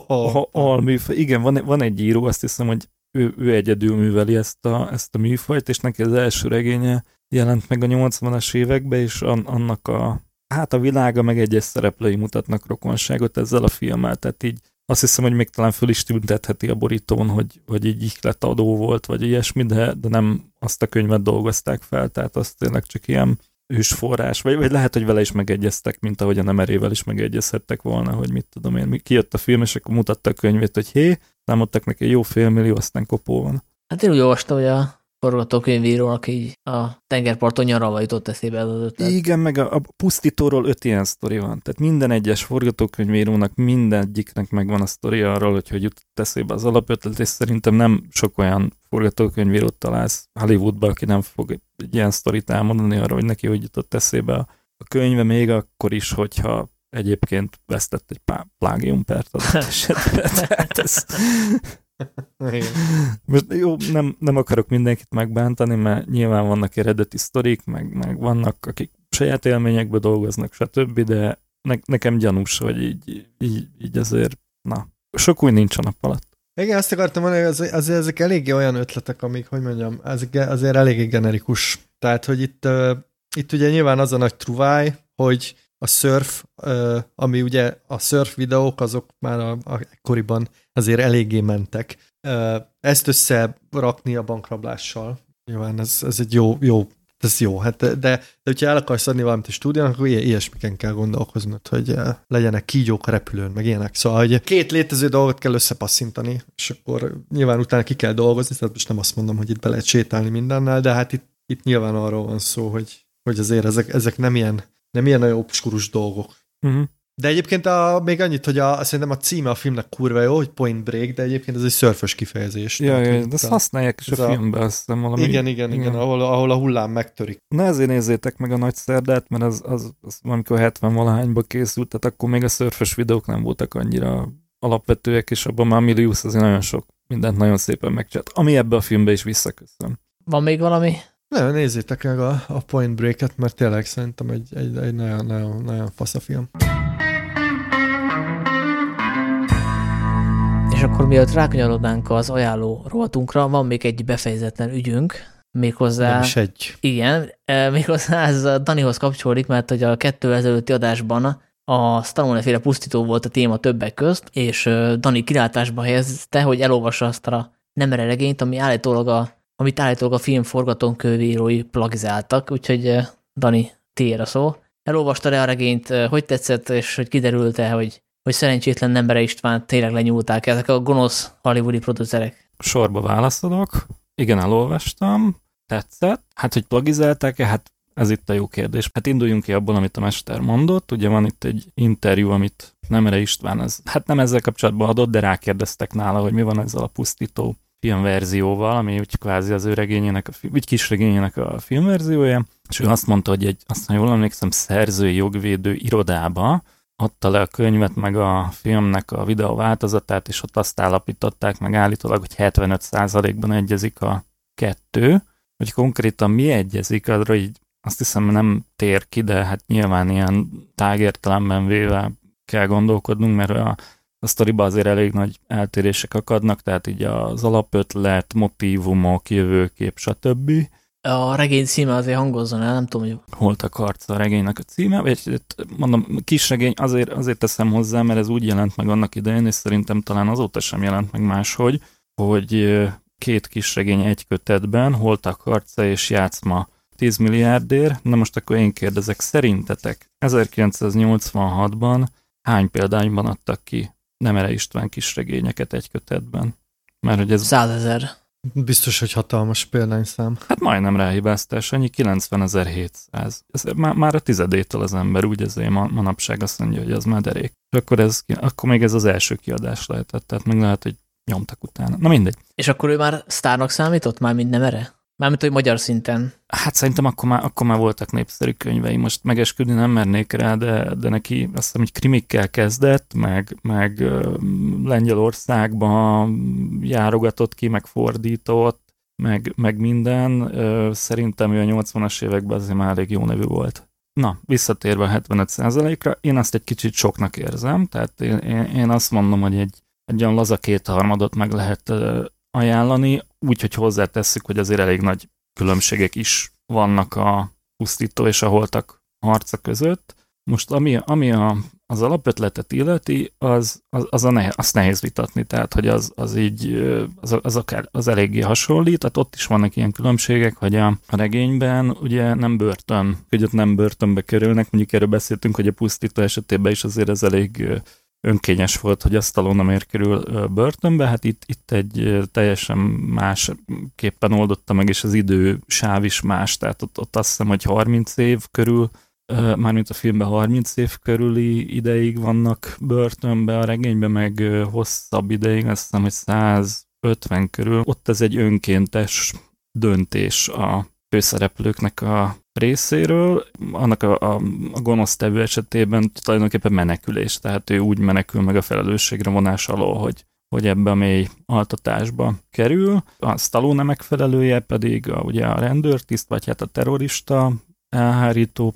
Igen, van egy író, azt hiszem, hogy ő egyedül műveli ezt a műfajt, és neki az első regénye jelent meg a 80-as években, és annak a világa meg egyes szereplői mutatnak rokonságot ezzel a filmmel, tehát így azt hiszem, hogy még talán föl is tüntetheti a borítón, hogy így ihletadó volt, vagy ilyesmi, de nem azt a könyvet dolgozták fel, tehát az tényleg csak ilyen ősforrás, vagy lehet, hogy vele is megegyeztek, mint ahogy a Nemerével is megegyezhettek volna, hogy mit tudom én, kijött a film, és akkor mutatta a könyvét, hogy számoltak neki jó $500,000, aztán kopó van. Hát én úgy olvastam, hogy forgatókönyvírónak így a tengerparton nyaralva jutott eszébe az ötlet. Igen, meg a pusztítóról 5 ilyen sztori van. Tehát minden egyes forgatókönyvírónak mindegyiknek megvan a sztori arról, hogy jutott eszébe az alapötlet, és szerintem nem sok olyan forgatókönyvírót találsz Hollywoodban, aki nem fog egy ilyen sztorit elmondani arról, hogy neki hogy jutott eszébe a könyve, még akkor is, hogyha egyébként vesztett egy plágiumpert adott esetben. Tehát ez... Most jó, nem akarok mindenkit megbántani, mert nyilván vannak eredeti sztorik, meg vannak, akik saját élményekből dolgoznak, stb., de nekem gyanús, hogy így azért, sok új nincs a nap alatt. Igen, azt akartam mondani, hogy azért ezek eléggé olyan ötletek, amik, hogy mondjam, azért eléggé generikus. Tehát, hogy itt ugye nyilván az a nagy truváj, hogy a surf, ami ugye a surf videók, azok már akkoriban azért eléggé mentek. Ezt összerakni a bankrablással, nyilván ez egy jó. Hát, de hogyha el akarsz adni valamit a stúdiónak, akkor ilyesmiken kell gondolkoznod, hogy legyenek kígyók a repülőn, meg ilyenek. Szóval, hogy 2 létező dolgot kell összepasszintani, és akkor nyilván utána ki kell dolgozni, tehát most nem azt mondom, hogy itt be lehet sétálni mindennel, de hát itt nyilván arról van szó, hogy azért ezek nem ilyen nagyon obskurus dolgok. Uh-huh. De egyébként még annyit, hogy szerintem a címe a filmnek kurva jó, hogy Point Break, de egyébként ez egy szörfös kifejezés. Ja, de ezt használják is a filmben, azt hiszem valami. Igen, ahol a hullám megtörik. Na ezért nézzétek meg a Nagy szerdát, mert az amikor 70-valahányba készült, tehát akkor még a szörfös videók nem voltak annyira alapvetőek, és abban már Milius azért nagyon sok mindent nagyon szépen megcsinált, ami ebbe a filmbe is visszaköszön. Van még valami? Nem, nézzétek meg a Point Break-et, mert tényleg szerintem egy nagyon fasz a film. És akkor mielőtt rákanyarodnánk az ajánló rovatunkra, van még egy befejezetlen ügyünk, méghozzá... Nem is egy. Igen, méghozzá ez a Danihoz kapcsolódik, mert hogy a 2 ezelőtti adásban a Stallone-féle pusztító volt a téma többek közt, és Dani kilátásba helyezte, hogy elolvassa azt a nemere regényt, amit állítólag a film forgatókönyvírói plagizáltak, úgyhogy Dani, tiéd a szó. Elolvastad-e a regényt, hogy tetszett, és hogy kiderült-e, hogy szerencsétlen Nemere István tényleg lenyúlták ezek a gonosz hollywoodi producerek? Sorba válaszolok. Igen, elolvastam. Tetszett. Hát, hogy plagizálták-e? Hát ez itt a jó kérdés. Hát induljunk ki abból, amit a mester mondott. Ugye van itt egy interjú, amit Nemere István nem ezzel kapcsolatban adott, de rákérdeztek nála, hogy mi van ezzel a pusztító filmverzióval, ami úgy kvázi az ő regényének, úgy kis regényének a filmverziója, és ő azt mondta, hogy aztán jól emlékszem, szerzői jogvédő irodába adta le a könyvet, meg a filmnek a videó változatát, és ott azt állapították meg állítólag, hogy 75%-ban egyezik a 2, hogy konkrétan mi egyezik, arra így azt hiszem nem tér ki, de hát nyilván ilyen tágértelemben véve kell gondolkodnunk, mert a sztoriban azért elég nagy eltérések akadnak, tehát így az alapötlet, motívumok, jövőkép, stb. A regény címe azért hangozzon el, nem tudom, hogy... Holtak harca a regénynek a címe, vagy mondom, kis regény azért teszem hozzá, mert ez úgy jelent meg annak idején, és szerintem talán azóta sem jelent meg máshogy, hogy 2 kis regény egy kötetben, Holtak harca és Játszma 10 milliárdért. Na most akkor én kérdezek, szerintetek 1986-ban hány példányban adtak ki Nemere István kisregényeket egy kötetben? Mert hogy ez... 100 000. Biztos, hogy hatalmas példányszám. Hát majdnem ráhibáztás, annyi 90.700. Ez már a 10-től az ember úgy azért manapság azt mondja, hogy az már derék. És akkor még ez az első kiadás lehetett, tehát meg lehet, hogy nyomtak utána. Na mindegy. És akkor ő már sztárnak számított? Már mind Nemere? Mármint, hogy magyar szinten. Hát szerintem akkor már voltak népszerű könyvei. Most megesküdni nem mernék rá, de neki azt hiszem, hogy krimikkel kezdett, meg Lengyelországban járogatott ki, meg fordított, meg minden. Szerintem ő a 80-as években azért már elég jó nevű volt. Na, visszatérve a 75%-ra, én azt egy kicsit soknak érzem, tehát én azt mondom, hogy egy olyan laza 2/3 meg lehet ajánlani, úgyhogy hozzátesszük, hogy azért elég nagy különbségek is vannak a pusztító és a holtak harca között. Most ami az alapötletet illeti, azt nehéz vitatni, tehát hogy az eléggé hasonlít, tehát ott is vannak ilyen különbségek, hogy a regényben ugye nem börtön, hogy ott nem börtönbe kerülnek, mondjuk erről beszéltünk, hogy a pusztító esetében is azért ez elég önkényes volt, hogy a Stallone nem kerül börtönbe, hát itt egy teljesen másképpen oldotta meg, és az idősáv is más, tehát ott azt hiszem, hogy 30 év körül, mármint a filmben 30 év körüli ideig vannak börtönbe, a regényben meg hosszabb ideig, azt hiszem, hogy 150 körül. Ott ez egy önkéntes döntés a főszereplőknek a részéről, annak a gonosztevő esetében tulajdonképpen menekülés, tehát ő úgy menekül meg a felelősségre vonás alól, hogy ebbe a mély altatásba kerül. A Stallone megfelelője pedig ugye a rendőrtiszt, vagy hát a terrorista elhárító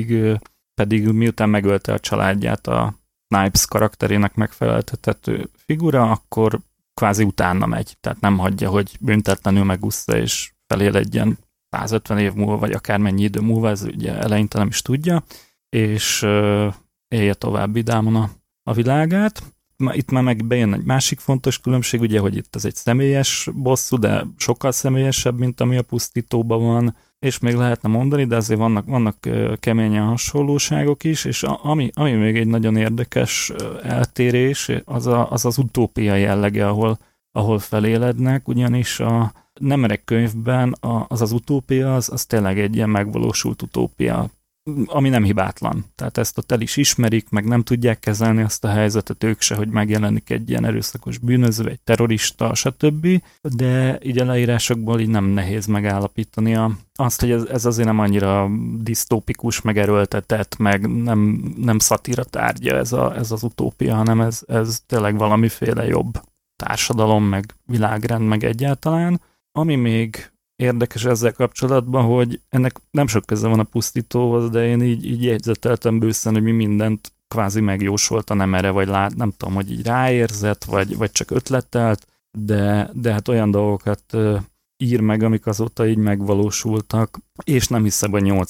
pedig miután megölte a családját a Snipes karakterének megfeleltető figura, akkor kvázi utána megy, tehát nem hagyja, hogy büntetlenül megúszta és felél egy ilyen 150 év múlva, vagy akármennyi idő múlva, ez ugye eleinte nem is tudja, és élje tovább vidámon a világát. Itt már meg bejön egy másik fontos különbség, ugye, hogy itt ez egy személyes bosszú, de sokkal személyesebb, mint ami a Pusztítóban van, és még lehetne mondani, de azért vannak keményen hasonlóságok is, és ami még egy nagyon érdekes eltérés, az utópia jellege, ahol felélednek, ugyanis a Nemerek könyvben az utópia, az tényleg egy ilyen megvalósult utópia, ami nem hibátlan. Tehát ezt ott el is ismerik, meg nem tudják kezelni azt a helyzetet ők se, hogy megjelenik egy ilyen erőszakos bűnöző, egy terrorista, stb. De így a leírásokból így nem nehéz megállapítani azt, hogy ez azért nem annyira disztópikus, meg erőltetett, meg nem szatíra tárgya ez az utópia, hanem ez tényleg valamiféle jobb társadalom, meg világrend, meg egyáltalán. Ami még érdekes ezzel kapcsolatban, hogy ennek nem sok köze van a Pusztítóhoz, de én így jegyzeteltem bőszen, hogy mi mindent kvázi megjósolt a Nemere, vagy nem tudom, hogy így ráérzett, vagy csak ötletelt, de hát olyan dolgokat ír meg, amik azóta így megvalósultak, és nem hiszem, hogy a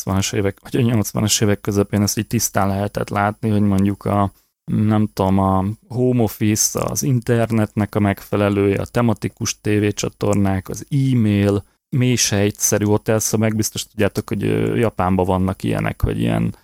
80-as évek közepén ezt így tisztán lehetett látni, hogy mondjuk a home office, az internetnek a megfelelője, a tematikus tévécsatornák, az e-mail, mélysejtszerű hotelszoba, biztos tudjátok, hogy Japánban vannak ilyenek, hogy ilyen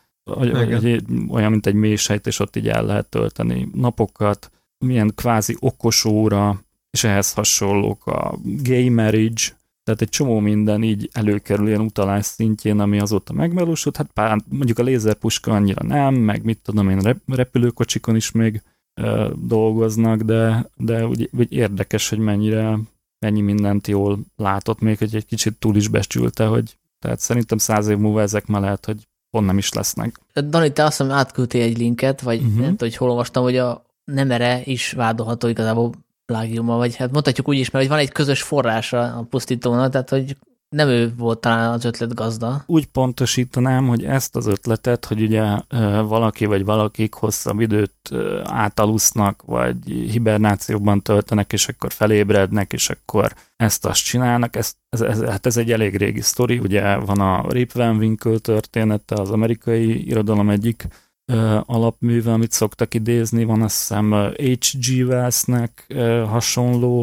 olyan, mint egy mélysejt, és ott így el lehet tölteni napokat, milyen kvázi okos óra, és ehhez hasonlók a gay marriage, tehát egy csomó minden így előkerül ilyen utalás szintjén, ami azóta megvalósult, hát mondjuk a lézerpuska annyira nem, meg mit tudom én, repülőkocsikon is még dolgoznak, de úgy érdekes, hogy mennyi mindent jól látott, még hogy egy kicsit túl is becsülte, tehát szerintem 100 év múlva ezek már lehet, hogy pont nem is lesznek. Dani, te azt hiszem átküldtél egy linket, vagy nem tudom, hogy hol olvastam, hogy a Nemere is vádolható igazából plágiummal, vagy hát mondhatjuk úgy is, mert hogy van egy közös forrása a Pusztítónak, tehát hogy nem ő volt talán az ötlet gazda. Úgy pontosítanám, hogy ezt az ötletet, hogy ugye valaki vagy valakik hosszabb időt átalusznak, vagy hibernációban töltenek, és akkor felébrednek, és akkor ezt-azt csinálnak. Ez egy elég régi sztori, ugye van a Rip Van Winkle története, az amerikai irodalom egyik alapműve, amit szoktak idézni, van azt hiszem H.G. Wellsnek hasonló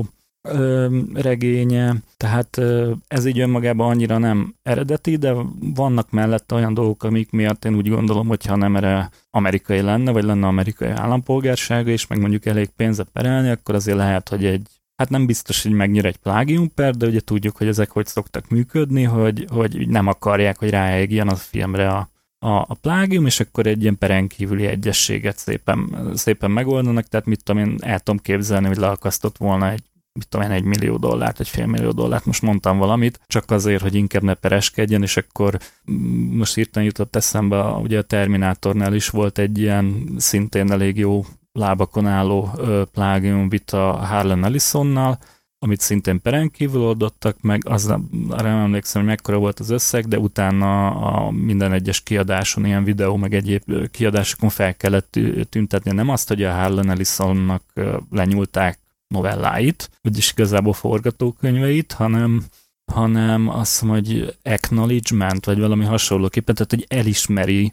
regénye, tehát ez így önmagában annyira nem eredeti, de vannak mellette olyan dolgok, amik miatt én úgy gondolom, hogyha nem erre amerikai lenne, vagy lenne amerikai állampolgársága, és meg mondjuk elég pénzet perelni, akkor azért lehet, hogy hát nem biztos, hogy megnyer egy plágiumper, de ugye tudjuk, hogy ezek hogy szoktak működni, hogy nem akarják, hogy ráégjen a filmre a plágium, és akkor egy ilyen peren kívüli egyességet szépen megoldanak, tehát mit tudom én, el tudom képzelni, hogy leakasztott volna egy $1 millió, egy $500 millió, most mondtam valamit, csak azért, hogy inkább ne pereskedjen, és akkor most hirtelen jutott eszembe, ugye a Terminátornál is volt egy ilyen szintén elég jó lábakon álló plágium vita Harlan Ellisonnal, amit szintén peren kívül oldottak meg, arra nem emlékszem, hogy mekkora volt az összeg, de utána a minden egyes kiadáson, ilyen videó, meg egyéb kiadásokon fel kellett tüntetni. Nem azt, hogy a Harlan Ellisonnak lenyúlták novelláit, vagyis igazából forgatókönyveit, hanem azt mondom, hogy acknowledgement, vagy valami hasonlóképpen, tehát hogy elismeri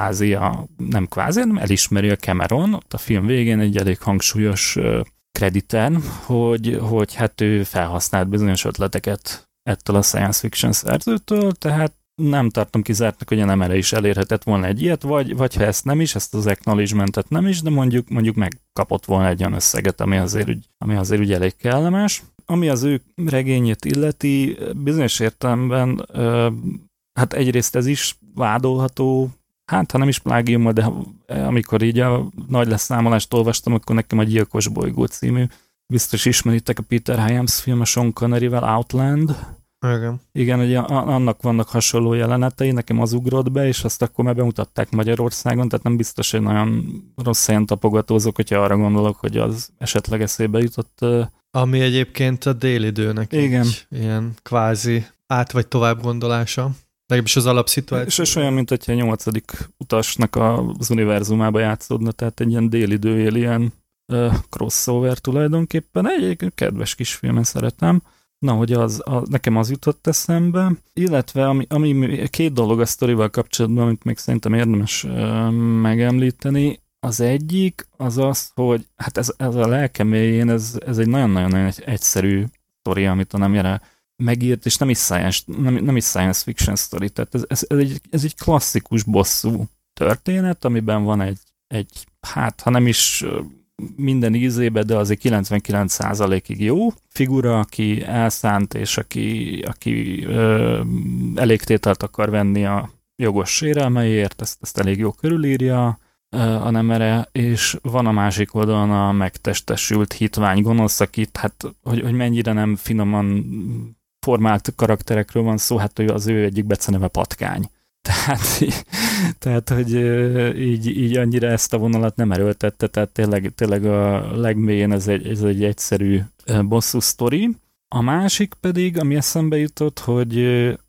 nem kvázi, hanem elismeri a Cameron, ott a film végén egy elég hangsúlyos krediten, hogy hát ő felhasznált bizonyos ötleteket ettől a science fiction szerzőtől, tehát nem tartom kizártnak, hogy a NMR is elérhetett volna egy ilyet, vagy ha ezt nem is, ezt az acknowledgementet nem is, de mondjuk megkapott volna egy olyan összeget, ami azért úgy elég kellemes. Ami az ő regényét illeti, bizonyos értelemben, hát egyrészt ez is vádolható, hát ha nem is plágiummal, de amikor így a nagy leszámolást olvastam, akkor nekem a Gyilkos bolygó című, biztos ismeritek a Peter Hyams film a Sean Connery-vel, Outland. Igen, ugye annak vannak hasonló jelenetei, nekem az ugrott be, és azt akkor már bemutatták Magyarországon, tehát nem biztos, hogy nagyon rossz helyen tapogatózok, hogyha arra gondolok, hogy az esetleg eszébe jutott. Ami egyébként a délidőnek egy ilyen kvázi át vagy tovább gondolása. Legalábbis az alapszituáció. És olyan, mint hogyha a 8. utasnak az univerzumába játszódna, tehát egy ilyen délidő ilyen crossover tulajdonképpen. Egy kedves kis filmen szeretem. Na, hogy nekem az jutott eszembe. Illetve, ami két dolog a sztorival kapcsolatban, amit még szerintem érdemes megemlíteni. Az egyik az, hogy hát ez a lelke mélyén, ez egy nagyon-nagyon egyszerű sztori, amit a Nemire megírt, és nem is science fiction sztori. Tehát ez egy klasszikus bosszú történet, amiben van egy hát ha nem is minden ízébe, de azért 99%-ig jó figura, aki elszánt, és aki elégtételt akar venni a jogos sérelmeiért, ezt elég jó körülírja a Nemere, és van a másik oldalon a megtestesült hitvány gonosz, akit, hát, hogy mennyire nem finoman formált karakterekről van szó, hát az ő egyik beceneve Patkány. Tehát hogy így annyira ezt a vonalat nem erőltette, tehát tényleg a legmélyén ez egy egyszerű bosszú sztori. A másik pedig, ami eszembe jutott, hogy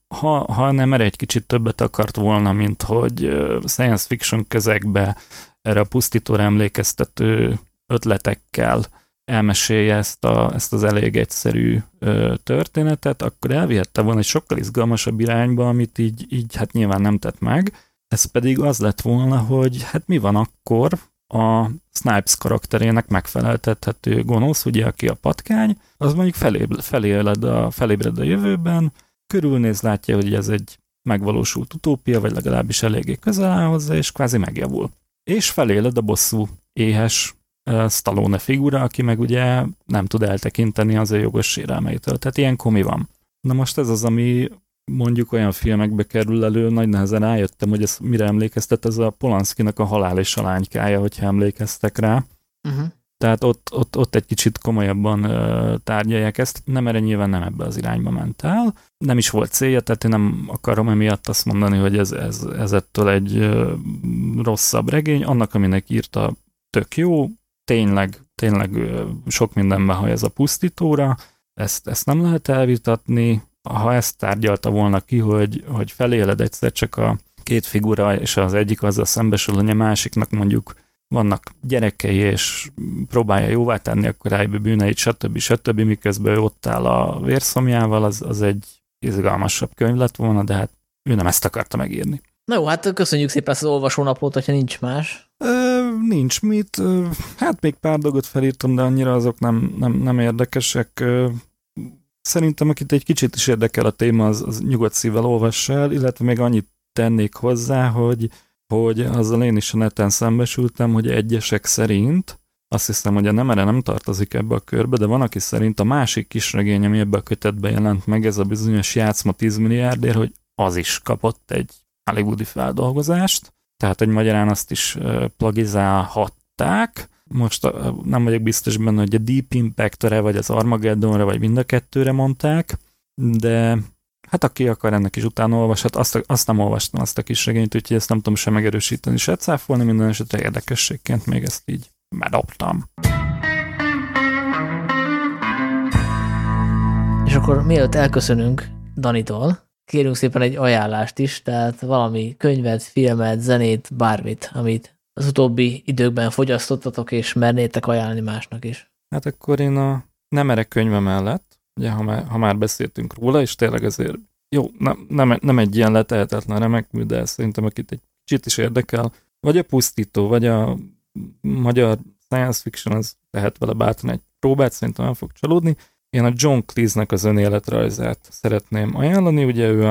ha nem erre egy kicsit többet akart volna, mint hogy science fiction közegbe erre a pusztítóra emlékeztető ötletekkel elmesélje ezt az elég egyszerű történetet, akkor elvihette volna egy sokkal izgalmasabb irányba, amit így hát nyilván nem tett meg. Ez pedig az lett volna, hogy hát mi van akkor a Snipes karakterének megfeleltethető gonosz, ugye, aki a patkány, az mondjuk felébred a jövőben, körülnéz, látja, hogy ez egy megvalósult utópia, vagy legalábbis eléggé közel áll hozzá, és kvázi megjavul. És feléled a bosszú éhes Stallone figura, aki meg ugye nem tud eltekinteni az ő jogos sérelmeitől. Tehát ilyen komi van. Na most ez az, ami mondjuk olyan filmekbe kerül elő, nagy nehezen rájöttem, hogy ez mire emlékeztet, ez a Polanskinak a Halál és a lánykkája, hogyha emlékeztek rá. Uh-huh. Tehát ott egy kicsit komolyabban tárgyalják ezt. Nem, erre nyilván nem ebbe az irányba ment el. Nem is volt célja, tehát én nem akarom emiatt azt mondani, hogy ez ettől egy rosszabb regény. Annak, aminek írta, tök jó, tényleg sok mindenben haj ez a pusztítóra, ezt nem lehet elvitatni. Ha ezt tárgyalta volna ki, hogy feléled egyszer csak a két figura, és az egyik azzal szembesül, hogy a másiknak mondjuk vannak gyerekei, és próbálja jóvá tenni akkor rájövő bűneit, stb. Miközben ő ott áll a vérszomjával, az egy izgalmasabb könyv lett volna, de hát ő nem ezt akarta megírni. Na jó, hát köszönjük szépen ezt az olvasónapot, hogyha nincs más. Nincs mit. Hát még pár dolgot felírtam, de annyira azok nem érdekesek. Szerintem, akit egy kicsit is érdekel a téma, az nyugodt szívvel olvassa el, illetve még annyit tennék hozzá, hogy azzal én is a neten szembesültem, hogy egyesek szerint, azt hiszem, hogy a Nemere nem tartozik ebbe a körbe, de van, aki szerint a másik kisregény, ami ebbe a kötetbe jelent meg, ez a bizonyos Játszma 10 milliárdért, hogy az is kapott egy hollywoodi feldolgozást, tehát hogy magyarán azt is plagizálhatták. Most nem vagyok biztos benne, hogy a Deep Impact-re, vagy az Armageddonra, vagy mind a kettőre mondták, de hát aki akar, ennek is utána olvashat. Azt nem olvastam, azt a kis regényt, úgyhogy ezt nem tudom sem megerősíteni, se cáfolni, minden esetre érdekességként még ezt így bedobtam. És akkor mielőtt elköszönünk Danitól, kérünk szépen egy ajánlást is, tehát valami könyvet, filmet, zenét, bármit, amit az utóbbi időkben fogyasztottatok, és mernétek ajánlani másnak is. Hát akkor én a Nemere könyve mellett, ugye ha már beszéltünk róla, és tényleg azért jó, nem egy ilyen letehetetlen remek mű, de szerintem akit egy kicsit is érdekel, vagy a pusztító, vagy a magyar science fiction, az tehet vele bátran egy próbát, szerintem nem fog csalódni. Én a John Cleese-nek az önéletrajzát szeretném ajánlani, ugye ő a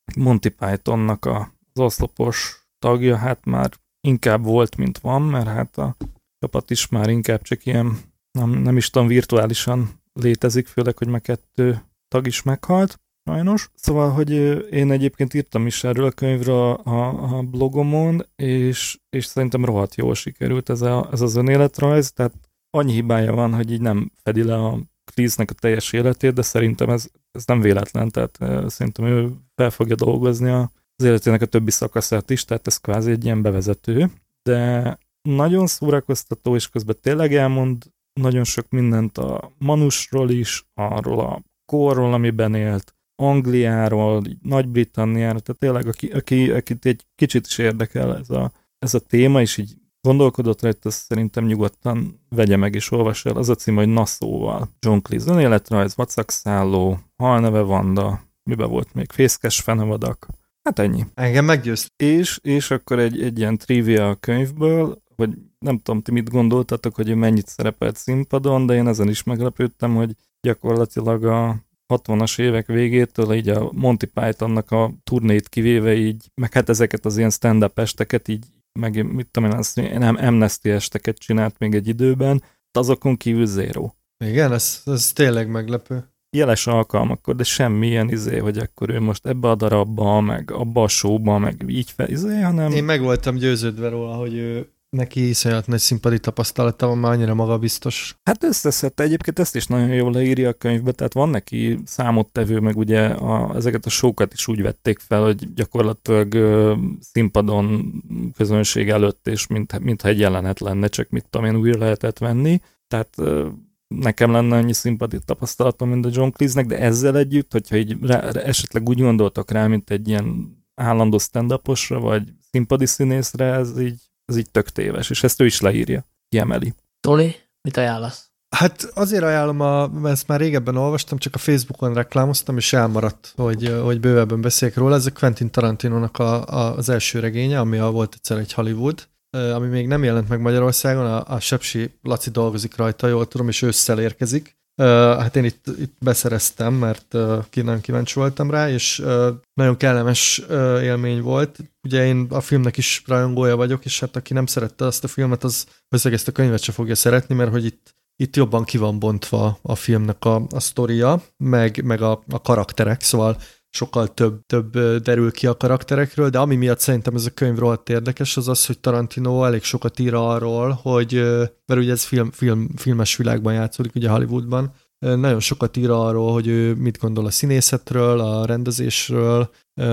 Monty Pythonnak az oszlopos tagja, hát már inkább volt, mint van, mert hát a csapat is már inkább csak ilyen, nem is tudom, virtuálisan létezik, főleg, hogy már 2 tag is meghalt, sajnos. Szóval, hogy én egyébként írtam is erről a könyvről a blogomon, és szerintem rohadt jól sikerült ez az önéletrajz, tehát annyi hibája van, hogy így nem fedi le a Cleese-nek a teljes életét, de szerintem ez nem véletlen, tehát szerintem ő fel fogja dolgozni az életének a többi szakaszát is, tehát ez kvázi egy ilyen bevezető, de nagyon szórakoztató, és közben tényleg elmond nagyon sok mindent a Manusról is, arról a korról, amiben élt, Angliáról, Nagy-Britanniáról, tehát tényleg akit egy kicsit is érdekel ez a téma, és így gondolkodott rajta, azt szerintem nyugodtan vegye meg és olvassa el. Az a cím, hogy Nassauval. John Cleese önéletrajz, vacakszálló, halneve Vanda, miben volt még, fészkes fenevadak. Hát ennyi. Engem meggyőzt. És akkor egy ilyen trivia a könyvből, hogy nem tudom, ti mit gondoltatok, hogy ő mennyit szerepelt színpadon, de én ezen is meglepődtem, hogy gyakorlatilag a 60-as évek végétől így a Monty Pythonnak a turnét kivéve így, meg hát ezeket az ilyen stand-up esteket így, meg mit tudom én, azt nem Amnesty esteket csinált még egy időben, azokon kívül zéró. Igen, ez tényleg meglepő. Jeles alkalmakkor, de semmilyen hogy akkor ő most ebbe a darabba, meg abba a showba, meg így hanem... Én meg voltam győződve róla, hogy ő neki iszonyat nagy színpadi tapasztalata van, már annyira magabiztos. Hát összeszedte egyébként, ezt is nagyon jól leírja a könyvbe, tehát van neki számottevő, meg ugye ezeket a show-kat is úgy vették fel, hogy gyakorlatilag színpadon közönség előtt, és mintha egy jelenet lenne, csak mit tudom én, újra lehetett venni. Tehát nekem lenne annyi színpadi tapasztalatom, mint a John Cleese-nek, de ezzel együtt, hogyha így esetleg úgy gondoltak rá, mint egy ilyen állandó stand-uposra, vagy színpadi színészre, ez így tök téves, és ezt ő is leírja, kiemeli. Toli, mit ajánlasz? Hát azért ajánlom, mert ezt már régebben olvastam, csak a Facebookon reklámoztam, és elmaradt, hogy bővebben beszéljek róla. Ez a Quentin Tarantinónak az első regénye, ami volt egyszer egy Hollywood, ami még nem jelent meg Magyarországon, a Sepsi Laci dolgozik rajta, jól tudom, és ősszel érkezik. Hát én itt beszereztem, mert nagyon kíváncsi voltam rá, és nagyon kellemes élmény volt. Ugye én a filmnek is rajongója vagyok, és hát aki nem szerette azt a filmet, az valószínűleg ezt a könyvet se fogja szeretni, mert hogy itt jobban ki van bontva a filmnek a sztoria, meg a karakterek, szóval sokkal több derül ki a karakterekről, de ami miatt szerintem ez a könyv rohadt érdekes, az az, hogy Tarantino elég sokat ír arról, hogy, mert ugye ez filmes világban játszódik, ugye Hollywoodban, nagyon sokat ír arról, hogy ő mit gondol a színészetről, a rendezésről,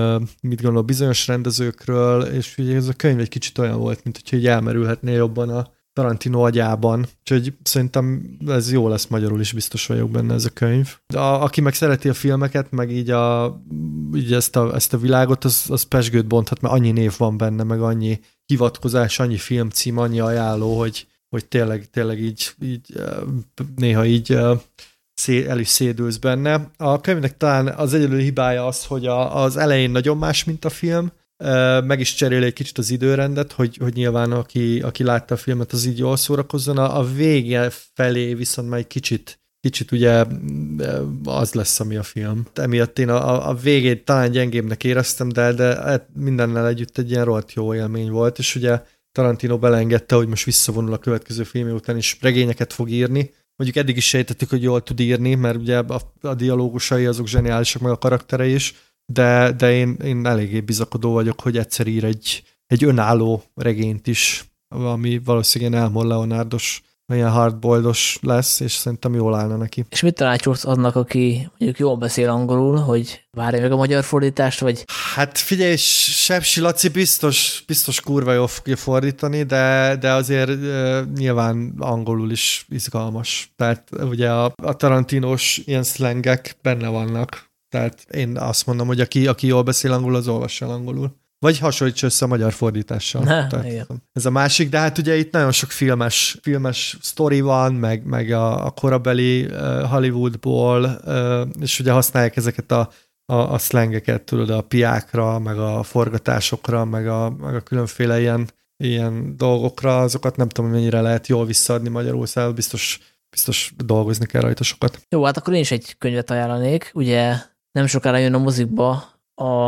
mit gondol bizonyos rendezőkről, és ugye ez a könyv egy kicsit olyan volt, mint hogyha így elmerülhetné jobban a Tarantino agyában. Úgyhogy szerintem ez jó lesz magyarul is, biztos vagyok benne ez a könyv. De aki meg szereti a filmeket, meg így ezt a világot, az pezsgőt bonthat, mert annyi név van benne, meg annyi hivatkozás, annyi filmcím, annyi ajánló, hogy tényleg így néha így el is szédülsz benne. A könyvnek talán az egyedül hibája az, hogy az elején nagyon más, mint a film, meg is cserél egy kicsit az időrendet, hogy nyilván aki látta a filmet, az így jól szórakozzon. A vége felé viszont már egy kicsit ugye az lesz, ami a film. Emiatt én a végét talán gyengébbnek éreztem, de mindennel együtt egy ilyen rohadt jó élmény volt, és ugye Tarantino belengedte, hogy most visszavonul a következő filmje után, és regényeket fog írni. Mondjuk eddig is sejtettük, hogy jól tud írni, mert ugye a dialógusai azok zseniálisak, meg a karakterei is, de én eléggé bizakodó vagyok, hogy egyszer ír egy önálló regényt is, ami valószínűleg Elmore Leonardos, ilyen hardboildos lesz, és szerintem jól állna neki. És mit tanácsolsz annak, aki mondjuk jól beszél angolul, hogy várja meg a magyar fordítást, vagy? Hát figyelj, Sepsi Laci biztos kurva jól fogja fordítani, de azért nyilván angolul is izgalmas. Tehát ugye a Tarantinos ilyen szlengek benne vannak. Tehát én azt mondom, hogy aki jól beszél angolul, az olvassa el angolul. Vagy hasonlíts össze a magyar fordítással. Ez a másik, de hát ugye itt nagyon sok filmes sztori van, meg a korabeli Hollywoodból, és ugye használják ezeket a szlengeket, tudod, a piákra, meg a forgatásokra, meg a különféle ilyen dolgokra, azokat nem tudom, mennyire lehet jól visszaadni magyarul, szóval biztos dolgozni kell rajta sokat. Jó, hát akkor én is egy könyvet ajánlanék. Ugye nem sokára jön a mozikba a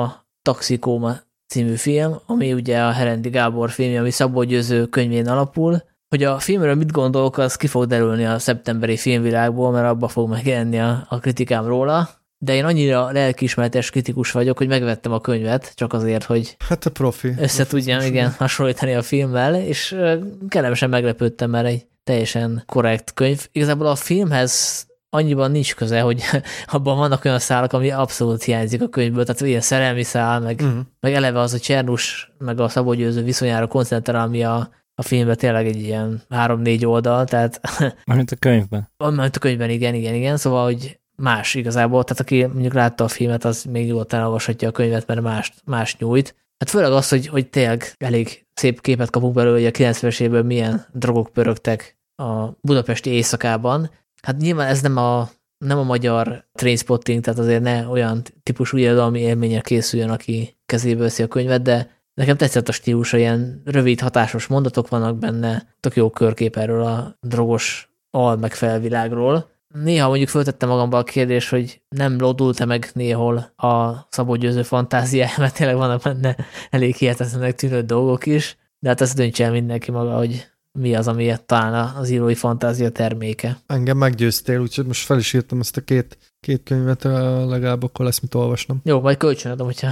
Taxikóma című film, ami ugye a Herendi Gábor filmje, ami Szabó Győző könyvén alapul. Hogy a filmről mit gondolok, az ki fog derülni a szeptemberi filmvilágból, mert abba fog megjelenni a kritikám róla. De én annyira lelkiismeretes kritikus vagyok, hogy megvettem a könyvet, csak azért, hogy hát a profi. Összetudjam, igen, hasonlítani a filmmel, és kellemesen meglepődtem, mert egy teljesen korrekt könyv. Igazából a filmhez annyiban nincs köze, hogy abban vannak olyan szálak, ami abszolút hiányzik a könyvből, tehát ilyen szerelmi szál, meg eleve az a Csernus, meg a Szabó Győző viszonyára koncentrál, ami a filmben tényleg egy ilyen 3-4 oldal, tehát... Mármint a könyvben. Mármint a könyvben, igen, szóval, hogy más igazából, tehát aki mondjuk látta a filmet, az még nyugodtan elolvashatja a könyvet, mert más nyújt. Hát főleg az, hogy tényleg elég szép képet kapunk belőle, hogy a 90-es években milyen drogok pörögtek a budapesti éjszakában. Hát nyilván ez nem a magyar Trainspotting, tehát azért ne olyan típusú irodalmi élménye készüljön, aki kezébe veszi a könyvet, de nekem tetszett a stílusa, ilyen rövid, hatásos mondatok vannak benne, tök jó körkép erről a drogos almegfelvilágról. Néha mondjuk föltettem magamba a kérdést, hogy nem lódult-e meg néhol a Szabó Győző fantáziája, mert tényleg vannak benne elég hihetetlenek tűnő dolgok is, de hát ezt döntse el mindenki maga, hogy mi az, ami talán az írói fantázia terméke. Engem meggyőztél, úgyhogy most fel is írtam ezt a két könyvet, legalább akkor lesz mit olvasnom. Jó, majd kölcsönadom, hogyha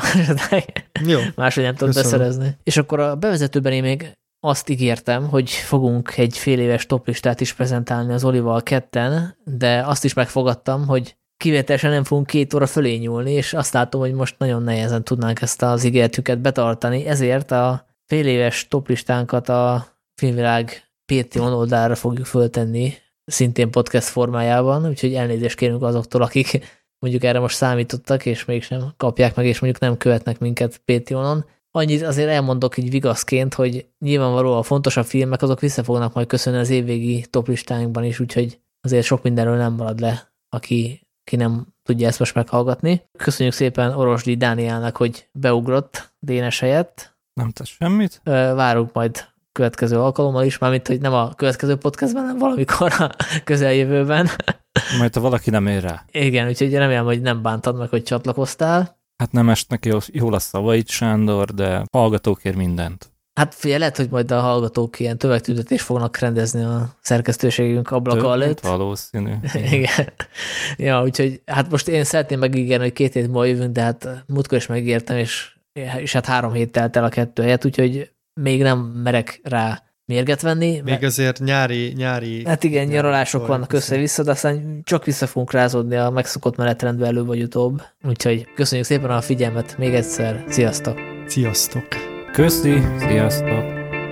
jó, máshogy nem tudod beszerezni. És akkor a bevezetőben én még azt ígértem, hogy fogunk egy fél éves toplistát is prezentálni az Olival ketten, de azt is megfogadtam, hogy kivételesen nem fogunk 2 óra fölé nyúlni, és azt látom, hogy most nagyon nehezen tudnánk ezt az ígéretünket betartani, ezért a fél éves toplistánkat a Filmvilág Patreon oldalra fogjuk föltenni, szintén podcast formájában, úgyhogy elnézést kérünk azoktól, akik mondjuk erre most számítottak, és mégsem kapják meg, és mondjuk nem követnek minket Patreonon. Annyit azért elmondok így vigaszként, hogy nyilvánvalóan fontosabb filmek, azok vissza fognak majd köszönni az évvégi toplistáinkban is, úgyhogy azért sok mindenről nem marad le, aki nem tudja ezt most meghallgatni. Köszönjük szépen Orosdi Dánielnek, hogy beugrott Dénes helyett. Nem tesz semmit. Várunk majd következő alkalommal is, mármint, hogy nem a következő podcastben, hanem valamikor a közeljövőben. Majd ha valaki nem ér rá. Igen, úgyhogy remélem, hogy nem bántad meg, hogy csatlakoztál. Hát nem esnek jól a szavait, Sándor, de hallgatókért mindent. Hát figyelj, lehet, hogy majd a hallgatók ilyen tömegtüntetést fognak rendezni a szerkesztőségünk ablaka előtt. Valószínű. Igen. Ja, úgyhogy hát most én szeretném megígérni, hogy 2 hét múlva jövünk, de hát múltkor is megígértem, és hát 3 hét telt el a 2 helyet, úgyhogy még nem merek rá mérget venni. Még azért nyári... Hát igen, nyaralások vannak össze-vissza, de aztán csak vissza fogunk rázódni a megszokott menetrendbe előbb vagy utóbb. Úgyhogy köszönjük szépen a figyelmet még egyszer. Sziasztok! Sziasztok! Köszi! Sziasztok!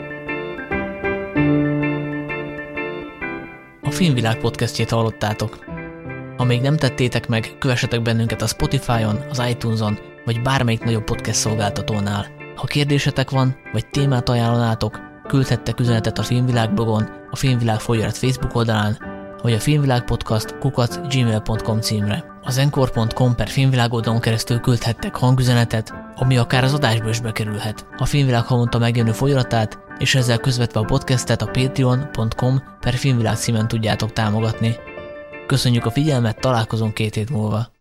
A Filmvilág podcastjét hallottátok. Ha még nem tettétek meg, kövessetek bennünket a Spotify-on, az iTunes-on, vagy bármelyik nagyobb podcast szolgáltatónál. Ha kérdésetek van, vagy témát ajánlanátok, küldhettek üzenetet a Filmvilág blogon, a Filmvilág folyarat Facebook oldalán, vagy a filmvilágpodcast@gmail.com címre. Az encore.com/filmvilág oldalon keresztül küldhettek hangüzenetet, ami akár az adásba is bekerülhet. A Filmvilág havonta megjelenő folyaratát, és ezzel közvetve a podcastet a patreon.com/filmvilág címen tudjátok támogatni. Köszönjük a figyelmet, találkozunk 2 hét múlva.